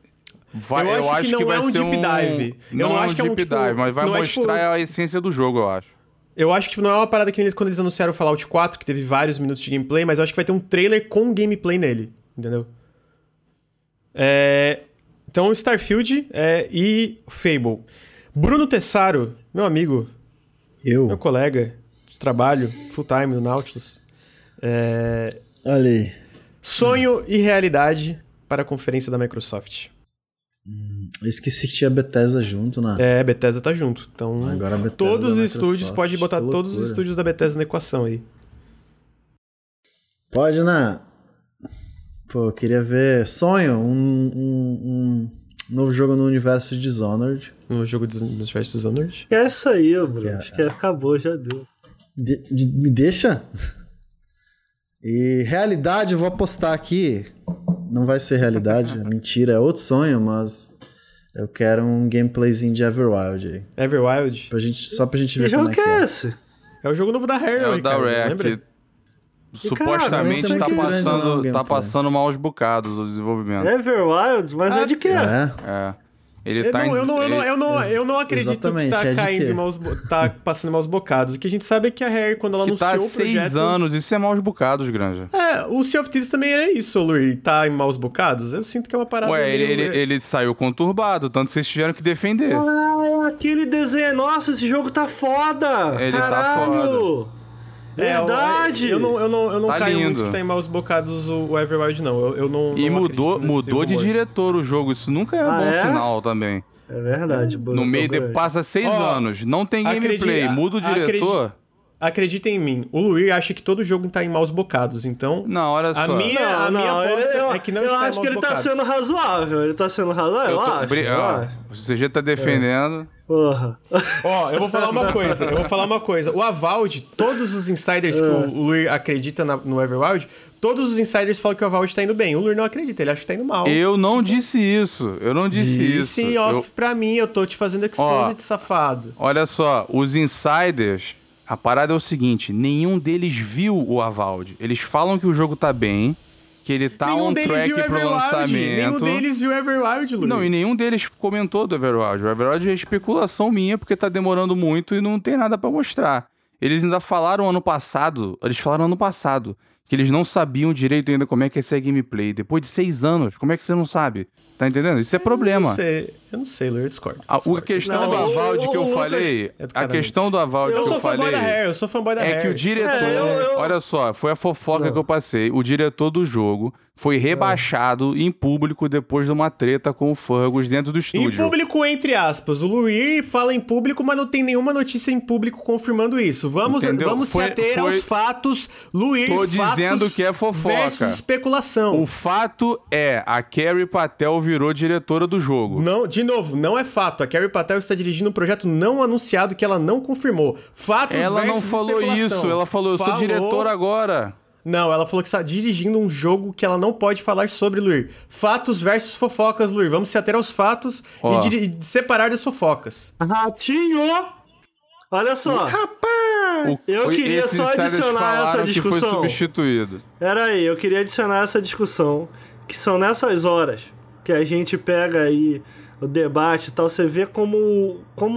Eu acho que vai ser deep dive. Não é um deep dive, mas vai mostrar a essência do jogo, eu acho. Eu acho que não é uma parada que quando eles anunciaram o Fallout 4, que teve vários minutos de gameplay, mas eu acho que vai ter um trailer com gameplay nele, entendeu? Então, Starfield e Fable. Bruno Tessaro, meu amigo. Meu colega de trabalho, full time no Nautilus. Olha aí. Sonho e realidade para a conferência da Microsoft. Eu esqueci que tinha Bethesda junto, né? Bethesda tá junto. Então, agora Bethesda todos os estúdios, pode botar todos os estúdios da Bethesda na equação aí. Pode, né? Pô, eu queria ver... Sonho, um novo jogo no universo de Dishonored. No jogo do universo de Dishonored? É isso aí, Bruno. Acho que acabou, já deu. Me deixa? E realidade, eu vou apostar aqui... Não vai ser realidade, é mentira, é outro sonho, mas eu quero um gameplayzinho de Everwild aí. Everwild? Só pra gente ver como é que é. Esse? É o jogo novo da Rare, o da Rare, que supostamente tá passando maus bocados o desenvolvimento. Everwild? Mas é de quê? Eu não acredito que tá caindo tá passando maus bocados. O que a gente sabe é que a Rare, quando ela anunciou o projeto... Tá há 6 anos, isso é maus bocados, Granja. O Sea of Thieves também era isso, Luri. Tá em maus bocados. Eu sinto que é uma parada... Ele saiu conturbado, tanto que vocês tiveram que defender. Aquele desenho... Nossa, esse jogo tá foda! Ele tá foda. Verdade! Eu não tá caio lindo. muito que tá em maus bocados o Everwild, não. Eu não e mudou de diretor o jogo. Isso nunca é um bom sinal também. É verdade. No meio passa 6 anos, não tem gameplay, muda o diretor. acreditem em mim, o Luir acha que todo jogo tá em maus bocados, então... Não, olha só. A minha aposta é que não está em maus bocados. Eu acho que ele tá sendo razoável, eu acho. O CG tá defendendo... Porra. Ó, eu vou falar uma coisa. O Avald, todos os insiders que o Luir acredita no Everwild, todos os insiders falam que o Avald tá indo bem. O Luir não acredita, ele acha que tá indo mal. Eu não disse isso. Disse off pra mim, eu tô te fazendo exposed, safado. Olha só, os insiders, a parada é o seguinte, nenhum deles viu o Avald. Eles falam que o jogo tá bem, que ele tá on track pro lançamento. Nenhum deles viu Everwild, Luiz. Não, e nenhum deles comentou do Everwild. O Everwild é especulação minha, porque tá demorando muito e não tem nada pra mostrar. Eles ainda falaram ano passado, que eles não sabiam direito ainda como é que ia ser a gameplay. Depois de 6 anos, como é que você não sabe? Tá entendendo? Isso é problema. Eu não sei, Luiz, eu discordo. A questão do Avald que eu falei... A questão do Avald que eu falei... Eu sou fanboy da Rare. É que o diretor... Olha só, foi a fofoca que eu passei. O diretor do jogo foi rebaixado em público depois de uma treta com o Fergus dentro do estúdio. Em público, entre aspas. O Luir fala em público, mas não tem nenhuma notícia em público confirmando isso. Vamos se ater aos fatos. Luir, tô dizendo que é fofoca. Versus especulação. O fato é, a Carrie Patel virou diretora do jogo. Não, de novo, não é fato. A Carrie Patel está dirigindo um projeto não anunciado que ela não confirmou. Fatos ela não falou isso. Ela falou, eu sou diretora agora. Não, ela falou que está dirigindo um jogo que ela não pode falar sobre, Luir. Fatos versus fofocas, Luir. Vamos se ater aos fatos e separar das fofocas. Ratinho! Olha só. Rapaz! Eu queria só adicionar essa discussão. Que foi substituído. Pera aí, eu queria adicionar essa discussão. Que são nessas horas que a gente pega aí o debate e tal. Você vê como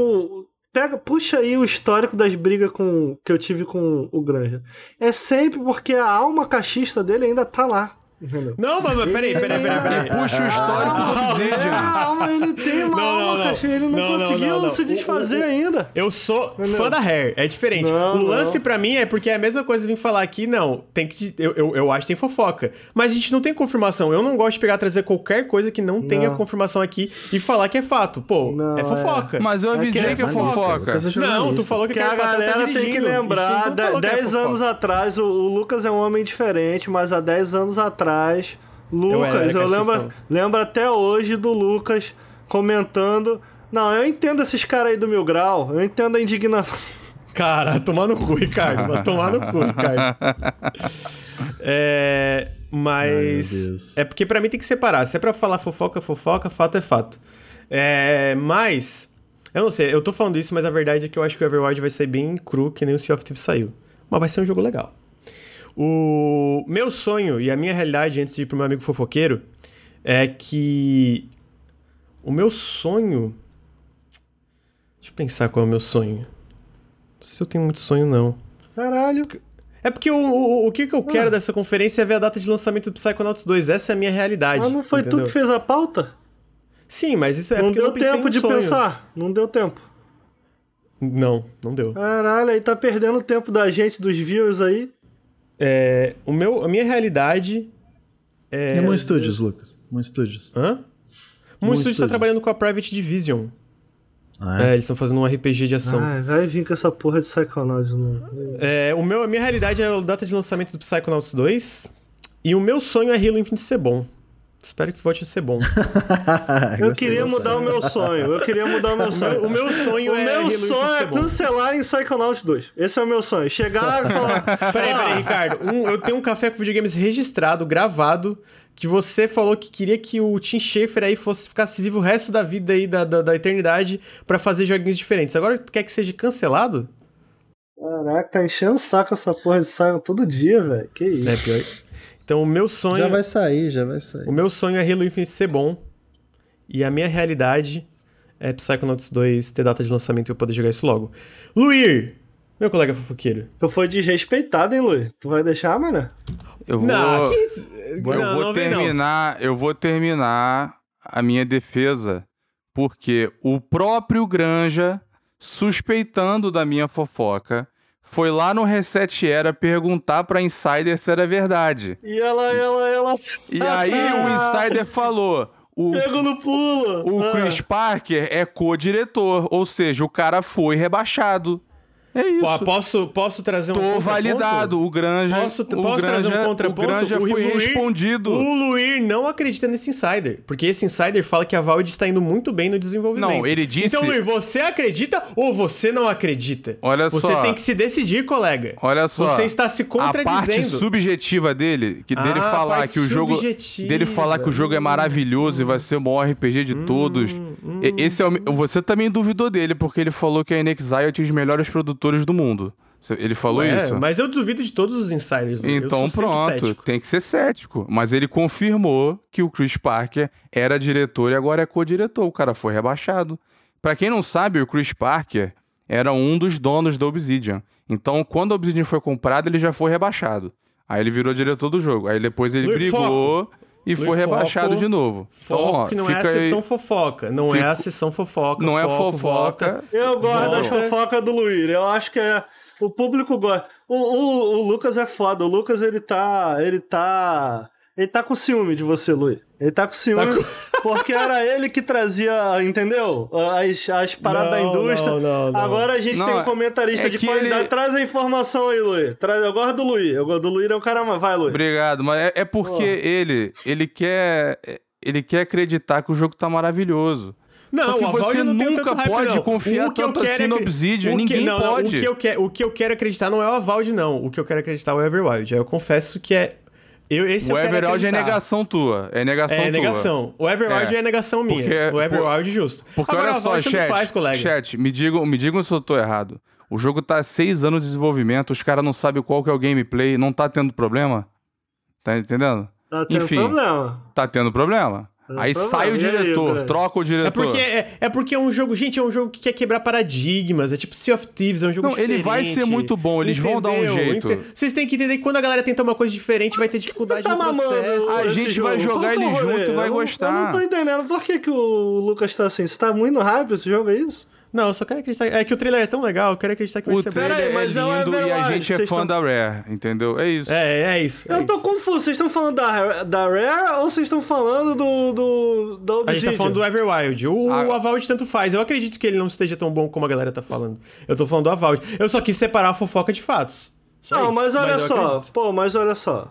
puxa aí o histórico das brigas que eu tive com o Granja. É sempre porque a alma cachista dele ainda tá lá. Entendeu? Não, mas peraí. Puxa o histórico do Obsidian. Ele tem uma alma cachista, ele não conseguiu se desfazer ainda. Eu sou fã da Rare, é diferente. O lance pra mim é porque é a mesma coisa de vir falar aqui, tem que... Eu acho que tem fofoca. Mas a gente não tem confirmação. Eu não gosto de trazer qualquer coisa que não tenha confirmação aqui e falar que é fato. Pô, é fofoca. Mas eu avisei que é fofoca. Não, tu falou que a galera tem que lembrar, 10 anos atrás, o Lucas é um homem diferente, mas há 10 anos atrás, Lucas, eu lembro até hoje do Lucas comentando. Não, eu entendo esses caras aí do Mil Grau, eu entendo a indignação. Cara, tomar no cu, Ricardo. Vai tomar no cu, Ricardo. Mas é porque pra mim tem que separar. Se é pra falar fofoca, fato é fato. Mas eu não sei, eu tô falando isso, mas a verdade é que eu acho que o Everwild vai sair bem cru, que nem o Sea of Thieves saiu. Mas vai ser um jogo legal. O meu sonho e a minha realidade, antes de ir pro meu amigo fofoqueiro, é que o meu sonho... Deixa eu pensar qual é o meu sonho. Não sei se eu tenho muito sonho, não. Caralho. É porque o que eu quero dessa conferência é ver a data de lançamento do Psychonauts 2. Essa é a minha realidade. Mas não foi tu que fez a pauta? Sim, mas isso é porque eu não pensei no sonho. Não deu tempo de pensar. Não deu tempo. Não deu. Caralho, aí tá perdendo tempo da gente, dos viewers aí. A minha realidade é... E Moon Studios, Lucas? Moon Studios. Hã? Moon Studios tá trabalhando com a Private Division. Eles estão fazendo um RPG de ação. Vai vir com essa porra de Psychonauts. A minha realidade é a data de lançamento do Psychonauts 2. E o meu sonho é Halo Infinite ser bom. Espero que volte a ser bom. Eu queria mudar o meu sonho. O meu sonho é cancelar em Psychonauts 2. Esse é o meu sonho. Chegar e falar... Peraí, Ricardo. Eu tenho um café com videogames registrado, gravado, que você falou que queria que o Tim Schafer aí ficasse vivo o resto da vida aí, da eternidade, pra fazer joguinhos diferentes. Agora tu quer que seja cancelado? Caraca, tá enchendo o saco essa porra de Psychonauts todo dia, velho. Que isso? É pior. Então o meu sonho... Já vai sair. O meu sonho é Halo Infinite ser bom. E a minha realidade é Psychonauts 2 ter data de lançamento e eu poder jogar isso logo. Luir, meu colega fofoqueiro. Tu foi desrespeitado, hein, Luir? Tu vai deixar, mano? Eu vou terminar a minha defesa, porque o próprio Granja, suspeitando da minha fofoca, foi lá no Reset Era perguntar pra Insider se era verdade. E ela... E aí o Insider falou... Pego no pulo! O Chris Parker é co-diretor, ou seja, o cara foi rebaixado. É isso. Posso trazer um Tô contraponto? validado. O Granja... Posso trazer um contraponto? O Granja foi respondido. O Luir não acredita nesse insider. Porque esse insider fala que a Valve está indo muito bem no desenvolvimento. Não, ele disse... Então, Luir, você acredita ou você não acredita? Olha só. Você tem que se decidir, colega. Olha só. Você está se contradizendo. A parte subjetiva dele, dele falar que o jogo... Dele falar que o jogo é maravilhoso e vai ser o maior RPG de todos. Esse é você também duvidou dele, porque ele falou que a inXile tinha os melhores produtores do mundo. Ele falou isso? Mas eu duvido de todos os insiders. Então pronto, tem que ser cético. Mas ele confirmou que o Chris Parker era diretor e agora é co-diretor. O cara foi rebaixado. Pra quem não sabe, o Chris Parker era um dos donos da Obsidian. Então, quando a Obsidian foi comprada, ele já foi rebaixado. Aí ele virou diretor do jogo. Aí depois ele brigou e foi rebaixado de novo. Então, ó, que não é a sessão fofoca. Não é a sessão fofoca. Não é fofoca. Eu gosto das fofocas do Luir. Eu acho que o público gosta. O Lucas é foda. O Lucas, ele tá com ciúme de você, Luir. Ele tá com ciúme porque era ele que trazia, entendeu? As paradas da indústria. Não. Agora a gente tem um comentarista de qualidade. Traz a informação aí, Luir. Eu gosto do Luir. Eu gosto do Luir, é o cara mais. Vai, Luir. Obrigado, mas é porque ele quer acreditar que o jogo tá maravilhoso. Não, só que você nunca pode confiar tanto assim no Obsidian. Ninguém pode. O que eu quero acreditar não é o Avowed, não. O que eu quero acreditar é o Everwild. Aí eu confesso que é... o Everwild é negação tua. É negação. O Everwild é negação minha. O Everwild justo. Porque agora, olha só, chat, me digam se eu tô errado. O jogo tá há 6 anos de desenvolvimento, os caras não sabem qual que é o gameplay, não tá tendo problema? Tá entendendo? Tá tendo problema. Tá tendo problema. Aí sai o diretor, troca o diretor. É porque é um jogo, gente, é um jogo que quer quebrar paradigmas, é tipo Sea of Thieves, é um jogo diferente. Ele vai ser muito bom, eles vão dar um jeito. Vocês têm que entender que quando a galera tenta uma coisa diferente, vai ter dificuldade no processo. A gente vai jogar ele junto e vai gostar. Eu não tô entendendo, por que o Lucas tá assim? Você tá muito no hype esse jogo, é isso? Não, eu só quero acreditar. É que o trailer é tão legal, eu quero acreditar que vai ser bom. O trailer é lindo e a gente é fã da Rare, entendeu? É isso. É isso. Eu tô confuso. Vocês estão falando da Rare ou vocês estão falando da Obsidian? A gente tá falando do Everwild. O Avowed tanto faz. Eu acredito que ele não esteja tão bom como a galera tá falando. Eu tô falando do Avowed. Eu só quis separar a fofoca de fatos. Não, mas olha só. Mas olha só.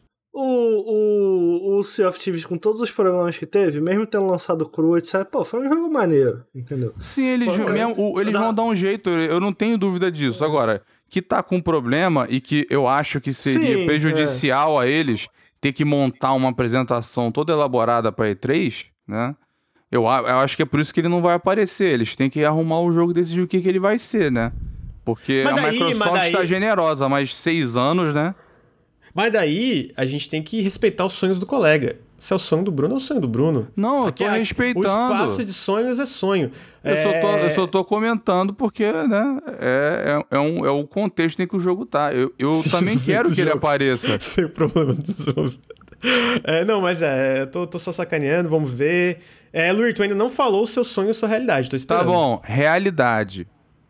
O Sea of Thieves, com todos os problemas que teve, mesmo tendo lançado cru, etc., foi um jogo maneiro, entendeu? Sim, eles vão dar um jeito, eu não tenho dúvida disso. Agora, que tá com problema e que eu acho que seria prejudicial a eles ter que montar uma apresentação toda elaborada pra E3, né? Eu acho que é por isso que ele não vai aparecer. Eles têm que arrumar o jogo, decidir o que ele vai ser, né? Porque a Microsoft tá generosa, mas 6 anos, né? Mas daí, a gente tem que respeitar os sonhos do colega. Se é o sonho do Bruno, é o sonho do Bruno. Não, eu tô respeitando. O espaço de sonhos é sonho. Eu só tô comentando porque, né, é o contexto em que o jogo tá. Eu também quero que ele apareça. Sem problema do desenvolvimento. Não, mas eu tô só sacaneando, vamos ver. Luir, tu ainda não falou o seu sonho e sua realidade, tô esperando. Tá bom, realidade.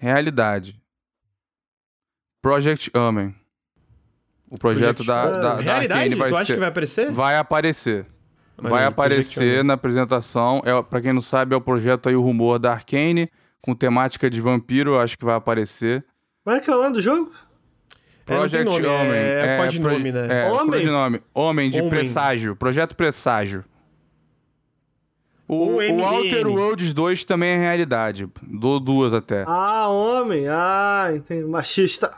Project Amen. O projeto da Realidade? vai tu acha que vai aparecer? Vai aparecer. Mas vai aparecer na apresentação. Pra quem não sabe, é o projeto aí, o rumor da Arcane, com temática de vampiro, acho que vai aparecer. Como é que é o nome do jogo? Project Homem. É codinome, né? Homem? Homem de Presságio. Projeto Presságio. O Outer Worlds 2 também é realidade. Dou 2 até. Homem. Entendi. Machista.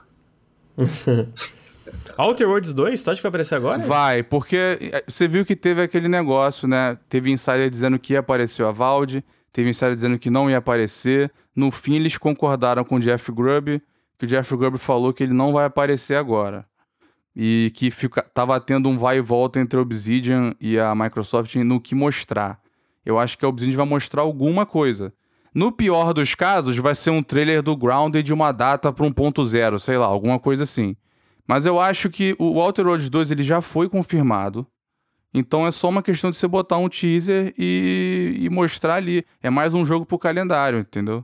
Outer Worlds 2? Tu acha que vai aparecer agora? Vai, porque você viu que teve aquele negócio, né? Teve insider dizendo que ia aparecer o Avowed, teve insider dizendo que não ia aparecer. No fim, eles concordaram com o Jeff Grubb, que o Jeff Grubb falou que ele não vai aparecer agora. E que tava tendo um vai e volta entre a Obsidian e a Microsoft no que mostrar. Eu acho que a Obsidian vai mostrar alguma coisa. No pior dos casos, vai ser um trailer do Grounded de uma data para 1.0, sei lá, alguma coisa assim. Mas eu acho que o Outer Worlds 2 ele já foi confirmado. Então é só uma questão de você botar um teaser e mostrar ali. É mais um jogo pro calendário, entendeu?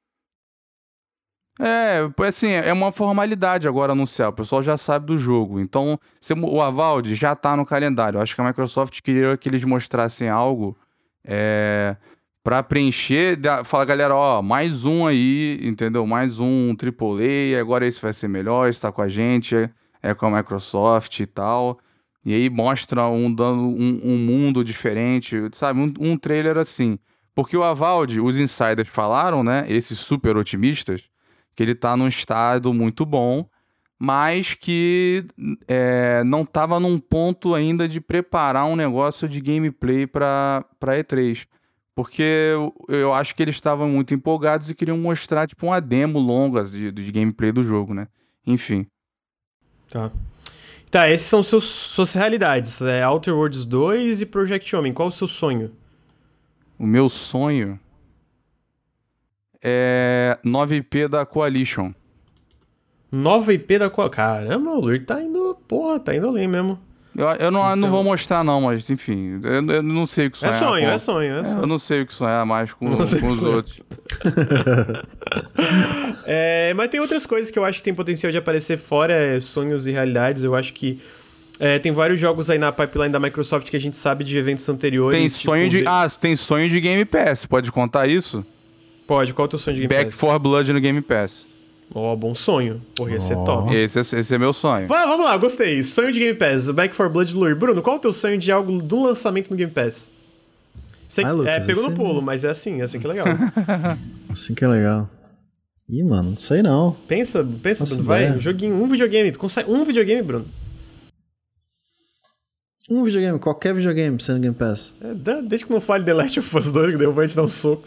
Assim, é uma formalidade agora anunciar. O pessoal já sabe do jogo. Então, o Avowed já tá no calendário. Eu acho que a Microsoft queria que eles mostrassem algo pra preencher, fala, galera, ó, mais um aí, entendeu? Mais um AAA, agora esse vai ser melhor, esse tá com a gente, é com a Microsoft e tal. E aí mostra dando um mundo diferente, sabe? Um trailer assim. Porque o Avowed, os insiders falaram, né? Esses super otimistas, que ele tá num estado muito bom, mas que não tava num ponto ainda de preparar um negócio de gameplay pra E3. Porque eu acho que eles estavam muito empolgados e queriam mostrar, tipo, uma demo longa de gameplay do jogo, né? Enfim. Tá, esses são suas realidades. Outer Worlds 2 e Project Homem. Qual o seu sonho? O meu sonho é 9IP da Coalition. Nova IP da Coalition. Caramba, o Lur tá indo... Porra, tá indo além mesmo. Eu não vou mostrar não, mas enfim, eu não sei o que sonhar. É sonho. Eu não sei o que sonhar mais com os outros. Mas tem outras coisas que eu acho que tem potencial de aparecer fora sonhos e realidades. Eu acho que tem vários jogos aí na pipeline da Microsoft que a gente sabe de eventos anteriores. Tem sonho tem sonho de Game Pass, pode contar isso? Pode, qual é o teu sonho de Game Pass? Back 4 Blood no Game Pass. Bom sonho. Porra, ia ser top. Esse é meu sonho. Vamos lá, gostei. Sonho de Game Pass, Back 4 Blood Lure. Bruno, qual é o teu sonho de algo do lançamento no Game Pass? Lucas, pegou no pulo, mas é assim que é legal. Assim que é legal. Ih, mano, não sei não. Pensa, Bruno, vai. Um videogame. Tu consegue um videogame, Bruno? Um videogame, qualquer videogame sendo Game Pass. Desde que não fale The Last of Us 2, que daí eu vou te dar um soco.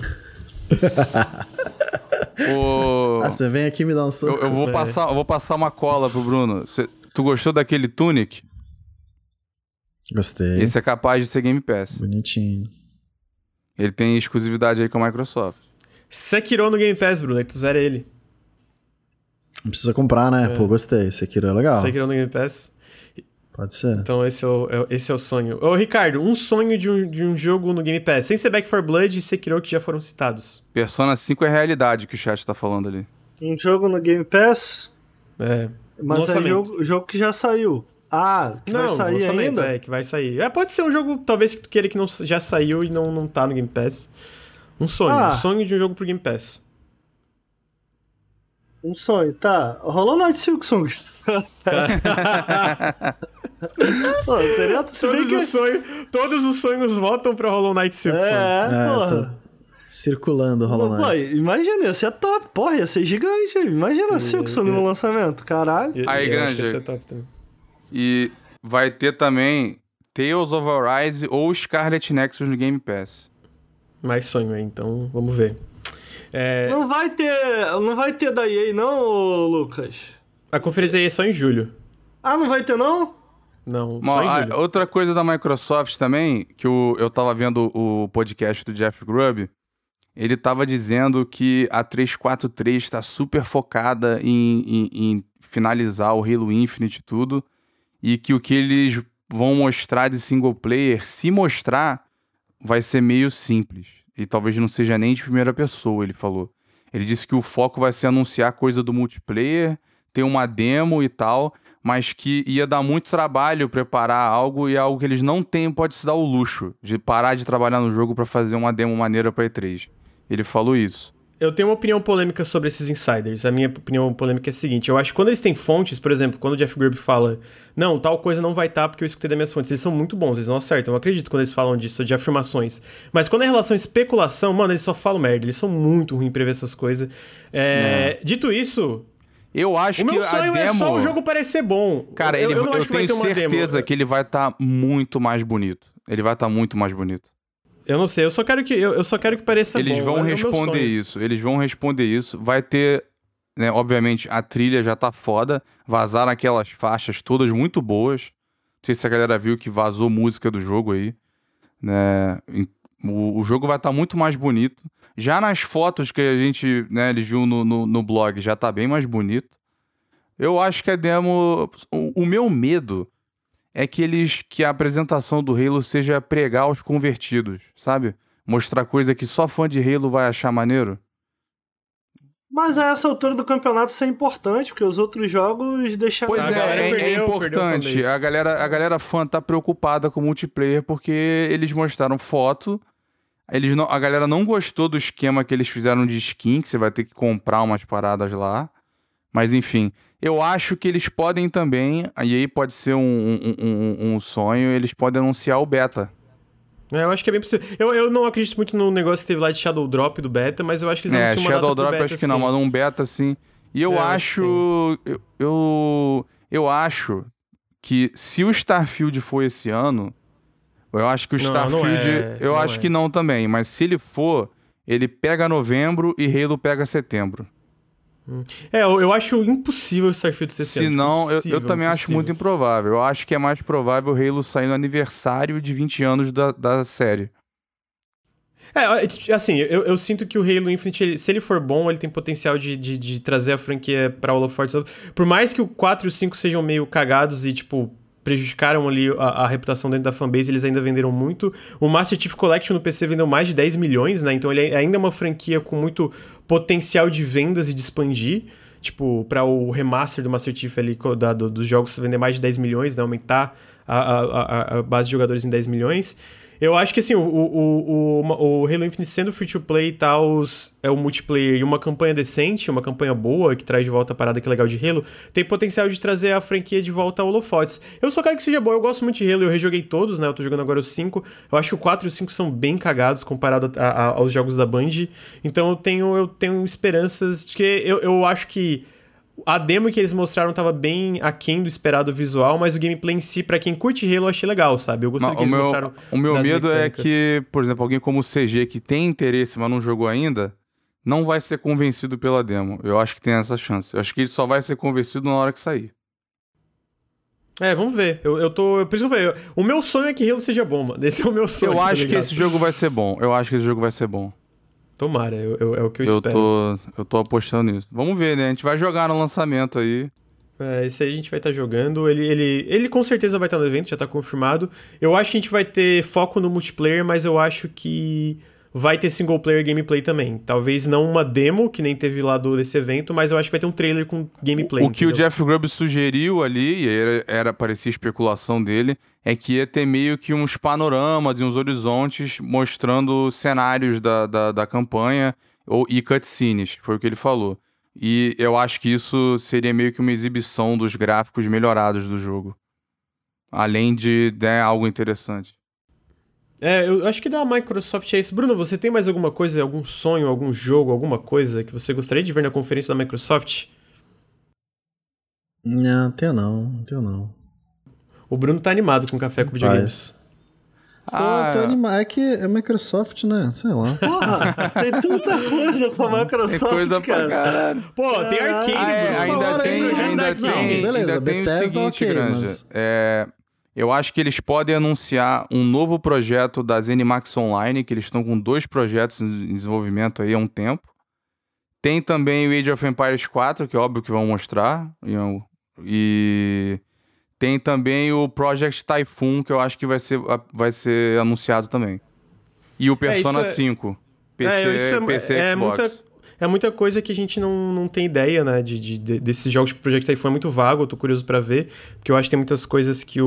Você vem aqui me dar um soco. Eu vou passar uma cola pro Bruno. Tu gostou daquele Tunic? Gostei. Esse é capaz de ser Game Pass. Bonitinho. Ele tem exclusividade aí com a Microsoft. Sekiro no Game Pass, Bruno, aí tu zera ele. Não precisa comprar, né? Pô, gostei. Sekiro é legal. Sekiro no Game Pass. Pode ser. Então esse é o sonho. Ô, Ricardo, um sonho de um jogo no Game Pass, sem ser Back 4 Blood e Sekiro que já foram citados. Persona 5 é realidade que o chat tá falando ali. Um jogo no Game Pass? Mas lançamento. é jogo que já saiu. Que vai sair ainda? Que vai sair. Pode ser um jogo, talvez, que tu queira que não, já saiu e não tá no Game Pass. Um sonho. Um sonho de um jogo pro Game Pass. Um sonho, tá. Hollow Knight Silksong. Seria todos os sonhos voltam pra Hollow Knight Silksong. Porra. Circulando o Hollow Knight. Imagina, ia ser top. Porra, ia ser gigante. Imagina Silksong no lançamento. Caralho. Aí, grande. E vai ter também Tales of Arise ou Scarlet Nexus no Game Pass. Mais sonho aí, então vamos ver. Não vai ter da EA não, Lucas? A conferência aí é só em julho. Não vai ter não? Não, só em julho. Outra coisa da Microsoft também, que eu tava vendo o podcast do Jeff Grubb, ele tava dizendo que a 343 tá super focada em finalizar o Halo Infinite e tudo, e que o que eles vão mostrar de single player, se mostrar, vai ser meio simples. E talvez não seja nem de primeira pessoa, ele falou. Ele disse que o foco vai ser anunciar coisa do multiplayer, ter uma demo e tal, mas que ia dar muito trabalho preparar algo, e algo que eles não têm, pode se dar o luxo de parar de trabalhar no jogo pra fazer uma demo maneira pra E3. Ele falou isso. Eu tenho uma opinião polêmica sobre esses insiders. A minha opinião polêmica é a seguinte: eu acho que quando eles têm fontes, por exemplo, quando o Jeff Grubb fala não, tal coisa não vai estar porque eu escutei das minhas fontes, eles são muito bons, eles não acertam. Eu acredito quando eles falam disso, de afirmações. Mas quando é em relação à especulação, mano, eles só falam merda. Eles são muito ruins em prever essas coisas. Dito isso... Eu acho que a demo... O meu sonho é só o jogo parecer bom. Cara, eu tenho certeza que ele vai estar muito mais bonito. Ele vai estar muito mais bonito. Eu não sei, eu só quero que pareça Eles bom. Vão responder isso, eles vão responder isso. Vai ter, né, obviamente, a trilha já tá foda. Vazaram aquelas faixas todas muito boas. Não sei se a galera viu que vazou música do jogo aí. Né? O jogo vai estar muito mais bonito. Já nas fotos que a gente, né, eles viu no blog, já tá bem mais bonito. Eu acho que a demo... O meu medo é que a apresentação do Halo seja pregar os convertidos, sabe? Mostrar coisa que só fã de Halo vai achar maneiro. Mas a essa altura do campeonato isso é importante, porque os outros jogos deixaram... Pois é importante. A galera fã tá preocupada com o multiplayer, porque eles mostraram foto, A galera não gostou do esquema que eles fizeram de skin, que você vai ter que comprar umas paradas lá. Mas enfim, eu acho que eles podem também, e aí pode ser um sonho, eles podem anunciar o beta. Eu acho que é bem possível. Eu não acredito muito no negócio que teve lá de Shadow Drop do beta, mas eu acho que eles anunciam uma Shadow data Drop pro beta, acho que não, mas um beta sim. E eu acho... Eu acho que se o Starfield for esse ano, eu acho que o Starfield... eu acho que não também, mas se ele for, ele pega novembro e Halo pega setembro. Eu acho impossível o Starfield ser esse ano. Se não, eu também acho muito improvável. Eu acho que é mais provável o Halo sair no aniversário de 20 anos da série. Assim, eu sinto que o Halo Infinite, se ele for bom, ele tem potencial de trazer a franquia pra holofotes. Por mais que o 4 e o 5 sejam meio cagados e, tipo, prejudicaram ali a reputação dentro da fanbase, eles ainda venderam muito. O Master Chief Collection no PC vendeu mais de 10 milhões, né? Então ele ainda é uma franquia com muito potencial de vendas e de expandir. Tipo, para o remaster do Master Chief ali, dos jogos vender mais de 10 milhões, né? Aumentar a base de jogadores em 10 milhões. Eu acho que, assim, o Halo Infinite sendo free-to-play e tal, é o multiplayer e uma campanha decente, uma campanha boa, que traz de volta a parada que é legal de Halo, tem potencial de trazer a franquia de volta a holofotes. Eu só quero que seja bom, eu gosto muito de Halo, eu rejoguei todos, né, eu tô jogando agora os 5, eu acho que o 4 e o 5 são bem cagados comparado aos jogos da Band, então eu tenho esperanças de que eu acho que a demo que eles mostraram tava bem aquém do esperado visual, mas o gameplay em si, pra quem curte Halo, eu achei legal, sabe? Eu gostei que eles mostraram. O meu medo mecânicas. É que, por exemplo, alguém como o CG que tem interesse, mas não jogou ainda, não vai ser convencido pela demo. Eu acho que tem essa chance. Eu acho que ele só vai ser convencido na hora que sair. Vamos ver. Por isso que eu falei, o meu sonho é que Halo seja bom, mano. Esse é o meu sonho. Eu acho que esse jogo vai ser bom. Tomara, é o que eu espero. Eu tô apostando nisso. Vamos ver, né? A gente vai jogar no lançamento aí. Esse aí a gente vai estar jogando. Ele com certeza vai estar no evento, já tá confirmado. Eu acho que a gente vai ter foco no multiplayer, mas eu acho que vai ter single player gameplay também. Talvez não uma demo, que nem teve lá desse evento, mas eu acho que vai ter um trailer com gameplay. O que o Jeff Grubb sugeriu ali, e parecia especulação dele, é que ia ter meio que uns panoramas e uns horizontes mostrando cenários da campanha e cutscenes, foi o que ele falou. E eu acho que isso seria meio que uma exibição dos gráficos melhorados do jogo. Além de algo interessante. Eu acho que da Microsoft é isso. Bruno, você tem mais alguma coisa, algum sonho, algum jogo, alguma coisa que você gostaria de ver na conferência da Microsoft? Não tenho não. O Bruno tá animado com café com videogame. Tô animado. É que é Microsoft, né? Sei lá. Porra, tem tanta coisa com a Microsoft, tem coisa cara. Pra caralho. Pô, tem Arcane. Ainda tem o seguinte, Granja. Eu acho que eles podem anunciar um novo projeto da ZeniMax Online, que eles estão com 2 projetos em desenvolvimento aí há um tempo. Tem também o Age of Empires 4, que é óbvio que vão mostrar. E tem também o Project Typhoon, que eu acho que vai ser anunciado também. E o Persona 5, PC e Xbox. É muita coisa que a gente não tem ideia, né, desses jogos de Project Typhoon. É muito vago, eu tô curioso pra ver, porque eu acho que tem muitas coisas que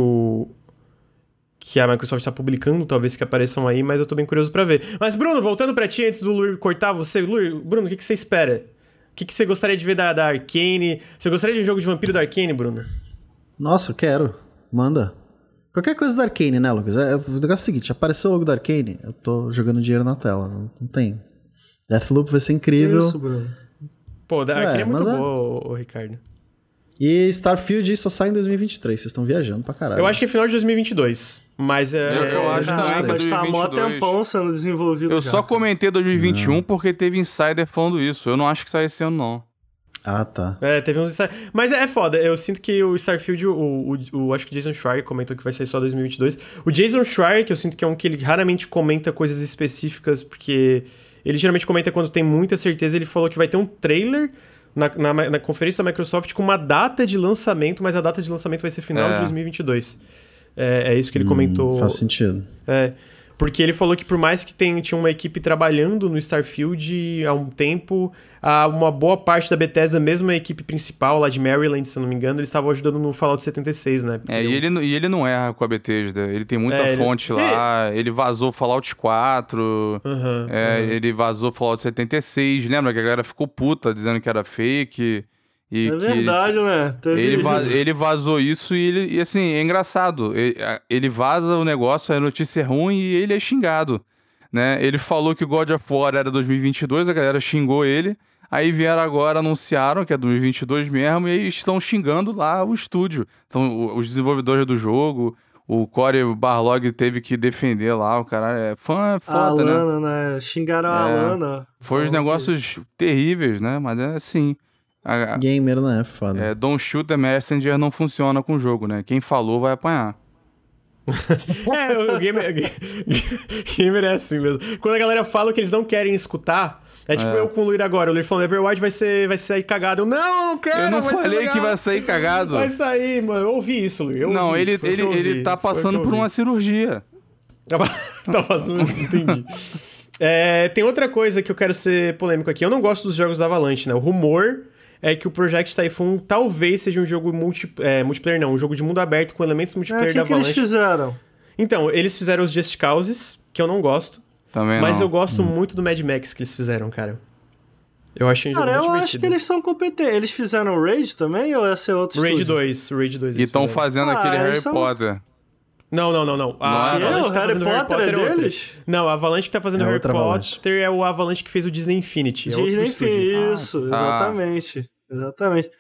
a Microsoft tá publicando, talvez que apareçam aí, mas eu tô bem curioso pra ver. Mas, Bruno, voltando pra ti, antes do Lur cortar você, Bruno, o que você espera? O que você gostaria de ver da Arcane? Você gostaria de um jogo de vampiro da Arcane, Bruno? Nossa, eu quero. Manda. Qualquer coisa da Arcane, né, Lucas? O negócio é o seguinte, apareceu o logo da Arcane, eu tô jogando dinheiro na tela, não tem... Deathloop vai ser incrível. Isso, Bruno. Pô, da Arcane é muito boa, Ricardo. E Starfield só sai em 2023. Vocês estão viajando pra caralho. Eu acho que é final de 2022. Mas eu acho também mas tá há mó tempão sendo desenvolvido. Eu só comentei 2021 porque teve insider falando isso. Eu não acho que sai esse ano, não. Ah, tá. Teve uns insider. Mas é foda. Eu sinto que o Starfield, acho que o Jason Schreier comentou que vai sair só 2022. O Jason Schreier, que eu sinto que é um que ele raramente comenta coisas específicas, porque... Ele geralmente comenta quando tem muita certeza. Ele falou que vai ter um trailer na conferência da Microsoft com uma data de lançamento, mas a data de lançamento vai ser final de 2022. É isso que ele comentou. Faz sentido. Porque ele falou que por mais que tinha uma equipe trabalhando no Starfield há um tempo, uma boa parte da Bethesda, mesmo a equipe principal lá de Maryland, se eu não me engano, eles estavam ajudando no Fallout 76, né? Porque e ele não erra com a Bethesda. Ele tem muita fonte lá. Ele vazou Fallout 4. Ele vazou Fallout 76. Lembra que a galera ficou puta dizendo que era fake? É verdade, né? Ele vazou isso e assim, é engraçado. Ele vaza o negócio, a notícia é ruim e ele é xingado, né? Ele falou que o God of War era 2022, a galera xingou ele. Aí vieram agora, anunciaram que é 2022 mesmo e estão xingando lá o estúdio. Então, os desenvolvedores do jogo, o Cory Barlog teve que defender lá, o cara é fã, é foda, a Alana, né? Xingaram a Alana. Foi uns negócios terríveis, né? Mas é assim... Gamer, né? Foda. Don't Shoot the Messenger não funciona com o jogo, né? Quem falou vai apanhar. O gamer é assim mesmo. Quando a galera fala que eles não querem escutar, tipo eu com o Luir agora. O Luir falando, Overwatch vai sair cagado. Eu não quero, eu não falei que vai sair cagado. Vai sair, mano. Eu ouvi isso, Luir. Não, ele tá passando por uma cirurgia. Tá passando isso, entendi. Tem outra coisa que eu quero ser polêmico aqui. Eu não gosto dos jogos da Avalanche, né? O rumor é que o Project Typhoon talvez seja um jogo multiplayer não, um jogo de mundo aberto com elementos multiplayer da Avalanche. O que eles fizeram? Então, eles fizeram os Just Causes, que eu não gosto. Também mas não. eu gosto muito do Mad Max que eles fizeram, cara. Eu achei um jogo muito divertido. Eu acho que eles são competentes. Eles fizeram o Raid também ou esse é outro Raid estúdio? 2, o Raid 2. E estão fazendo aquele Harry Potter. Não. A Avalanche o Harry Potter é deles? Não, a Avalanche que tá fazendo Harry Potter é o Avalanche que fez o Disney Infinity. Disney Infinity, isso, exatamente. Exatamente.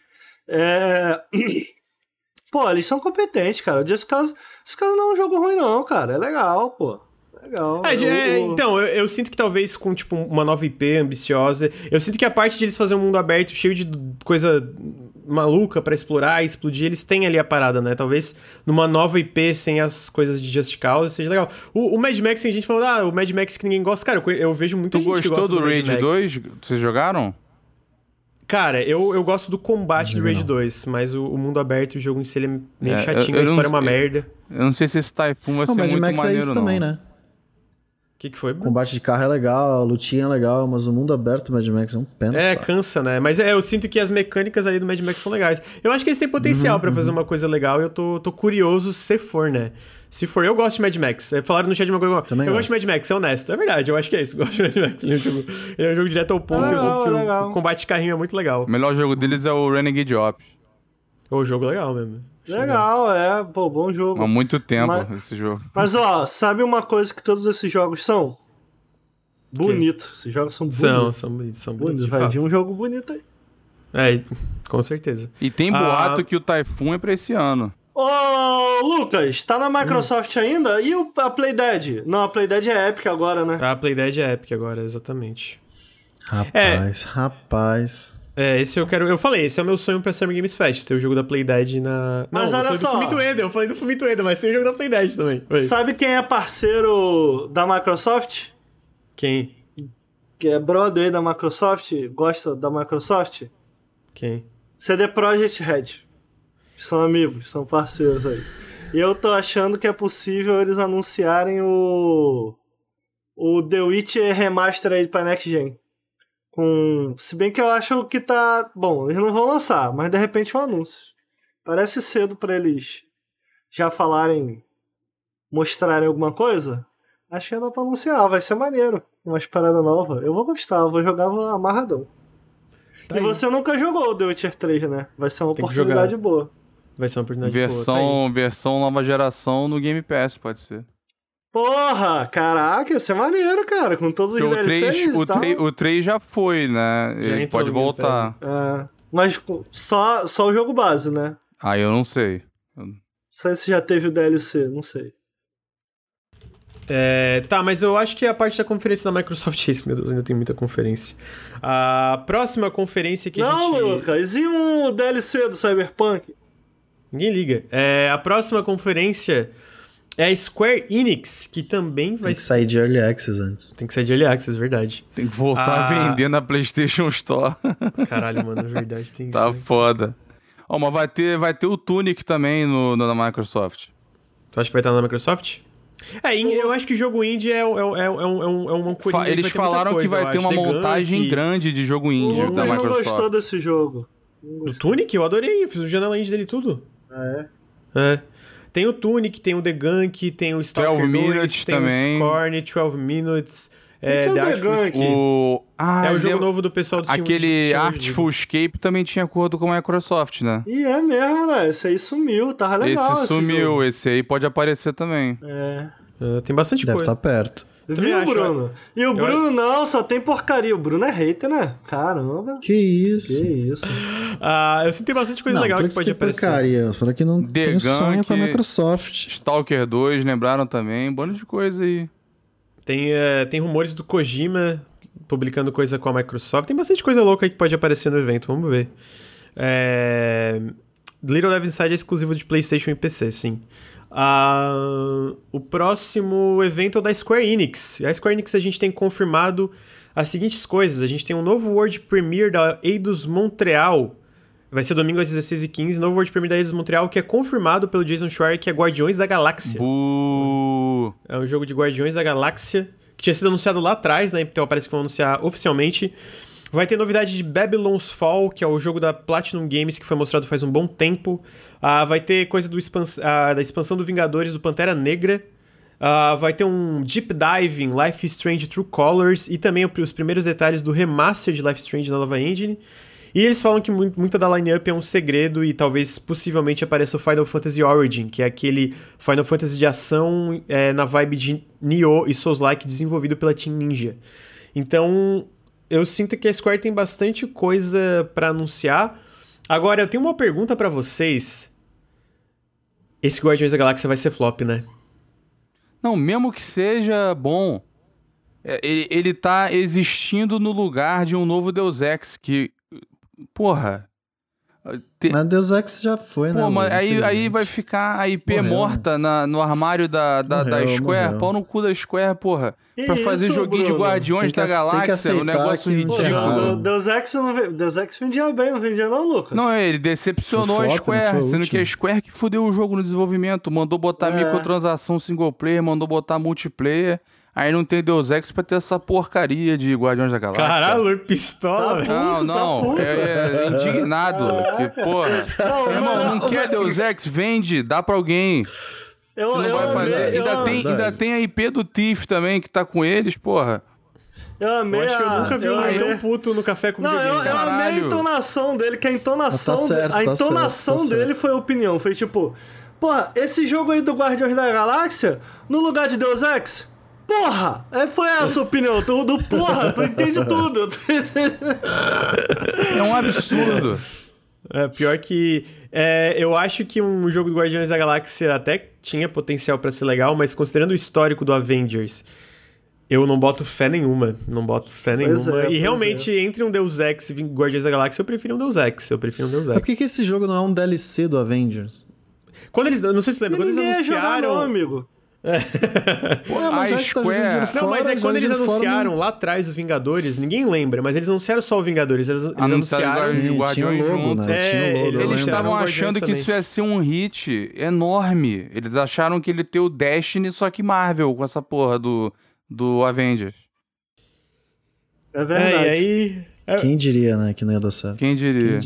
Pô, eles são competentes, cara. Just Cause não é um jogo ruim, não, cara. É legal, pô. Legal. Então, eu sinto que talvez com, tipo, uma nova IP ambiciosa... Eu sinto que a parte de eles fazerem um mundo aberto cheio de coisa maluca pra explorar e explodir, eles têm ali a parada, né? Talvez numa nova IP sem as coisas de Just Cause seja legal. O Mad Max, tem gente falando, o Mad Max que ninguém gosta. Cara, eu vejo muita gente que gosta do Mad Max. Tu gostou do Raid 2? Vocês jogaram? Cara, eu gosto do combate do Raid 2, mas o mundo aberto, o jogo em si, ele é meio chatinho, a história é uma merda. Eu não sei se esse Typhoon vai ser Mad muito Max maneiro, é isso não. também, né? O que foi? Combate de carro é legal, a lutinha é legal, mas o mundo aberto do Mad Max é um pé no saco. Cansa, né? Mas eu sinto que as mecânicas ali do Mad Max são legais. Eu acho que eles têm potencial pra fazer uma coisa legal e eu tô curioso se for, né? Se for, eu gosto de Mad Max. Falaram no chat de uma coisa. Eu gosto de Mad Max, é honesto. É verdade, eu acho que é isso. Eu gosto de Mad Max. Ele é um jogo direto ao ponto. O combate de carrinho é muito legal. O melhor jogo deles é o Renegade Ops. O jogo legal mesmo. Legal, Pô, bom jogo. Há muito tempo esse jogo. Mas, sabe uma coisa que todos esses jogos são? Bonito. Esses jogos são bonitos. São bonitos. Vai vir um jogo bonito aí. Com certeza. E tem boato que o Typhoon é pra esse ano. Ô, Lucas, tá na Microsoft ainda? E a Playdead? Não, a Playdead é Epic agora, né? A Playdead é Epic agora, exatamente. Rapaz. Esse eu quero... Eu falei, esse é o meu sonho pra Summer Games Fest, ter o jogo da Playdead na... Mas olha só... Eu falei do Fumito Ueda, mas tem o jogo da Playdead também. Sabe quem é parceiro da Microsoft? Quem? Que é brother aí da Microsoft, gosta da Microsoft? Quem? CD Projekt Red. São amigos, são parceiros aí. E eu tô achando que é possível eles anunciarem o The Witcher Remaster aí pra Next Gen. Se bem que eu acho que tá... Bom, eles não vão lançar, mas de repente um anúncio. Parece cedo pra eles já falarem, mostrarem alguma coisa. Acho que dá pra anunciar, vai ser maneiro. Umas paradas novas. Eu vou gostar, eu vou jogar amarradão. Tá e aí. Você nunca jogou o The Witcher 3, né? Vai ser uma oportunidade boa. Vai ser uma oportunidade boa. Versão nova geração no Game Pass, pode ser. Porra, caraca, isso é maneiro, cara. Com todos os DLCs e tal. O 3 já foi, né? Ele pode voltar. Mas só o jogo base, né? Eu não sei. Só se já teve o DLC, não sei. Mas eu acho que a parte da conferência da Microsoft é isso, meu Deus, ainda tem muita conferência. A próxima conferência que a gente... Não, Lucas, e um DLC do Cyberpunk? Ninguém liga. A próxima conferência é a Square Enix, que também vai... Tem que sair de Early Access antes. Tem que sair de Early Access, verdade. Tem que voltar a vender na PlayStation Store. Caralho, mano, é verdade, tem tá isso. Foda. Mas vai ter o Tunic também na Microsoft. Tu acha que vai estar na Microsoft? Eu acho que jogo indie é um coringa. Eles falaram que vai ter uma montagem grande de jogo indie da Microsoft. Eu não gostou desse jogo. O Tunic? Eu adorei, eu fiz o janela indie dele tudo. Tem o Tunic, tem o The Gunk, tem o Stalker 12 Minutes tem também. o Scorn, 12 Minutes... O The Gunk? É o jogo novo do pessoal do aquele Artful Escape também tinha acordo com a Microsoft, né? E é mesmo, né? Esse aí sumiu, tava legal. Esse sumiu, esse aí pode aparecer também. Tem bastante Deve coisa. estar perto. Viu, Bruno? E o Bruno não, só tem porcaria. O Bruno é hater, né? Caramba. Que isso? Eu sinto que tem bastante coisa legal que pode aparecer. Porcaria. Fala que não The tem sonho Gunk, com a Microsoft. Stalker 2, lembraram também. Um bando de coisa aí. Tem rumores do Kojima publicando coisa com a Microsoft. Tem bastante coisa louca aí que pode aparecer no evento. Vamos ver. Little Left Inside é exclusivo de PlayStation e PC, sim. O próximo evento é o da Square Enix. A Square Enix a gente tem confirmado as seguintes coisas. A gente tem um novo World Premiere da Eidos Montreal. Vai ser domingo às 16h15. Novo World Premiere da Eidos Montreal que é confirmado pelo Jason Schreier, que é Guardiões da Galáxia. É um jogo de Guardiões da Galáxia que tinha sido anunciado lá atrás, né? Então parece que vão anunciar oficialmente. Vai ter novidade de Babylon's Fall, que é o jogo da Platinum Games que foi mostrado faz um bom tempo. Vai ter coisa da expansão do Vingadores do Pantera Negra. Vai ter um Deep Dive em Life is Strange True Colors e também os primeiros detalhes do remaster de Life is Strange na nova engine. E eles falam que muita da line-up é um segredo e talvez possivelmente apareça o Final Fantasy Origin, que é aquele Final Fantasy de ação na vibe de Nioh e Souls-like desenvolvido pela Team Ninja. Então, eu sinto que a Square tem bastante coisa pra anunciar. Agora, eu tenho uma pergunta pra vocês. Esse Guardiões da Galáxia vai ser flop, né? Não, mesmo que seja bom, ele tá existindo no lugar de um novo Deus Ex, que... Porra... Mas Deus Ex já foi, né? Mas aí vai ficar a IP morta no armário da Square, pau no cu da Square, porra. Pra fazer joguinho de Guardiões da Galáxia, um negócio ridículo. Deus Ex vendia bem, não vendia não, Lucas? Não, ele decepcionou a Square, sendo que a Square que fudeu o jogo no desenvolvimento, mandou botar microtransação single player, mandou botar multiplayer... Aí não tem Deus Ex pra ter essa porcaria de Guardiões da Galáxia. Caralho, pistola. Não. É indignado. Que, porra. Irmão, não quer Deus Ex? Vende, dá pra alguém. Você não vai fazer. Ainda tem a IP do Thief também, que tá com eles, porra. Eu acho que eu nunca vi um tão puto no café com videogame. Eu amei a entonação dele, que a entonação dele foi a opinião. Foi tipo, porra, esse jogo aí do Guardiões da Galáxia, no lugar de Deus Ex... Porra! Foi essa a opinião. Tu entende tudo. É um absurdo. Pior que... eu acho que um jogo do Guardiões da Galáxia até tinha potencial pra ser legal, mas considerando o histórico do Avengers, eu não boto fé nenhuma. E realmente, entre um Deus Ex e Guardiões da Galáxia, eu prefiro um Deus Ex. Por que esse jogo não é um DLC do Avengers? Quando eles... Não sei se você lembra. Quando eles anunciaram... Não, amigo. A Square... Não, mas quando eles anunciaram lá atrás o Vingadores, ninguém lembra, mas eles anunciaram só o Vingadores. Eles anunciaram o Guardiões junto. Eles estavam achando que isso ia ser um hit enorme. Eles acharam que ele ia ter o Destiny, só que Marvel, com essa porra do Avengers. É verdade. E aí... Quem diria, né, que não ia dar certo? Quem diria?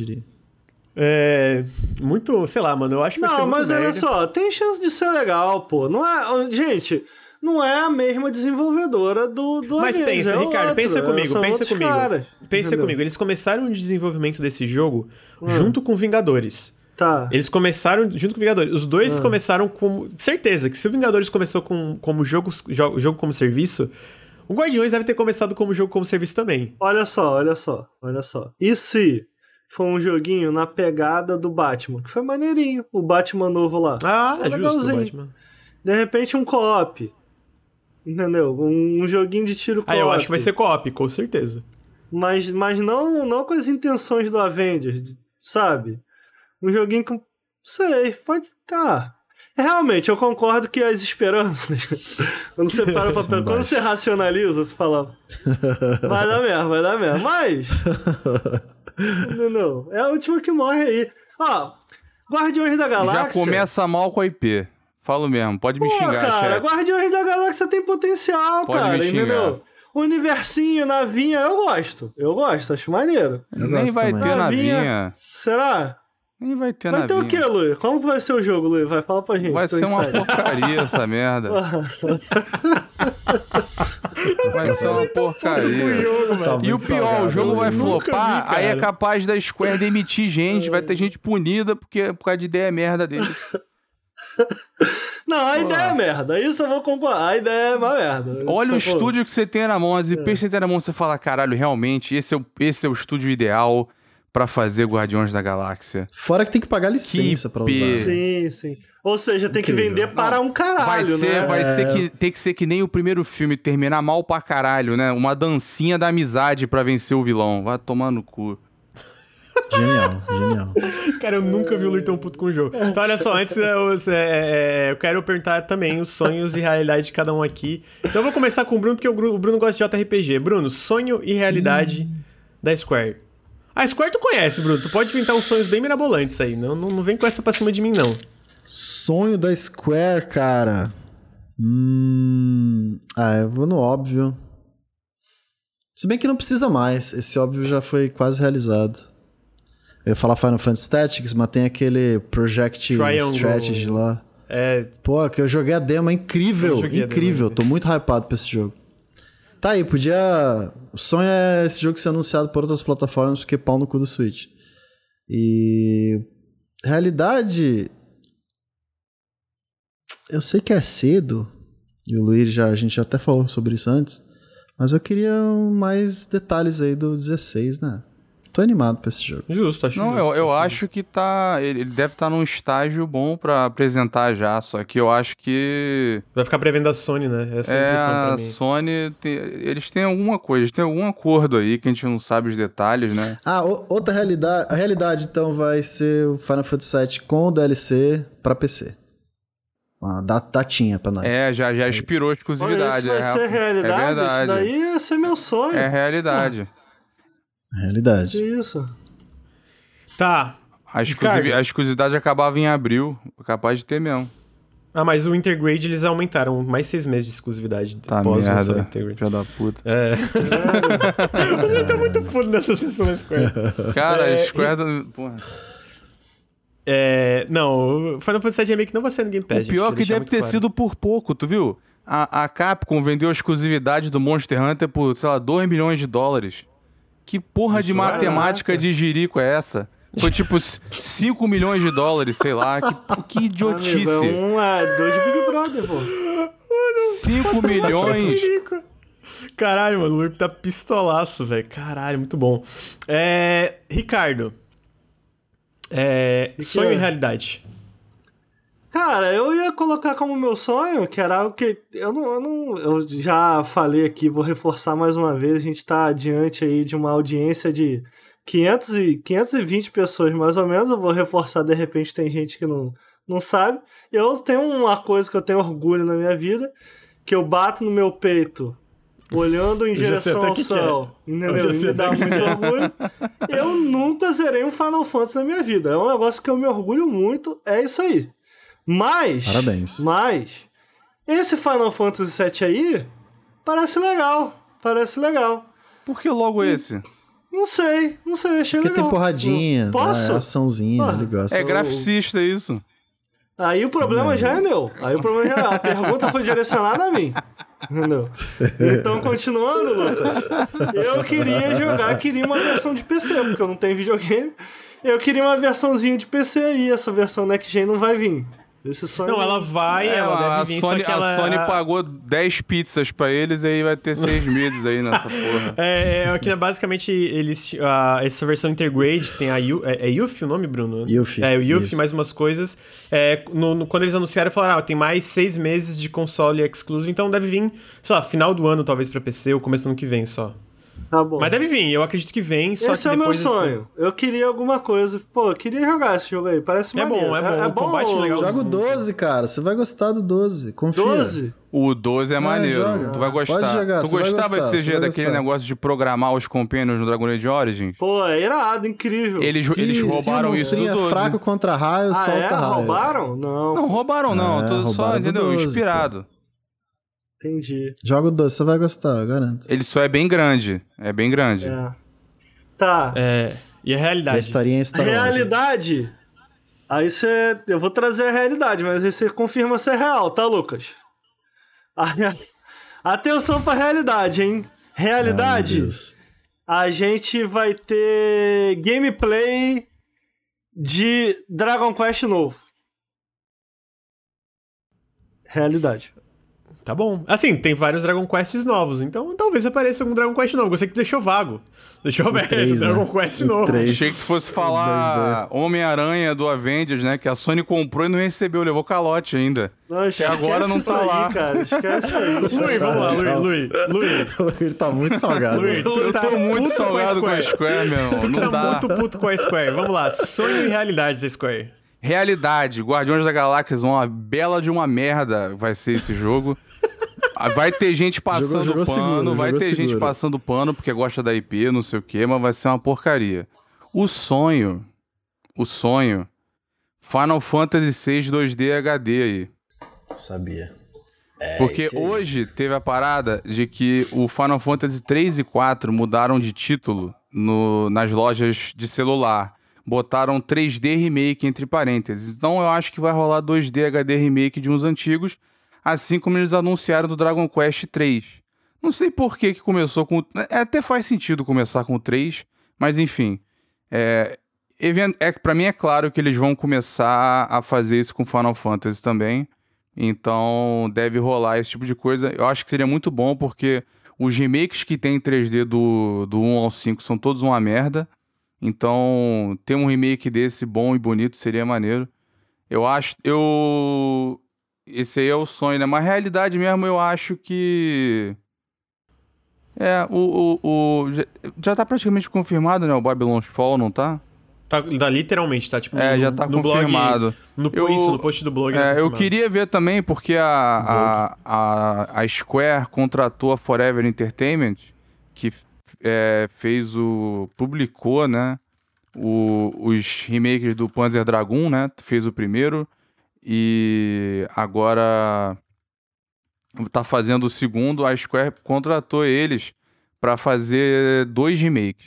Muito, sei lá, mano, eu acho que não, mas olha só, tem chance de ser legal, pô. Não é, gente, não é a mesma desenvolvedora do Mas Avengers, pensa, Ricardo, pensa comigo. Caras, pensa comigo, eles começaram o desenvolvimento desse jogo junto com Vingadores. Tá. Eles começaram junto com Vingadores. Os dois começaram com... Certeza que se o Vingadores começou como jogo como serviço, o Guardiões deve ter começado como jogo como serviço também. Olha só. E se foi um joguinho na pegada do Batman, que foi maneirinho, o Batman novo lá. Justo, o Batman. De repente um co-op, entendeu? Um joguinho de tiro co-op. Eu acho que vai ser co-op, com certeza. Mas não com as intenções do Avengers, sabe? Um joguinho com... Sei, pode estar. Realmente, eu concordo que as esperanças... quando você para pra pensar, quando você racionaliza, você fala... Vai dar merda. Mas... Não. É a última que morre aí. Ó, Guardiões da Galáxia... Já começa mal com a IP. Falo mesmo, pode me xingar, cara, chefe. Guardiões da Galáxia tem potencial, Pode cara, me xingar. entendeu? Universinho, navinha, eu gosto, acho maneiro. Nem vai também. ter navinha. Será? Nem vai ter Vai ter navinha. o quê, Luiz? Como que vai ser o jogo, Luiz? Vai falar pra gente. Vai tô ser uma inside. porcaria essa merda. Vai ser uma porcaria. Tá E o muito pior, salgado, o jogo vai né? flopar, vi, aí é cara. capaz da Square demitir gente, vai ter gente punida por causa de ideia merda deles. Não, a ideia é merda. Isso eu vou concordar. A ideia é uma merda. Olha o Sacou? estúdio que você tem na mão, as IPs que você tem na mão, você fala, caralho, realmente, esse é o estúdio ideal pra fazer Guardiões da Galáxia. Fora que tem que pagar licença pra usar. pe- né? Sim. Ou seja, tem que Incrível. vender para um caralho, né? Vai ser que tem que ser que nem o primeiro filme, terminar mal pra caralho, né? Uma dancinha da amizade pra vencer o vilão. Vai tomar no cu. Genial. Cara, eu nunca vi o Luiz tão puto com o jogo. Então, olha só, antes eu quero perguntar também os sonhos e realidade de cada um aqui. Então eu vou começar com o Bruno, porque o Bruno gosta de JRPG. Bruno, sonho e realidade da Square. A Square tu conhece, Bruno. Tu pode inventar uns sonhos bem mirabolantes aí. Não vem com essa pra cima de mim, não. Sonho da Square, cara. Eu vou no óbvio. Se bem que não precisa mais. Esse óbvio já foi quase realizado. Eu ia falar Final Fantasy Tactics, mas tem aquele Project Triangle. Strategy lá. Pô, que eu joguei a demo, é incrível. Eu joguei a demo Incrível. ainda. Tô muito hypado pra esse jogo. Tá aí, podia... O sonho é esse jogo ser anunciado por outras plataformas, porque pau no cu do Switch. E... Realidade... Eu sei que é cedo, e o Luiz a gente já até falou sobre isso antes, mas eu queria mais detalhes aí do 16, né? Tô animado pra esse jogo. Justo, acho Não, justo. eu acho que tá. Ele deve estar num estágio bom pra apresentar já, só que eu acho que. Vai ficar prevendo a Sony, né? Essa é a impressão pra A mim. Sony. Eles têm alguma coisa, eles têm algum acordo aí que a gente não sabe os detalhes, né? Outra realidade. A realidade, então, vai ser o Final Fantasy VII com o DLC pra PC. Uma datinha pra nós. Já expirou a Olha, exclusividade. isso vai ser realidade? É verdade. Isso daí ia ser meu sonho. É realidade. Realidade. Que isso? Tá. A Ricardo. exclusividade acabava em abril. Capaz de ter mesmo. Ah, mas o Intergrade eles aumentaram mais 6 meses de exclusividade Tá após o merda. lançamento do Intergrade. Filha da puta. O Luiz tá muito puto nessa sessão da Square. Cara, a Square. Porra. Não, o Final Fantasy VII Remake não vai ser no Game Pass. O pior é que deve ter sido por pouco, tu viu? A Capcom vendeu a exclusividade do Monster Hunter por, sei lá, $2 milhões. Que porra de matemática de jirico é essa? Foi tipo $5 milhões, sei lá. Que idiotice. Amigo, dois de Big Brother, pô. 5 milhões. Caralho, mano, o Lurp tá pistolaço, velho. Caralho, muito bom. Ricardo. Sonho e realidade. Cara, eu ia colocar como meu sonho, que era algo que eu já falei aqui, vou reforçar mais uma vez, a gente tá diante aí de uma audiência de 520 pessoas mais ou menos, eu vou reforçar, de repente tem gente que não sabe. Eu tenho uma coisa que eu tenho orgulho na minha vida, que eu bato no meu peito, olhando em direção ao céu, entendeu? E me dá muito orgulho. Eu nunca zerei um Final Fantasy na minha vida, é um negócio que eu me orgulho muito, é isso aí. Parabéns. Mas esse Final Fantasy VII aí parece legal. Por que logo esse? Não sei, achei Porque legal. tem porradinha, Posso? açãozinha, Porra. ele gosta. É graficista isso. Aí o problema já é meu. A pergunta foi direcionada a mim. Entendeu? Então, continuando, Lucas. Eu queria uma versão de PC, porque eu não tenho videogame. Eu queria uma versãozinha de PC aí, essa versão Next Gen não vai vir. Esse sonho... Não, ela vai, ela deve vir, só que ela... A Sony pagou 10 pizzas pra eles e aí vai ter 6 meses aí nessa porra. Que basicamente essa versão Intergrade tem a Yuffie o nome, Bruno? Yuffie. O Yuffie, Isso. mais umas coisas. Quando eles anunciaram, falaram, tem mais 6 meses de console exclusive, então deve vir, sei lá, final do ano talvez pra PC ou começo do ano que vem só. Tá bom. Mas deve vir, eu acredito que vem, só esse que é o meu depois... sonho. Eu queria alguma coisa. Pô, eu queria jogar esse jogo aí. Parece maneiro. É bom. O combate é legal. Joga o 12, cara. Você vai gostar do 12. Confia. 12? O 12 é maneiro. joga. Tu vai gostar. Pode jogar, Tu você vai gostava gostar, de você CG vai daquele gostar. negócio de programar os companions no Dragon Age Origins? Pô, é irado, incrível. Eles roubaram se o isso do monstrinho é 12. fraco contra raio, solta raio. Roubaram? Não. Não, roubaram não. É, Tô só, roubaram do entendeu? 12, Inspirado. Entendi. Joga o 12, você vai gostar, eu garanto. Ele só é bem grande. É bem grande. É. Tá. E a E a realidade? historinha é Star Wars. Realidade. Aí você... Eu vou trazer a realidade, mas aí você confirma se é real, tá, Lucas? Atenção pra realidade, hein? Realidade. Ai, meu Deus. A gente vai ter gameplay de Dragon Quest novo. Realidade. Tá bom. Assim, tem vários Dragon Quests novos, então talvez apareça algum Dragon Quest novo. Você que deixou vago. Deixou aberto, 3, né? Dragon Quest O novo. 3. Achei que tu fosse falar Homem-Aranha do Avengers, né? Que a Sony comprou e não recebeu, levou calote ainda. Não, Até agora não tá aí, lá. Cara. Esquece aí. Luiz, vamos lá, Luiz. Ele tá muito salgado. Luiz, né? tu Eu tá tô muito puto salgado com a Square. Square, meu irmão. Tu Não tá dá. muito puto com a Square. Vamos lá, sonho e realidade da Square. Realidade, Guardiões da Galáxia, uma bela de uma merda vai ser esse jogo. Vai ter gente passando Jogou pano, seguro, vai jogou ter gente seguro. passando pano porque gosta da IP, não sei o que, mas vai ser uma porcaria. O sonho, Final Fantasy VI 2D HD aí. Sabia. Porque isso aí. hoje teve a parada de que o Final Fantasy 3 e 4 mudaram de título nas lojas de celular. Botaram 3D Remake entre parênteses. Então eu acho que vai rolar 2D HD Remake de uns antigos, assim como eles anunciaram do Dragon Quest 3. Não sei por que começou com... Até faz sentido começar com o 3, mas enfim. Pra mim é claro que eles vão começar a fazer isso com Final Fantasy também. Então deve rolar esse tipo de coisa. Eu acho que seria muito bom porque os remakes que tem em 3D do 1 ao 5 são todos uma merda. Então ter um remake desse bom e bonito seria maneiro. Esse aí é o sonho, né? Mas a realidade mesmo eu acho que... Já tá praticamente confirmado, né? O Babylon's Fall, não tá? Tá literalmente, tá tipo Já tá no confirmado. Blog, no post do blog. Eu queria ver também, porque a Square contratou a Forever Entertainment, que publicou, né, os remakes do Panzer Dragoon, né, fez o primeiro, e agora tá fazendo o segundo. A Square contratou eles para fazer 2 remakes.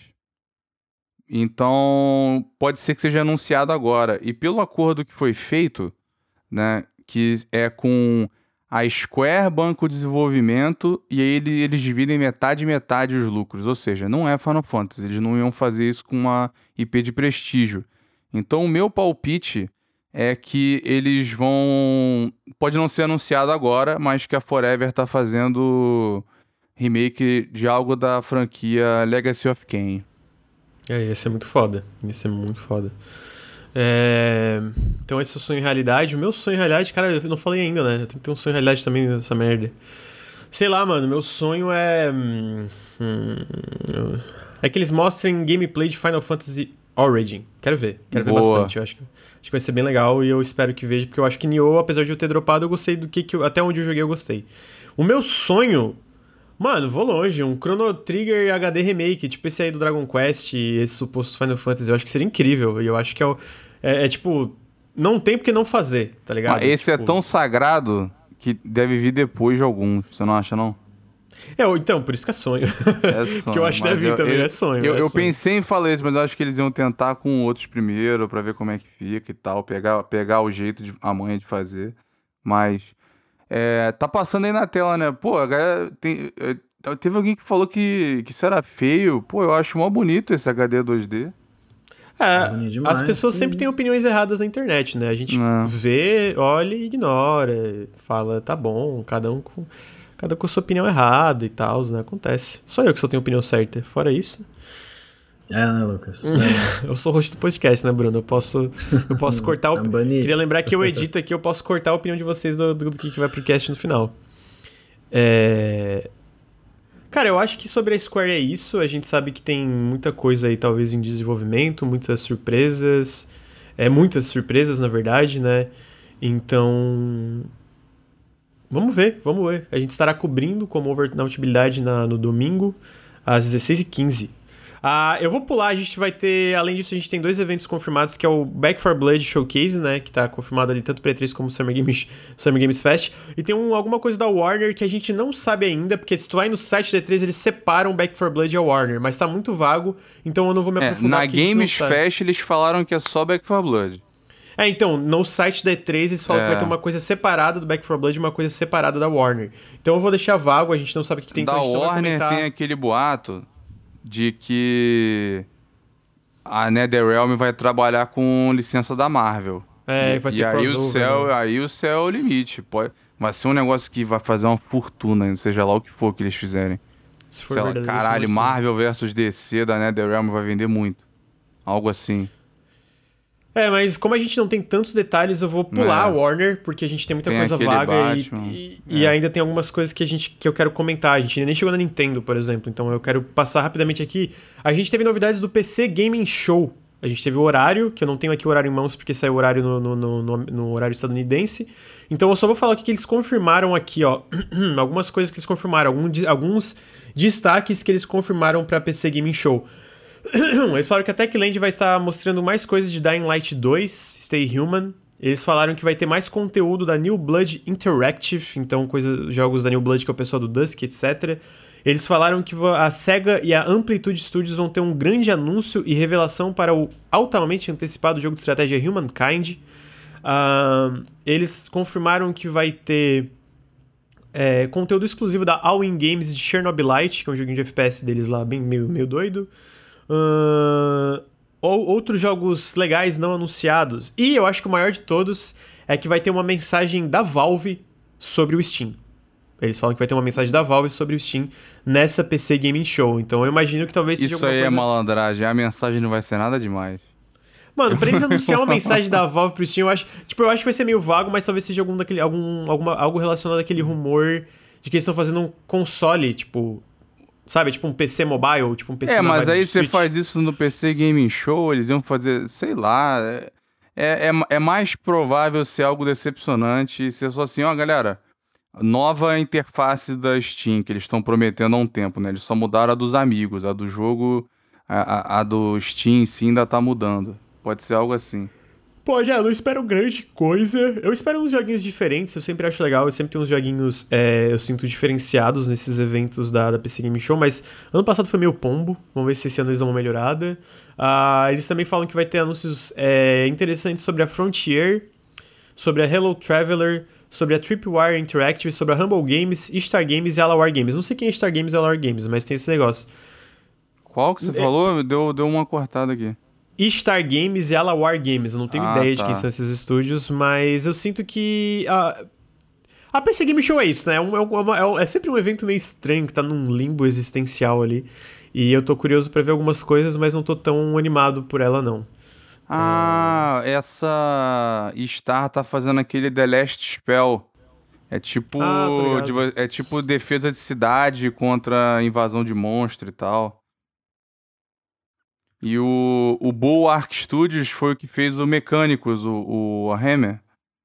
Então, pode ser que seja anunciado agora. E pelo acordo que foi feito, né, que é com a Square Banco de Desenvolvimento, e aí eles dividem metade e metade os lucros. Ou seja, não é Final Fantasy. Eles não iam fazer isso com uma IP de prestígio. Então, o meu palpite é que eles vão... Pode não ser anunciado agora, mas que a Forever tá fazendo remake de algo da franquia Legacy of Kain. Ia ser muito foda. Então esse é o sonho em realidade. O meu sonho em realidade, cara, eu não falei ainda, né? Eu tenho que ter um sonho em realidade também nessa merda. Sei lá, mano, meu sonho é... É que eles mostrem gameplay de Final Fantasy Origin. Quero ver bastante. Eu acho que vai ser bem legal e eu espero que veja, porque eu acho que Nioh, apesar de eu ter dropado, eu gostei do até onde eu joguei, eu gostei. O meu sonho... Mano, vou longe, um Chrono Trigger HD Remake, tipo esse aí do Dragon Quest e esse suposto Final Fantasy, eu acho que seria incrível, e eu acho que tipo, não tem porque não fazer, tá ligado? Mas esse tipo... é tão sagrado que deve vir depois de alguns, você não acha, não? Então, por isso que é sonho. É sonho. Porque eu acho que deve vir também, é sonho. Eu pensei em falar isso, mas eu acho que eles iam tentar com outros primeiro, pra ver como é que fica e tal, pegar o jeito, a manha de fazer, mas... tá passando aí na tela, né? Pô, a galera teve alguém que falou que isso era feio. Pô, eu acho mó bonito esse HD 2D. Demais, as pessoas sempre têm opiniões erradas na internet, né? A gente vê, olha e ignora, fala, tá bom, cada um com sua opinião errada e tal, né? Acontece. Só eu que só tenho opinião certa. Fora isso... né, Lucas? Eu sou host do podcast, né, Bruno? Eu posso cortar o... Queria lembrar que eu edito aqui, eu posso cortar a opinião de vocês do que vai pro cast no final. Cara, eu acho que sobre a Square é isso. A gente sabe que tem muita coisa aí, talvez, em desenvolvimento, muitas surpresas. Muitas surpresas, na verdade, né? Então, vamos ver. A gente estará cobrindo como Overnautibilidade no domingo, às 16h15. Eu vou pular, a gente vai ter, além disso, a gente tem 2 eventos confirmados, que é o Back 4 Blood Showcase, né, que tá confirmado ali tanto para E3 como Summer Games Fest, e tem alguma coisa da Warner que a gente não sabe ainda, porque se tu vai no site da E3, eles separam Back 4 Blood e a Warner, mas tá muito vago, então eu não vou me aprofundar na aqui. Games Fest eles falaram que é só Back 4 Blood. Então, no site da E3 eles falam que vai ter uma coisa separada do Back 4 Blood e uma coisa separada da Warner. Então eu vou deixar vago, a gente não sabe o que tem. Da então a gente Warner tem aquele boato de que a NetherRealm vai trabalhar com licença da Marvel. Vai ter crossover. Aí o céu é o limite. Vai ser um negócio que vai fazer uma fortuna, seja lá o que for que eles fizerem. Se for verdade, caralho, Marvel versus DC da NetherRealm vai vender muito. Algo assim. Mas como a gente não tem tantos detalhes, eu vou pular a Warner, porque a gente tem muita coisa vaga e ainda tem algumas coisas que eu quero comentar. A gente ainda nem chegou na Nintendo, por exemplo, então eu quero passar rapidamente aqui. A gente teve novidades do PC Gaming Show. A gente teve o horário, que eu não tenho aqui o horário em mãos, porque saiu o horário no horário estadunidense. Então eu só vou falar o que eles confirmaram aqui, ó. Algumas coisas que eles confirmaram, alguns destaques que eles confirmaram para PC Gaming Show. Eles falaram que a Techland vai estar mostrando mais coisas de Dying Light 2, Stay Human. Eles falaram que vai ter mais conteúdo da New Blood Interactive, então jogos da New Blood, que é o pessoal do Dusk, etc. Eles falaram que a SEGA e a Amplitude Studios vão ter um grande anúncio e revelação para o altamente antecipado jogo de estratégia Humankind. Eles confirmaram que vai ter conteúdo exclusivo da All-In Games de Chernobylite, que é um joguinho de FPS deles lá, bem meio doido. Outros jogos legais não anunciados. E eu acho que o maior de todos é que vai ter uma mensagem da Valve sobre o Steam. Eles falam que vai ter uma mensagem da Valve sobre o Steam nessa PC Gaming Show. Então eu imagino que talvez seja alguma coisa... Isso aí é malandragem. A mensagem não vai ser nada demais. Mano, pra eles anunciar uma mensagem da Valve pro Steam, eu acho que vai ser meio vago, mas talvez seja algo relacionado àquele rumor de que eles estão fazendo um console, tipo... Sabe, tipo um PC mobile, tipo um PC mas aí você faz isso no PC Gaming Show, eles iam fazer, sei lá... É mais provável ser algo decepcionante, ser só assim, ó, galera... Nova interface da Steam, que eles estão prometendo há um tempo, né? Eles só mudaram a dos amigos, a do jogo, a do Steam sim ainda tá mudando. Pode ser algo assim. Pode, eu não espero grande coisa. Eu espero uns joguinhos diferentes, eu sempre acho legal. Eu sempre tenho uns joguinhos, eu sinto, diferenciados nesses eventos da PC Game Show, mas ano passado foi meio pombo. Vamos ver se esse ano eles dão uma melhorada. Eles também falam que vai ter anúncios interessantes sobre a Frontier, sobre a Hello Traveler, sobre a Tripwire Interactive, sobre a Humble Games, Star Games e Alawar Games. Não sei quem é Star Games e Alawar Games, mas tem esse negócio. Qual que você falou? Deu uma cortada aqui. Star Games e Alawar Games. Eu não tenho ideia de quem são esses estúdios, mas eu sinto que... A PC Game Show é isso, né? É sempre um evento meio estranho, que tá num limbo existencial ali. E eu tô curioso pra ver algumas coisas, mas não tô tão animado por ela, não. Essa Star tá fazendo aquele The Last Spell. É tipo, é tipo defesa de cidade contra invasão de monstro e tal. E o Bulwark Studios foi o que fez o Mecânicos, o Warhammer.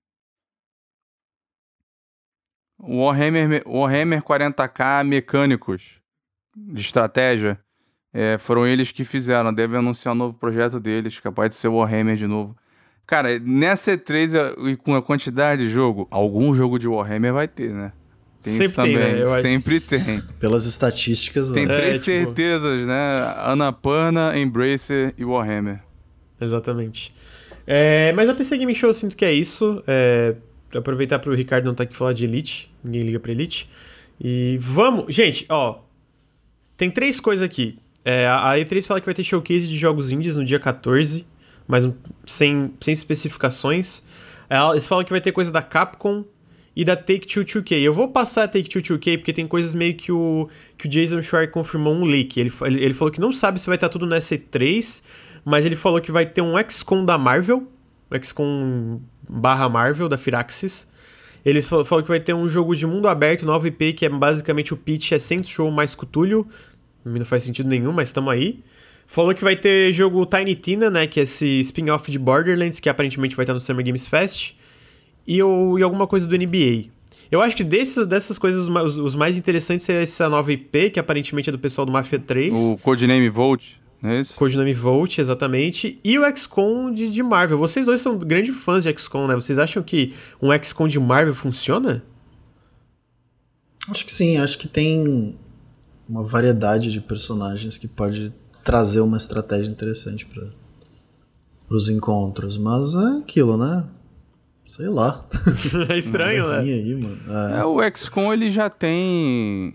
O Warhammer 40k Mecânicos de estratégia. Foram eles que fizeram. Devem anunciar um novo projeto deles, capaz de ser o Warhammer de novo. Cara, nessa E3 e com a quantidade de jogo, algum jogo de Warhammer vai ter, né? Tem sempre isso também, né? Sempre tem. Pelas estatísticas, tem três certezas, né? Annapurna, Embracer e Warhammer. Exatamente. Mas a PC Game Show eu sinto que é isso. Aproveitar pro Ricardo não estar aqui falar de Elite. Ninguém liga pra Elite. E vamos... Gente, ó. Tem 3 coisas aqui. A E3 fala que vai ter showcase de jogos indies no dia 14, mas sem especificações. Eles falam que vai ter coisa da Capcom e da Take-Two 2K. Eu vou passar a Take-Two 2K porque tem coisas meio que o Jason Schreier confirmou um leak. Ele falou que não sabe se vai estar tudo nessa E3, mas ele falou que vai ter um XCOM da Marvel, o XCOM /Marvel da Firaxis, Eles falaram que vai ter um jogo de mundo aberto, nova IP, que é basicamente o pitch é Saints Row mais Cthulhu. Não faz sentido nenhum, mas estamos aí. Falou que vai ter jogo Tiny Tina, né, que é esse spin-off de Borderlands, que aparentemente vai estar no Summer Games Fest. E alguma coisa do NBA. Eu acho que dessas coisas, os mais interessantes é essa nova IP, que aparentemente é do pessoal do Mafia 3. O Codename Volt, não é isso? Codename Volt, exatamente. E o XCOM de Marvel. Vocês dois são grandes fãs de XCOM, né? Vocês acham que um XCOM de Marvel funciona? Acho que sim, acho que tem uma variedade de personagens que pode trazer uma estratégia interessante para os encontros. Mas é aquilo, né? Sei lá. É estranho, né? Aí, mano. O XCOM, ele já tem...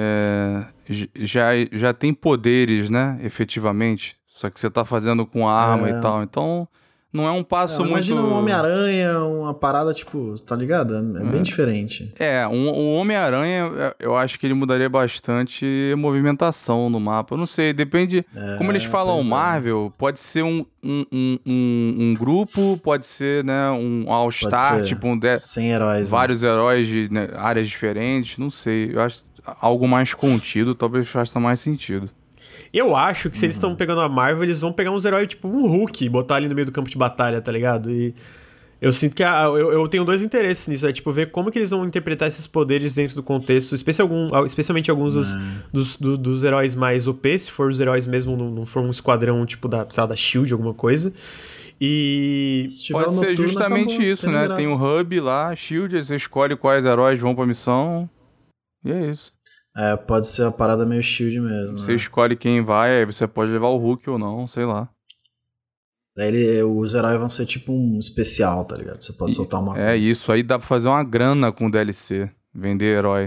já tem poderes, né? Efetivamente. Só que você tá fazendo com arma e tal. Então, não é um passo muito... Imagina um Homem-Aranha, uma parada, tipo... Tá ligado? É bem diferente. O Homem-Aranha, eu acho que ele mudaria bastante a movimentação no mapa. Eu não sei, depende... como eles falam Marvel, pode ser um grupo, pode ser, né, um All-Star, tipo 100 heróis. Vários heróis de, né, áreas diferentes, não sei. Eu acho algo mais contido talvez faça mais sentido. Eu acho que se eles estão pegando a Marvel, eles vão pegar uns heróis tipo um Hulk e botar ali no meio do campo de batalha, tá ligado? E eu sinto que eu tenho dois interesses nisso, ver como que eles vão interpretar esses poderes dentro do contexto, especialmente alguns dos heróis mais OP, se for os heróis mesmo, não for um esquadrão tipo da SHIELD, alguma coisa. E pode ser justamente isso, né? Tem um hub lá, SHIELD, você escolhe quais heróis vão pra missão, e é isso. Pode ser uma parada meio SHIELD mesmo. Você escolhe quem vai, aí você pode levar o Hulk ou não, sei lá. Daí os heróis vão ser tipo um especial, tá ligado? Você pode soltar uma coisa. Isso aí dá pra fazer uma grana com o DLC. Vender herói.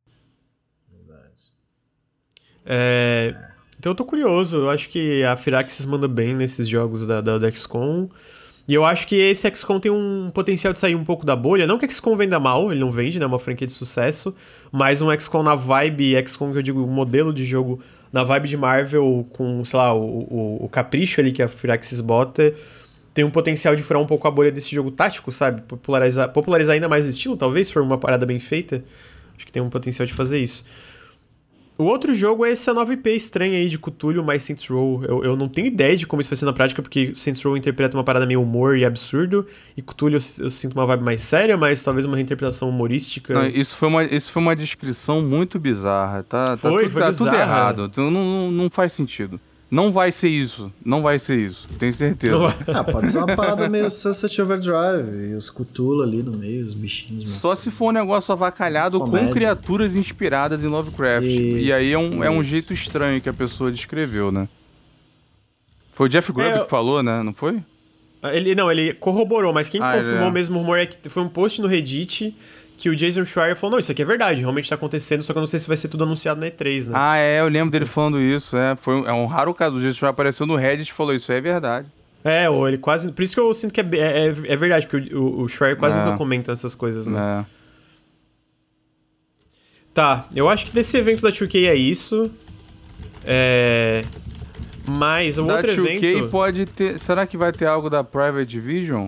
Verdade. Então eu tô curioso. Eu acho que a Firaxis manda bem nesses jogos da XCOM. E eu acho que esse XCOM tem um potencial de sair um pouco da bolha. Não que XCOM venda mal, ele não vende, né? É uma franquia de sucesso. Mas um XCOM na vibe, XCOM que eu digo, o modelo de jogo na vibe de Marvel, com, sei lá, o capricho ali que a Firaxis bota, tem um potencial de furar um pouco a bolha desse jogo tático, sabe? Popularizar ainda mais o estilo, talvez, se for uma parada bem feita. Acho que tem um potencial de fazer isso. O outro jogo é essa nova IP estranha aí de Cthulhu mais Saints Row. Eu não tenho ideia de como isso vai ser na prática, porque Saints Row interpreta uma parada meio humor e absurdo, e Cthulhu eu sinto uma vibe mais séria, mas talvez uma reinterpretação humorística. Não, isso foi uma descrição muito bizarra, tá tudo errado, não faz sentido. Não vai ser isso, tenho certeza. Pode ser uma parada meio Sunset Overdrive, e os Cthulhu ali no meio, os bichinhos. Só se for um negócio avacalhado com criaturas inspiradas em Lovecraft. E aí é um jeito estranho que a pessoa descreveu, né? Foi o Jeff Grubb que falou, né? Não foi? Ele corroborou, mas quem confirmou mesmo o rumor é que foi um post no Reddit que o Jason Schreier falou, não, isso aqui é verdade, realmente tá acontecendo, só que eu não sei se vai ser tudo anunciado na E3, né? Eu lembro dele falando isso, é um raro caso, o Jason Schreier apareceu no Reddit e falou, isso é verdade. Ou ele quase, por isso que eu sinto que é verdade, porque o Schreier quase nunca comenta essas coisas, né? Tá, eu acho que desse evento da 2K é isso, mas o outro evento... Da 2K pode ter, será que vai ter algo da Private Division?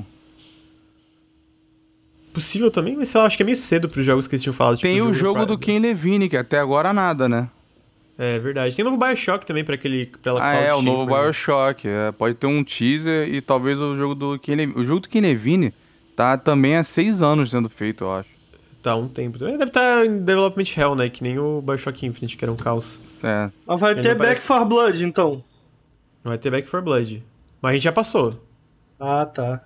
Possível também, mas sei lá, acho que é meio cedo pros jogos que eles tinham falado. Tem o jogo do Ken Levine, que até agora nada, né? É verdade. Tem o novo BioShock também pra ela o novo BioShock. Pode ter um teaser e talvez o jogo do Ken Levine. O jogo do Ken Levine tá também há 6 anos sendo feito, eu acho. Tá há um tempo. Deve estar em Development Hell, né? Que nem o BioShock Infinite, que era um caos. Mas vai ter Back 4 Blood, então? Não vai ter Back 4 Blood. Mas a gente já passou. Ah, tá.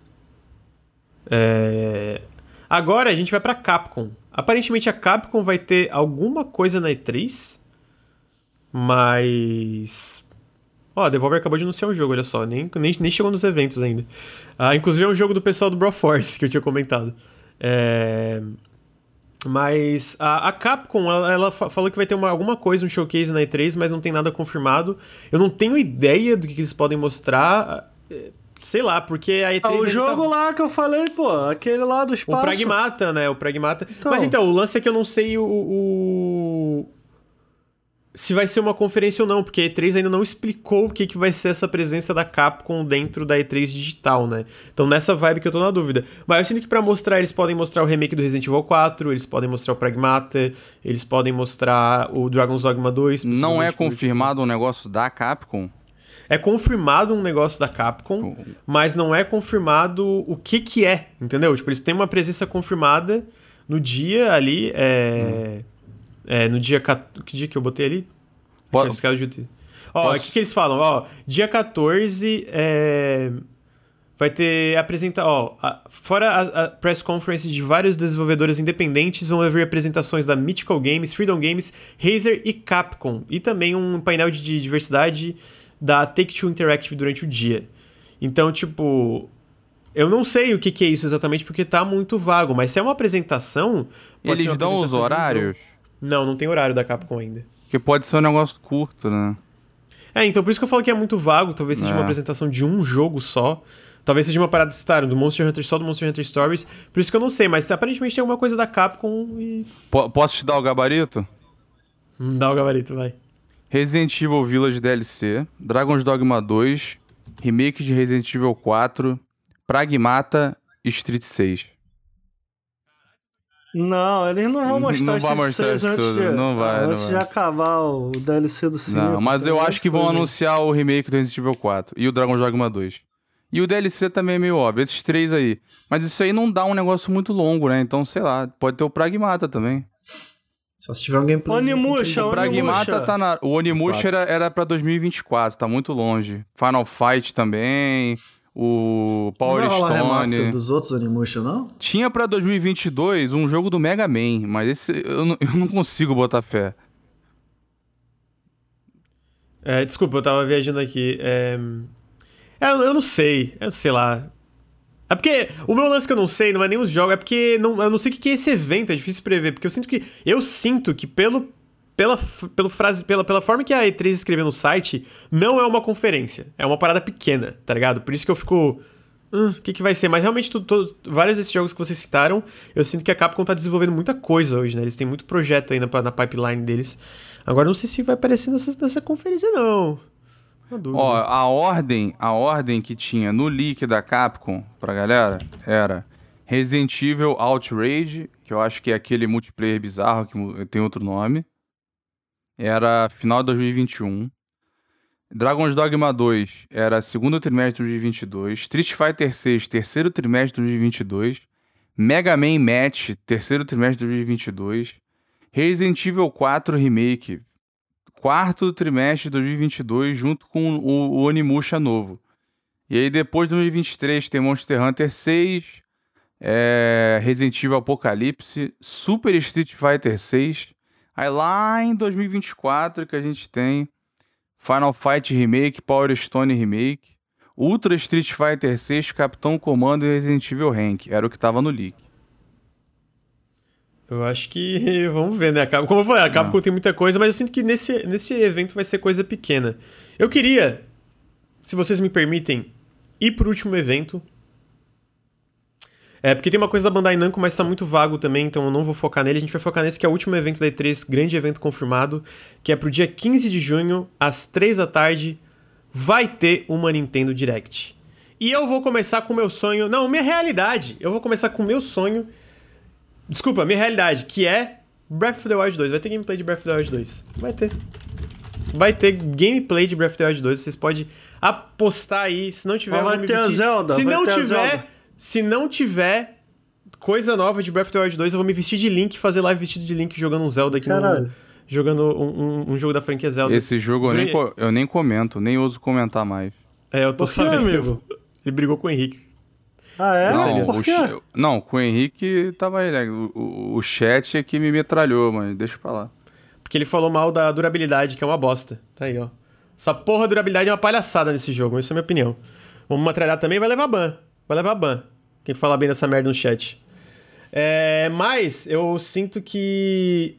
Agora a gente vai pra Capcom. Aparentemente a Capcom vai ter alguma coisa na E3, mas... a Devolver acabou de anunciar um jogo, olha só, nem chegou nos eventos ainda. Inclusive é um jogo do pessoal do Broforce, que eu tinha comentado. Mas a Capcom, ela falou que vai ter alguma coisa, um showcase na E3, mas não tem nada confirmado. Eu não tenho ideia do que eles podem mostrar... Sei lá, porque a E3... o jogo lá que eu falei, aquele lá do espaço. O Pragmata, né? O Pragmata. Então. Mas então, o lance é que eu não sei se vai ser uma conferência ou não, porque a E3 ainda não explicou o que vai ser essa presença da Capcom dentro da E3 digital, né? Então nessa vibe que eu tô na dúvida. Mas eu sinto que pra mostrar, eles podem mostrar o remake do Resident Evil 4, eles podem mostrar o Pragmata, eles podem mostrar o Dragon's Dogma 2. Não é confirmado um negócio da Capcom? É confirmado um negócio da Capcom, mas não é confirmado o que é, entendeu? Tipo, eles têm uma presença confirmada no dia ali, no dia... Que dia que eu botei ali? Ó, o que eles falam? Ó, dia 14 vai ter fora a press conference de vários desenvolvedores independentes, vão haver apresentações da Mythical Games, Freedom Games, Razer e Capcom. E também um painel de diversidade da Take-Two Interactive durante o dia. Então, tipo... Eu não sei o que é isso exatamente, porque tá muito vago. Mas se é uma apresentação... Eles dão os horários? Não tem horário da Capcom ainda. Porque pode ser um negócio curto, né? Então por isso que eu falo que é muito vago. Talvez seja uma apresentação de um jogo só. Talvez seja uma parada do Monster Hunter só, do Monster Hunter Stories. Por isso que eu não sei, mas aparentemente tem alguma coisa da Capcom e... Posso te dar o gabarito? Dá o gabarito, vai. Resident Evil Village DLC, Dragon's Dogma 2, remake de Resident Evil 4, Pragmata e Street 6. Não, eles não vão mostrar Street 6 antes de acabar o DLC do 5. Não, mas eu acho que vão anunciar o remake do Resident Evil 4 e o Dragon's Dogma 2. E o DLC também é meio óbvio, esses 3 aí. Mas isso aí não dá um negócio muito longo, né? Então, sei lá, pode ter o Pragmata também. Só se tiver um gameplay. Onimusha, o Pragmata tá na... O Onimusha era pra 2024, tá muito longe. Final Fight também, o Power Stone... Não vai remaster dos outros Onimusha, não? Tinha pra 2022 um jogo do Mega Man, mas esse eu não consigo botar fé. Desculpa, eu tava viajando aqui. Eu não sei, sei lá. É porque o meu lance que eu não sei não é nem os jogos, é porque eu não sei o que é esse evento, é difícil prever, porque eu sinto que pela forma que a E3 escreveu no site, não é uma conferência, é uma parada pequena, tá ligado? Por isso que eu fico, o que vai ser? Mas realmente vários desses jogos que vocês citaram, eu sinto que a Capcom tá desenvolvendo muita coisa hoje, né? Eles têm muito projeto aí na pipeline deles. Agora não sei se vai aparecer nessa conferência não. Ó, a ordem que tinha no leak da Capcom pra galera era Resident Evil Outrage, que eu acho que é aquele multiplayer bizarro que tem outro nome. Era final de 2021. Dragon's Dogma 2 era segundo trimestre de 2022. Street Fighter 6, terceiro trimestre de 2022. Mega Man Match, terceiro trimestre de 2022. Resident Evil 4 Remake, quarto trimestre de 2022, junto com o Onimusha novo. E aí depois de 2023 tem Monster Hunter 6, Resident Evil Apocalypse, Super Street Fighter 6. Aí lá em 2024 que a gente tem Final Fight Remake, Power Stone Remake, Ultra Street Fighter 6, Capitão Comando e Resident Evil Rank. Era o que tava no leak. Eu acho que... Vamos ver, né? Como eu falei, a Capcom tem muita coisa, mas eu sinto que nesse evento vai ser coisa pequena. Eu queria, se vocês me permitem, ir pro último evento. Porque tem uma coisa da Bandai Namco, mas tá muito vago também, então eu não vou focar nele. A gente vai focar nesse que é o último evento da E3, grande evento confirmado, que é pro dia 15 de junho, às 3 da tarde, vai ter uma Nintendo Direct. E eu vou começar com o meu sonho... Não, minha realidade. Eu vou começar com o meu sonho... Desculpa, minha realidade, que é Breath of the Wild 2. Vai ter gameplay de Breath of the Wild 2. Vai ter gameplay de Breath of the Wild 2. Vocês podem apostar aí. Se não tiver, vai ter a Zelda. Se não tiver coisa nova de Breath of the Wild 2, eu vou me vestir de Link, fazer live vestido de Link jogando um Zelda aqui jogando um jogo da franquia Zelda. Esse jogo eu nem comento, nem ouso comentar mais. Eu tô sabendo, amigo. Ele brigou com o Henrique. Ah, é? Não, por quê? Não, com o Henrique tava aí, né? O chat é que me metralhou, mas deixa pra lá. Porque ele falou mal da durabilidade, que é uma bosta. Tá aí, ó. Essa porra de durabilidade é uma palhaçada nesse jogo, essa é a minha opinião. Vamos metralhar também, vai levar ban. Quem falar bem dessa merda no chat. Mas eu sinto que...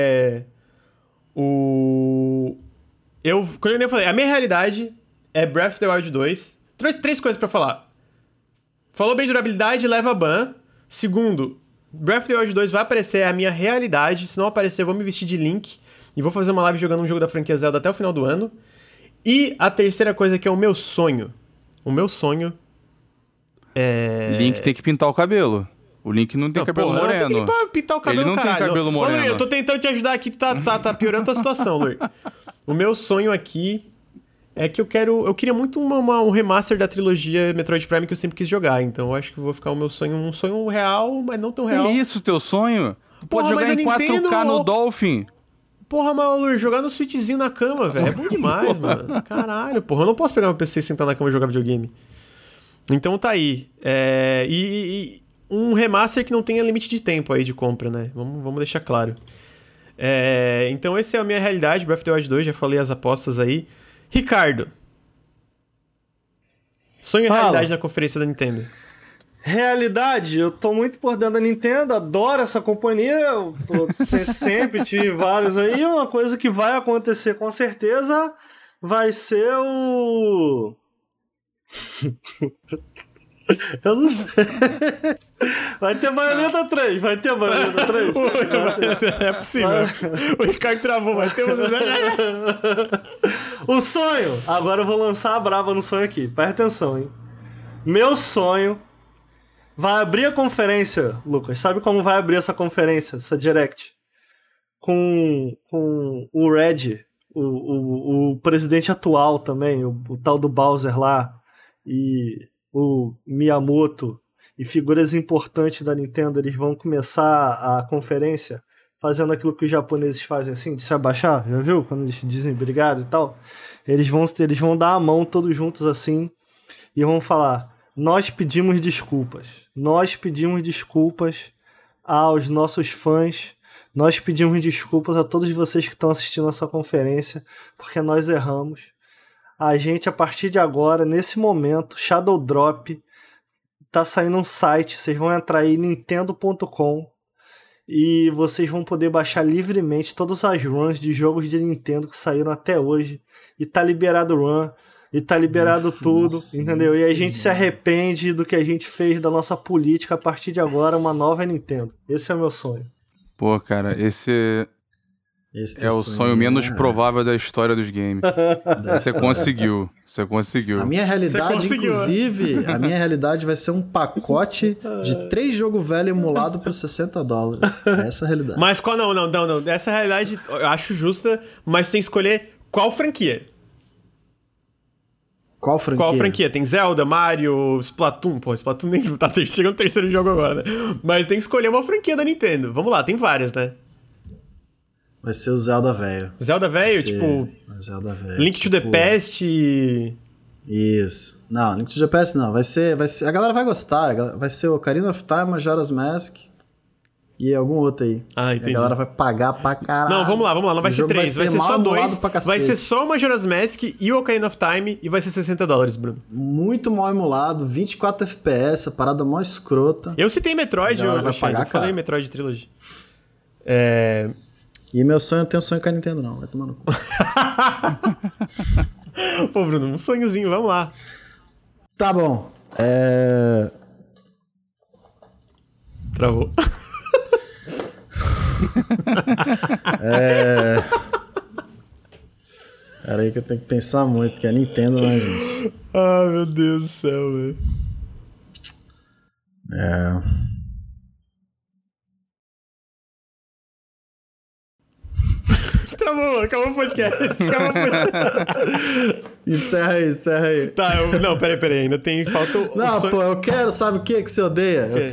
Como eu falei, a minha realidade é Breath of the Wild 2. Três coisas pra falar. Falou bem de durabilidade, leva ban. Segundo, Breath of the Wild 2 vai aparecer, é a minha realidade. Se não aparecer, eu vou me vestir de Link E vou fazer uma live jogando um jogo da franquia Zelda até o final do ano. E a terceira coisa que é o meu sonho. O meu sonho é... Link tem que pintar o cabelo. O Link não tem cabelo moreno. Não, tem que pintar o cabelo, Ele não caralho. tem cabelo moreno. Ô, Luiz, eu tô tentando te ajudar aqui, tá piorando a tua situação, Luiz. O meu sonho aqui é que eu queria muito um remaster da trilogia Metroid Prime que eu sempre quis jogar. Então eu acho que vou ficar um sonho real, mas não tão real. É isso, teu sonho? Tu pode Porra, jogar mas em a 4K Nintendo- no Dolphin. Porra, Malu, jogar no Switchzinho na cama, velho. É bom demais, mano. Caralho, porra. Eu não posso pegar meu PC e sentar na cama e jogar videogame. Então tá aí. E um remaster que não tenha limite de tempo aí de compra, né? Vamos deixar claro. Então essa é a minha realidade. Breath of the Wild 2, já falei as apostas aí. Ricardo. Sonho e Fala. realidade na conferência da Nintendo. Realidade, eu tô muito por dentro da Nintendo, adoro essa companhia, sempre tive vários aí. Uma coisa que vai acontecer com certeza vai ser o... Eu não sei. Vai ter Bayonetta 3, vai ter Bayonetta 3. É possível. O Ricardo travou, vai ter O sonho, agora eu vou lançar a brava no sonho aqui, presta atenção, hein. Meu sonho vai abrir a conferência, Lucas. Sabe como vai abrir essa conferência, essa Direct? Com o Red, o presidente atual também, o tal do Bowser lá, e o Miyamoto, e figuras importantes da Nintendo, eles vão começar a conferência fazendo aquilo que os japoneses fazem assim, de se abaixar, já viu? Quando eles dizem obrigado e tal. Eles vão dar a mão todos juntos assim, e vão falar: nós pedimos desculpas aos nossos fãs, nós pedimos desculpas a todos vocês que estão assistindo essa conferência, porque nós erramos. A gente, a partir de agora, nesse momento, Shadow Drop, tá saindo um site, vocês vão entrar aí, nintendo.com, e vocês vão poder baixar livremente todas as runs de jogos de Nintendo que saíram até hoje, e tá liberado run, e tá liberado tudo, entendeu? E a gente se arrepende do que a gente fez, da nossa política. A partir de agora, uma nova Nintendo. Esse é o meu sonho. Pô, cara, esse é o sonho menos provável da história dos games. Você conseguiu. A minha realidade, inclusive, a minha realidade vai ser um pacote de 3 jogos velhos emulados por $60. Essa é a realidade. Mas qual... Não. Essa realidade eu acho justa, mas tu tem que escolher qual franquia. Qual franquia? Qual franquia? Tem Zelda, Mario, Splatoon. Pô, Splatoon nem tá chegando no terceiro jogo agora, né? Mas tem que escolher uma franquia da Nintendo. Vamos lá, tem várias, né? Vai ser o Zelda velho. Zelda velho, tipo... Zelda velho. Link to the Past e... Isso. Não, Link to the Past não. Vai ser... A galera vai gostar. Vai ser o Ocarina of Time, Majora's Mask e algum outro aí. Ah, entendi. A galera vai pagar pra caralho. Não, vamos lá. Não vai ser 3, vai ser só 2. Vai ser só o Majora's Mask e o Ocarina of Time e vai ser $60, Bruno. Muito mal emulado, 24 FPS, a parada mó escrota. Eu citei Metroid, eu falei Metroid Trilogy. E meu sonho, eu não tenho sonho com a Nintendo não, vai tomar no cu. Pô, Bruno, um sonhozinho, vamos lá. Tá bom. Travou. Pera aí que eu tenho que pensar muito, que é Nintendo, né, gente? Ah, meu Deus do céu, velho. Travou, acabou o podcast. Encerra aí. Tá, não, peraí, ainda tem... Falta o Não, sonho... pô, eu quero, sabe o que você odeia? Eu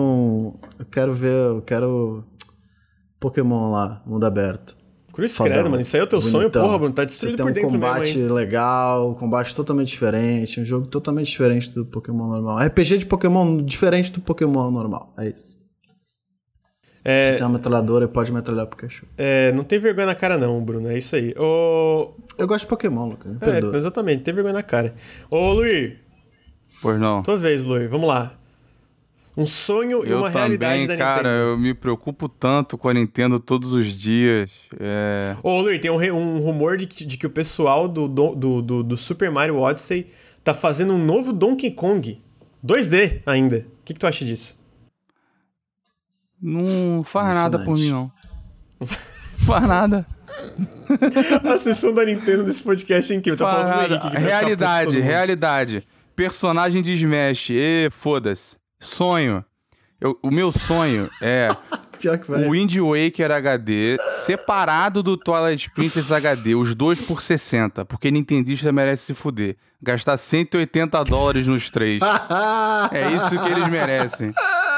quero Pokémon lá, mundo aberto. Cruz credo, mano, isso aí é o teu sonho, porra, Bruno, tá destruído por dentro mesmo, um combate legal, um combate totalmente diferente, um jogo totalmente diferente do Pokémon normal. RPG de Pokémon diferente do Pokémon normal, é isso. Se tem uma metralhadora, pode metralhar o Pikachu. Não tem vergonha na cara não, Bruno, é isso aí. Eu gosto de Pokémon, Lucas, me perdoa. Exatamente, tem vergonha na cara. Ô, Luir. Pois não. Tua vez, Luir, vamos lá. Um sonho e uma realidade da Nintendo. Cara, eu me preocupo tanto com a Nintendo todos os dias. Ô, Luir, tem um rumor de que o pessoal do Super Mario Odyssey tá fazendo um novo Donkey Kong. 2D ainda. O que tu acha disso? Não faz nada por mim, não. Faz nada. A sessão da Nintendo desse podcast é incrível. Tá falando do Henrique, que vai ficar puto todo mundo. Realidade. Personagem de Smash. Foda-se. Sonho. O meu sonho é Pior que vai. o Wind Waker HD separado do Twilight Princess HD, os dois por 60, porque Nintendista merece se fuder. Gastar $180 nos três. É isso que eles merecem.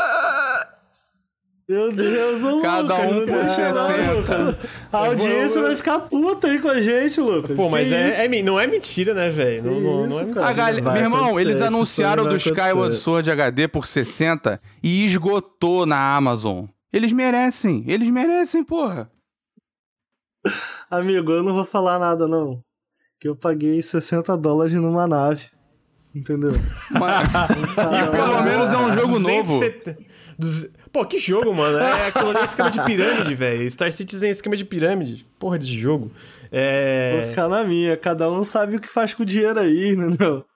Meu Deus, ô Cada Lucas, um não por deixa não, 60. Lucas. A audiência vai ficar puta aí com a gente, Lucas. Pô, mas Que não é mentira, né, velho? Não é isso, mentira. cara? Meu irmão, acontecer, eles esse anunciaram sonho do vai Skyward acontecer. Sword HD por 60 e esgotou na Amazon. Eles merecem, porra. Amigo, eu não vou falar nada, não. Que eu paguei $60 numa nave. Entendeu? Mas... e pelo menos é um jogo novo. 270. Pô, que jogo, mano. É aquilo ali é esquema de pirâmide, velho. Star Citizen é esquema de pirâmide. Porra de jogo. Vou ficar na minha. Cada um sabe o que faz com o dinheiro aí, entendeu?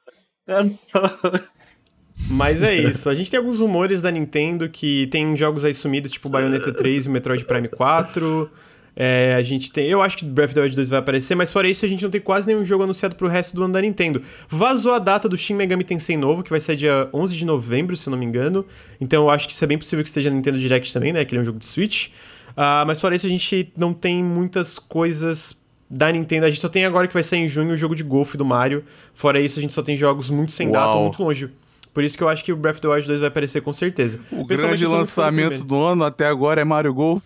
Mas é isso. A gente tem alguns rumores da Nintendo que tem jogos aí sumidos, tipo Bayonetta 3 e o Metroid Prime 4. A gente tem... Eu acho que Breath of the Wild 2 vai aparecer, mas fora isso a gente não tem quase nenhum jogo anunciado pro resto do ano da Nintendo. Vazou a data do Shin Megami Tensei novo, que vai sair dia 11 de novembro, se eu não me engano. Então eu acho que isso é bem possível que esteja na Nintendo Direct também, né? Que ele é um jogo de Switch. Mas fora isso a gente não tem muitas coisas da Nintendo. A gente só tem agora que vai sair em junho o jogo de golfe do Mario. Fora isso a gente só tem jogos muito sem data, Uau. muito longe. Por isso que eu acho que o Breath of the Wild 2 vai aparecer com certeza. O Pessoalmente, grande eu sou muito fã do lançamento primeiro. do ano até agora é Mario Golf.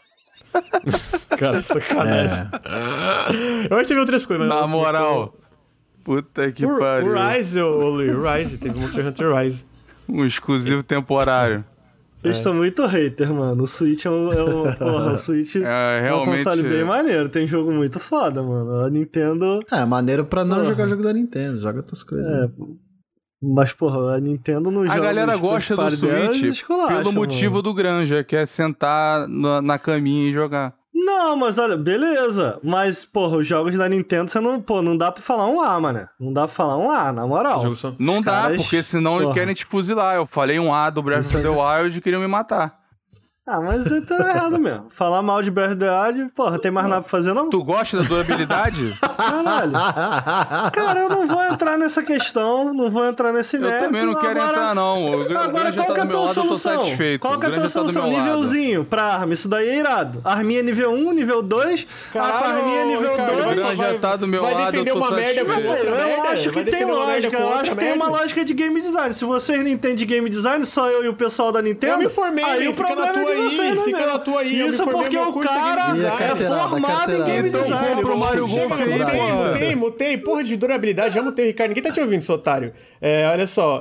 Cara, sacanagem. Eu acho que teve outras coisas, mas... Na moral. Puta que pariu. O Rise, o Rise, teve o Monster Hunter Rise. Um exclusivo temporário. Eles estão muito hater, mano. O Switch porra, o Switch é um realmente... console bem maneiro. Tem jogo muito foda, mano. A Nintendo... Maneiro pra não Porra. jogar jogo da Nintendo. Joga outras coisas. É, mas, porra, a Nintendo não joga... A galera gosta do Switch pelo motivo do Granja, que é sentar na caminha e jogar. Não, mas olha, beleza. Mas, porra, os jogos da Nintendo, você não... Pô, não dá pra falar um A, mano. Não dá pra falar um A, na moral. Jogo só- Não Os dá, caras- porque senão eles porra. querem te fuzilar. Eu falei um A do Breath of the Wild e queriam me matar. Ah, mas você tá errado mesmo. Falar mal de Breath of the Wild, porra, tem mais nada pra fazer, não? Tu gosta da durabilidade? Caralho. Cara, eu não vou entrar nessa questão, não vou entrar nesse Eu mérito. também não quero Agora- entrar, não. O Agora, Granja qual tá que é a do meu tua lado, eu tô solução? satisfeito. Qual que é O a tua Granja tá do solução? meu lado. Nívelzinho pra arma, isso daí é irado. Arminha nível 1, nível 2, a Caralho, arminha nível Ricardo, 2... O Granja tá do meu vai lado, eu defender tô uma merda com satisfeito. outra Eu merda? acho que Vai tem defender uma merda lógica, com eu outra acho que tem merda? uma lógica de game design. Se vocês não entendem de game design, só eu e o pessoal da Nintendo, Eu me formei, aí o fica na problema tua é de aí, vocês, não fica meu. na tua aí, eu me Isso formei, porque meu o curso é cara game design. é Carteirada, formado em game Então design. compra o Mario Golf aí, Mutei, pô. mutei. Porra de durabilidade, já mutei, Ricardo. Ninguém tá te ouvindo, seu otário. Olha só,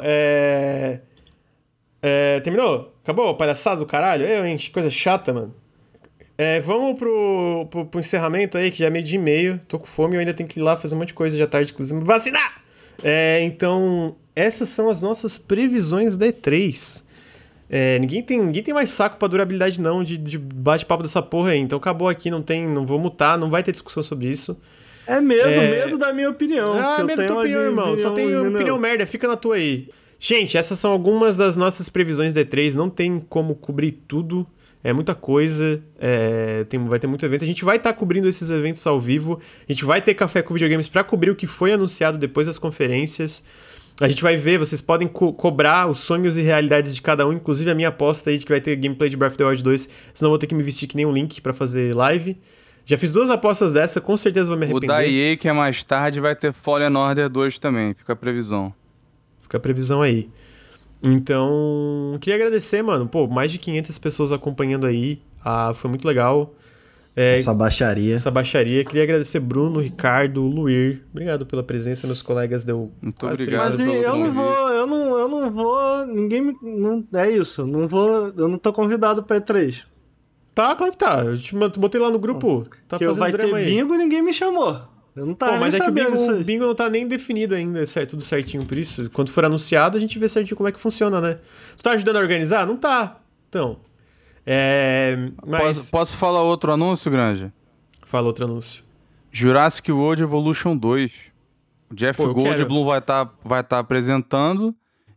terminou? Acabou? Palhaçada do caralho? Hein? Coisa chata, mano. Vamos pro encerramento aí, que já é meio de e-mail. Tô com fome e eu ainda tenho que ir lá fazer um monte de coisa já tarde, inclusive me vacinar! Então, essas são as nossas previsões da E3. Ninguém tem mais saco pra durabilidade não, de bate-papo dessa porra aí. Então acabou aqui, não vou mutar, não vai ter discussão sobre isso. É medo da minha opinião. que eu Medo da tenho tua opinião, irmão. Só tem entendeu? opinião merda, fica na tua aí. Gente, essas são algumas das nossas previsões da E3. Não tem como cobrir tudo. É muita coisa. Vai ter muito evento. A gente vai estar cobrindo esses eventos ao vivo. A gente vai ter Café com Videogames pra cobrir o que foi anunciado depois das conferências. A gente vai ver, vocês podem cobrar os sonhos e realidades de cada um, inclusive a minha aposta aí de que vai ter gameplay de Breath of the Wild 2, senão eu vou ter que me vestir que nem um Link pra fazer live. Já fiz 2 apostas dessa, com certeza vou me O arrepender. da EA, que é mais tarde, vai ter Fallen Order 2 também, fica a previsão. Fica a previsão aí. Então, queria agradecer, mano. Pô, mais de 500 pessoas acompanhando aí. Foi muito legal. Essa baixaria. Essa baixaria. Queria agradecer Bruno, Ricardo, Luir. Obrigado pela presença, meus colegas. Deu Muito quase obrigado. 3 horas Mas pelo eu convite. não vou. Ninguém. É isso. Eu não tô convidado pra E3. Tá, claro que tá. Eu te botei lá no grupo. Tá que fazendo vai drama ter aí. bingo e ninguém me chamou. Eu não tava Pô, mas nem é que o sabendo disso bingo, aí. o bingo não tá nem definido ainda, tudo certinho. Por isso, quando for anunciado, a gente vê certinho como é que funciona, né? Tu tá ajudando a organizar? Não tá. Então. Mas... Posso falar outro anúncio, Granja? Fala outro anúncio. Jurassic World Evolution 2. O Jeff Pô, eu Goldblum vai tá apresentando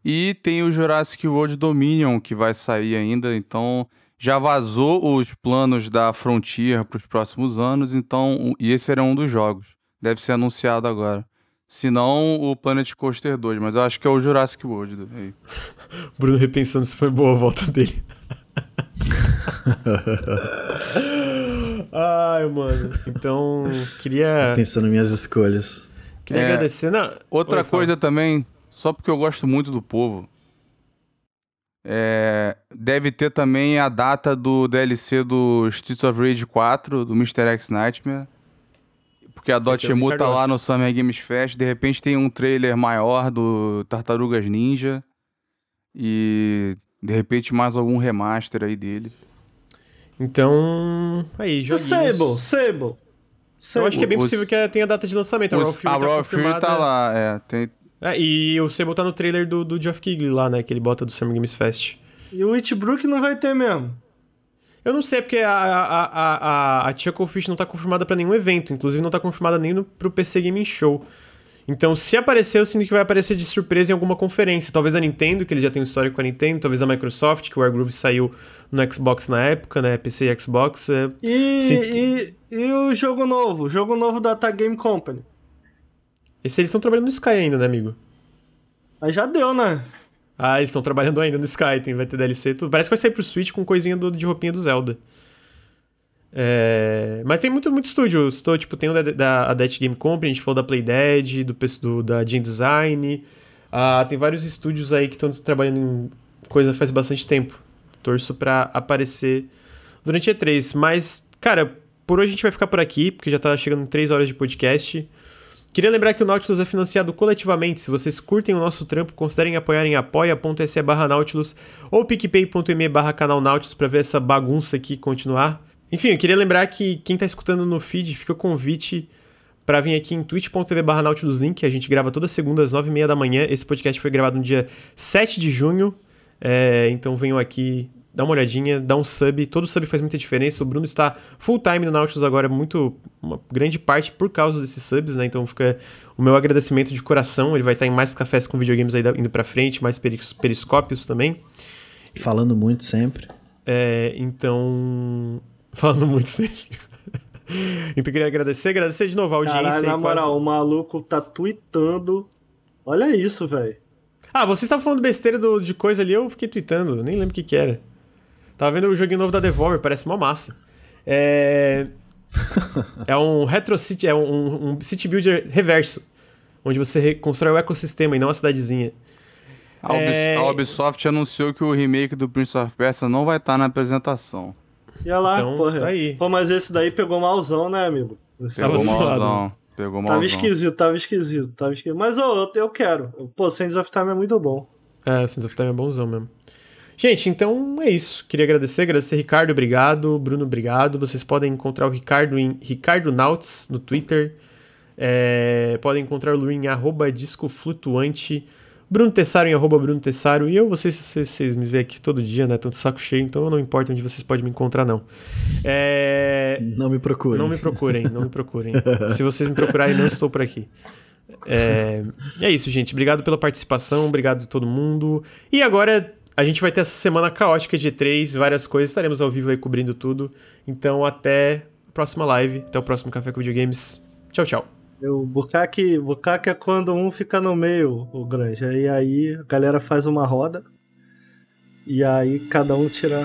E tem o Jurassic World Dominion, que vai sair ainda, então já vazou os planos da Frontier para os próximos anos, então, e esse era um dos jogos. Deve ser anunciado agora. Se não, o Planet Coaster 2, mas eu acho que é o Jurassic World. Aí. Bruno repensando se foi boa a volta dele. Ai, mano. Então, queria... Pensando em minhas escolhas. Queria agradecer. Não, outra coisa também, só porque eu gosto muito do povo, deve ter também a data do DLC do Streets of Rage 4, do Mr. X Nightmare. Porque a Dotemu tá lá no Summer Games Fest, de repente tem um trailer maior do Tartarugas Ninja e de repente mais algum remaster aí dele. Então, aí, joguinhos. Sable. Eu acho que é bem possível que tenha data de lançamento. A Raw Fury tá lá, tem... e o Sable tá no trailer do Geoff Keighley lá, né, que ele bota do Summer Games Fest. E o Witchbrook não vai ter mesmo. Eu não sei, porque a Chucklefish não tá confirmada pra nenhum evento. Inclusive não tá confirmada nem pro PC Gaming Show. Então, se aparecer, eu sinto que vai aparecer de surpresa em alguma conferência. Talvez a Nintendo, que eles já têm um histórico com a Nintendo. Talvez a Microsoft, que o Wargroove saiu no Xbox na época, né? PC e Xbox. E o jogo novo? O jogo novo da Tag Game Company? Esse eles estão trabalhando no Sky ainda, né, amigo? Mas já deu, né? Ah, eles estão trabalhando ainda no Sky, vai ter DLC e tudo. Parece que vai sair pro Switch com coisinha de roupinha do Zelda. Mas tem muito estúdio. Tem o da Death Game Company, a gente falou da Playdead, da Gen Design. Tem vários estúdios aí que estão trabalhando em coisa faz bastante tempo. Torço pra aparecer durante a E3. Mas, cara, por hoje a gente vai ficar por aqui, porque já tá chegando em 3 horas de podcast. Queria lembrar que o Nautilus é financiado coletivamente. Se vocês curtem o nosso trampo, considerem apoiar em apoia.se/Nautilus ou picpay.me/canal Nautilus para ver essa bagunça aqui continuar. Enfim, eu queria lembrar que quem tá escutando no feed, fica o convite para vir aqui em twitch.tv/NautilusLink. A gente grava toda segunda às 9h30 da manhã. Esse podcast foi gravado no dia 7 de junho. Então venham aqui, dá uma olhadinha, dá um sub. Todo sub faz muita diferença. O Bruno está full time no Nautilus agora, uma grande parte por causa desses subs, né? Então fica o meu agradecimento de coração. Ele vai estar em mais cafés com videogames aí indo pra frente, mais periscópios também. Falando muito sempre. Então... Falando muito sempre. Então queria agradecer de novo a audiência. Caralho, na moral, o maluco tá tweetando. Olha isso, velho. Vocês estavam falando besteira de coisa ali, eu fiquei tweetando, nem lembro o que era. Tava vendo o joguinho novo da Devolver, parece mó massa. É um Retro City, um City Builder reverso, onde você constrói o ecossistema e não a cidadezinha. A Ubisoft anunciou que o remake do Prince of Persia não vai estar na apresentação. E olha lá, então, porra. Tá aí. Pô, mas esse daí pegou malzão, né, amigo? Pegou malzão. Tava esquisito. Mas eu quero. Pô, Sands of Time é muito bom. Sands of Time é bonzão mesmo. Gente, então é isso. Queria agradecer Ricardo, obrigado. Bruno, obrigado. Vocês podem encontrar o Ricardo em Ricardo Nauts no Twitter. Podem encontrar o Lu em @discoflutuante. Bruno Tessaro em @Bruno Tessaro. E vocês me veem aqui todo dia, né? Tanto saco cheio, então não importa onde vocês podem me encontrar, não. Não me procurem. Não me procurem. Se vocês me procurarem, não estou por aqui. É isso, gente. Obrigado pela participação, obrigado a todo mundo. E agora a gente vai ter essa semana caótica de E3, várias coisas. Estaremos ao vivo aí cobrindo tudo. Então até a próxima live, até o próximo Café com Videogames. Tchau, tchau. O Bukake é quando um fica no meio, o Granja. E aí a galera faz uma roda. E aí cada um tira...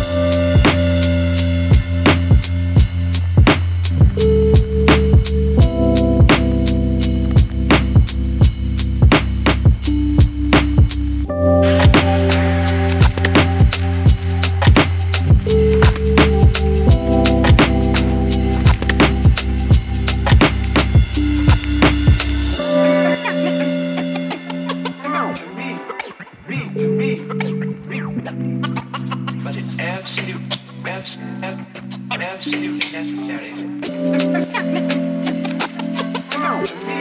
But it's absolutely necessary.